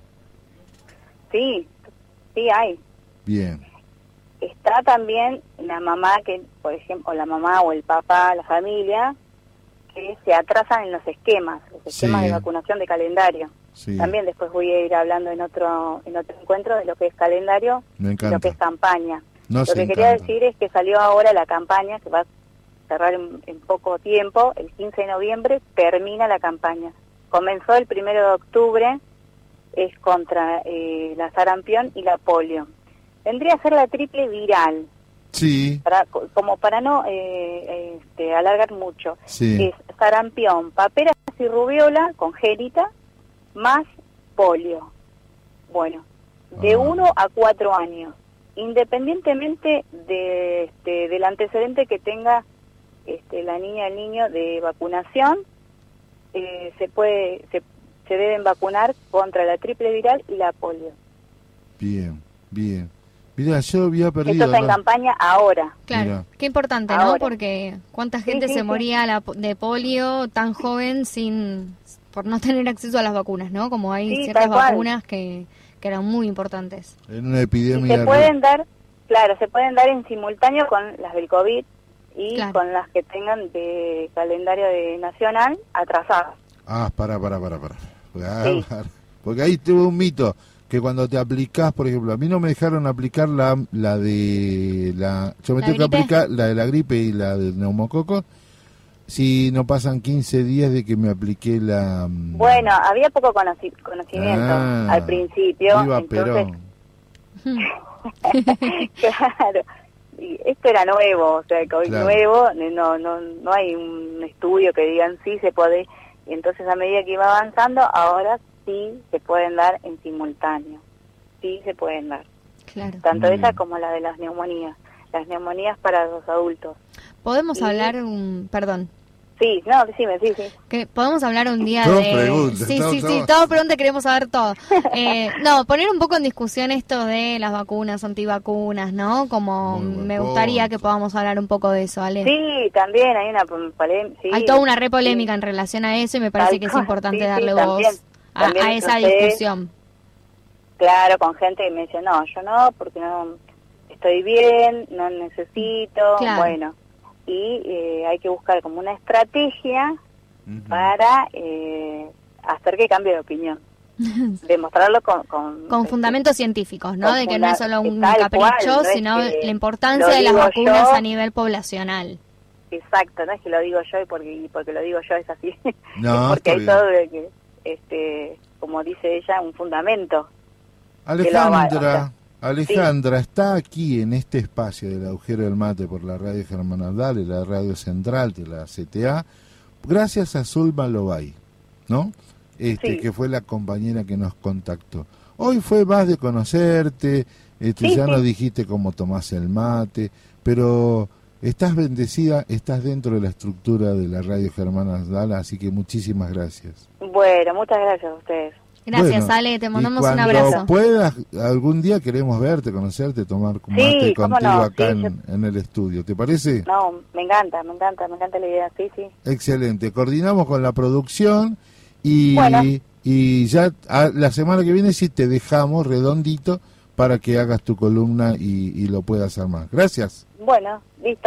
Sí, sí hay. Bien. Está también la mamá que, por ejemplo, o la mamá o el papá, la familia, que se atrasan en los esquemas, los esquemas Sí. de vacunación de calendario. Sí. También después voy a ir hablando en otro en otro encuentro de lo que es calendario Me y encanta. lo que es campaña. Nos lo que quería encanta. decir es que salió ahora la campaña, que va a cerrar en, en poco tiempo, el quince de noviembre termina la campaña. Comenzó el primero de octubre, es contra eh, la sarampión y la polio. Vendría a ser la triple viral, Sí. para, como para no eh, este, alargar mucho. Sí. Es sarampión, paperas y rubiola congénita, más polio. Bueno, de Ah. uno a cuatro años, independientemente de, este, del antecedente que tenga este, la niña o el niño de vacunación, eh, se puede se, se deben vacunar contra la triple viral y la polio. Bien, bien. Mira, yo había Esto perdido... está en ¿no? campaña ahora. Claro, Mira. qué importante, ¿no? Ahora. Porque cuánta gente sí, se sí. moría la po- de polio tan joven sin por no tener acceso a las vacunas, ¿no? Como hay Sí, ciertas tal cual. vacunas que, que eran muy importantes. En una Y epidemia... se pueden dar, claro, se pueden dar en simultáneo con las del COVID y Claro. con las que tengan de calendario de nacional atrasadas. Ah, para, para, para, para. Ah, Sí. para. Porque ahí tuvo un mito, que cuando te aplicás, por ejemplo, a mí no me dejaron aplicar la, la de la... Yo me ¿La tengo que gripe? aplicar la de la gripe y la del neumococo, si no pasan quince días de que me apliqué la... mm, Bueno, había poco conoci- conocimiento Ah, al principio, viva entonces, Perón. claro, y esto era nuevo, o sea, el COVID Claro. nuevo, no, no, no hay un estudio que digan sí se puede, y entonces a medida que iba avanzando, ahora sí se pueden dar en simultáneo, sí se pueden dar. Claro. Tanto Muy esa bien. como la de las neumonías. Las neumonías para los adultos. Podemos Y- hablar un, perdón, Sí, no, decime, sí, sí. que podemos hablar un día Todos de preguntan, sí, todos- sí, sí, todos. todo pregunta, queremos saber todo. Eh, no, poner un poco en discusión esto de las vacunas, antivacunas, ¿no? Como Muy buen me gustaría punto. que podamos hablar un poco de eso, Ale. Sí, también hay una polémica. Sí, Hay toda una re polémica sí. en relación a eso y me parece Tal que es cual, importante sí, sí, darle también, voz a, también a esa lo sé. discusión. claro, con gente que me dice, no, yo no, porque no estoy bien, no necesito, Claro. bueno, y eh, hay que buscar como una estrategia Ujú. para eh, hacer que cambie de opinión, demostrarlo con... Con, Con este, fundamentos científicos, ¿no? con De que no es funda- solo un tal capricho, cual, no es sino que la importancia lo de las digo vacunas yo. a nivel poblacional. Exacto, no es que lo digo yo y porque, y porque lo digo yo es así, No, es porque está hay bien. todo de que, este, como dice ella, un fundamento. que lo avala, o Alejandra, sea, Alejandra está aquí en este espacio del Agujero del Mate por la radio Germán Abdala, la radio central de la C T A, gracias a Zulma Lobay, ¿no? Este, Sí. que fue la compañera que nos contactó. Hoy fue más de conocerte, este, Sí, ya sí. nos dijiste cómo tomás el mate, pero estás bendecida, estás dentro de la estructura de la radio Germán Abdala, así que muchísimas gracias. Bueno, muchas gracias a ustedes. Gracias, Bueno, Ale, te mandamos y un cuando abrazo. puedas, algún día queremos verte, conocerte, tomar Sí, mate cómo contigo no, acá sí, en, en el estudio. ¿Te parece? No, me encanta, me encanta, me encanta la idea, sí, sí. Excelente. Coordinamos con la producción y, Bueno. y ya a- la semana que viene sí te dejamos redondito para que hagas tu columna y, y lo puedas armar. Gracias. Bueno, listo.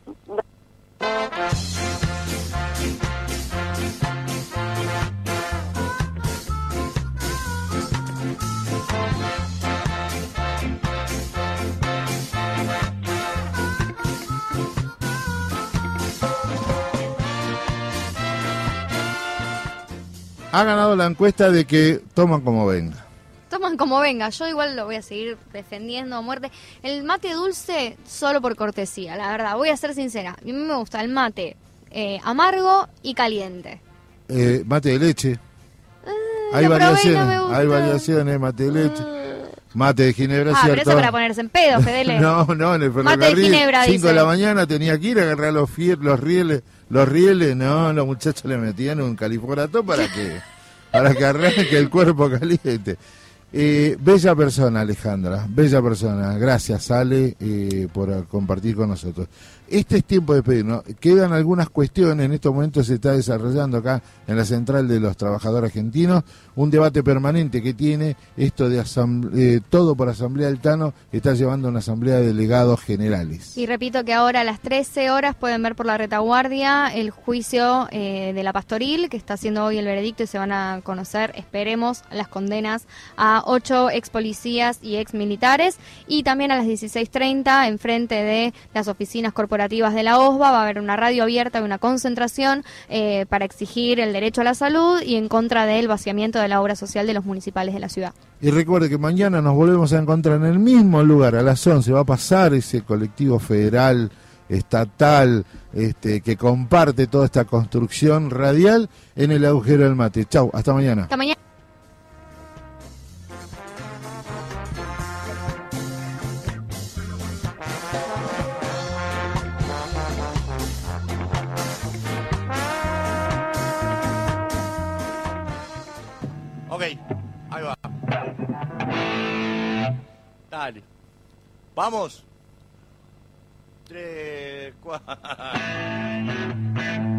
Ha ganado la encuesta de que toman como venga. Toman como venga, yo igual lo voy a seguir defendiendo a muerte. El mate dulce solo por cortesía, la verdad, voy a ser sincera. A mí me gusta el mate eh, amargo y caliente. Eh, mate de leche. hay lo probé y no variaciones, me gustó. hay variaciones, mate de leche. Mate de ginebra, Ah, pero ¿cierto? eso para ponerse en pedo, Fedele. No, no, en el Mate de ferrocarril, ginebra, cinco de dice. la mañana tenía que ir a agarrar los, fier, los rieles, los rieles, no, los muchachos le metían un califorato para que, para que arranque el cuerpo caliente. Eh, bella persona, Alejandra, bella persona. Gracias, Ale, eh, por compartir con nosotros. Este es tiempo de despedirnos. Quedan algunas cuestiones. En estos momentos se está desarrollando acá en la Central de los Trabajadores Argentinos un debate permanente que tiene esto de asamble- eh, todo por Asamblea del Tano. Está llevando una asamblea de delegados generales. Y repito que ahora a las trece horas pueden ver por la retaguardia el juicio eh, de la Pastoril, que está haciendo hoy el veredicto, y se van a conocer, esperemos, las condenas a ocho ex policías y ex militares. Y también a las dieciséis treinta, enfrente de las oficinas corporativas de la O S B A, va a haber una radio abierta y una concentración eh, para exigir el derecho a la salud y en contra del vaciamiento de la obra social de los municipales de la ciudad. Y recuerde que mañana nos volvemos a encontrar en el mismo lugar, a las once. Va a pasar ese colectivo federal, estatal, este, que comparte toda esta construcción radial en el Agujero del Mate. Chau, hasta mañana. Hasta mañana. Ok, ahí va. Dale. Vamos. Tres, cuatro.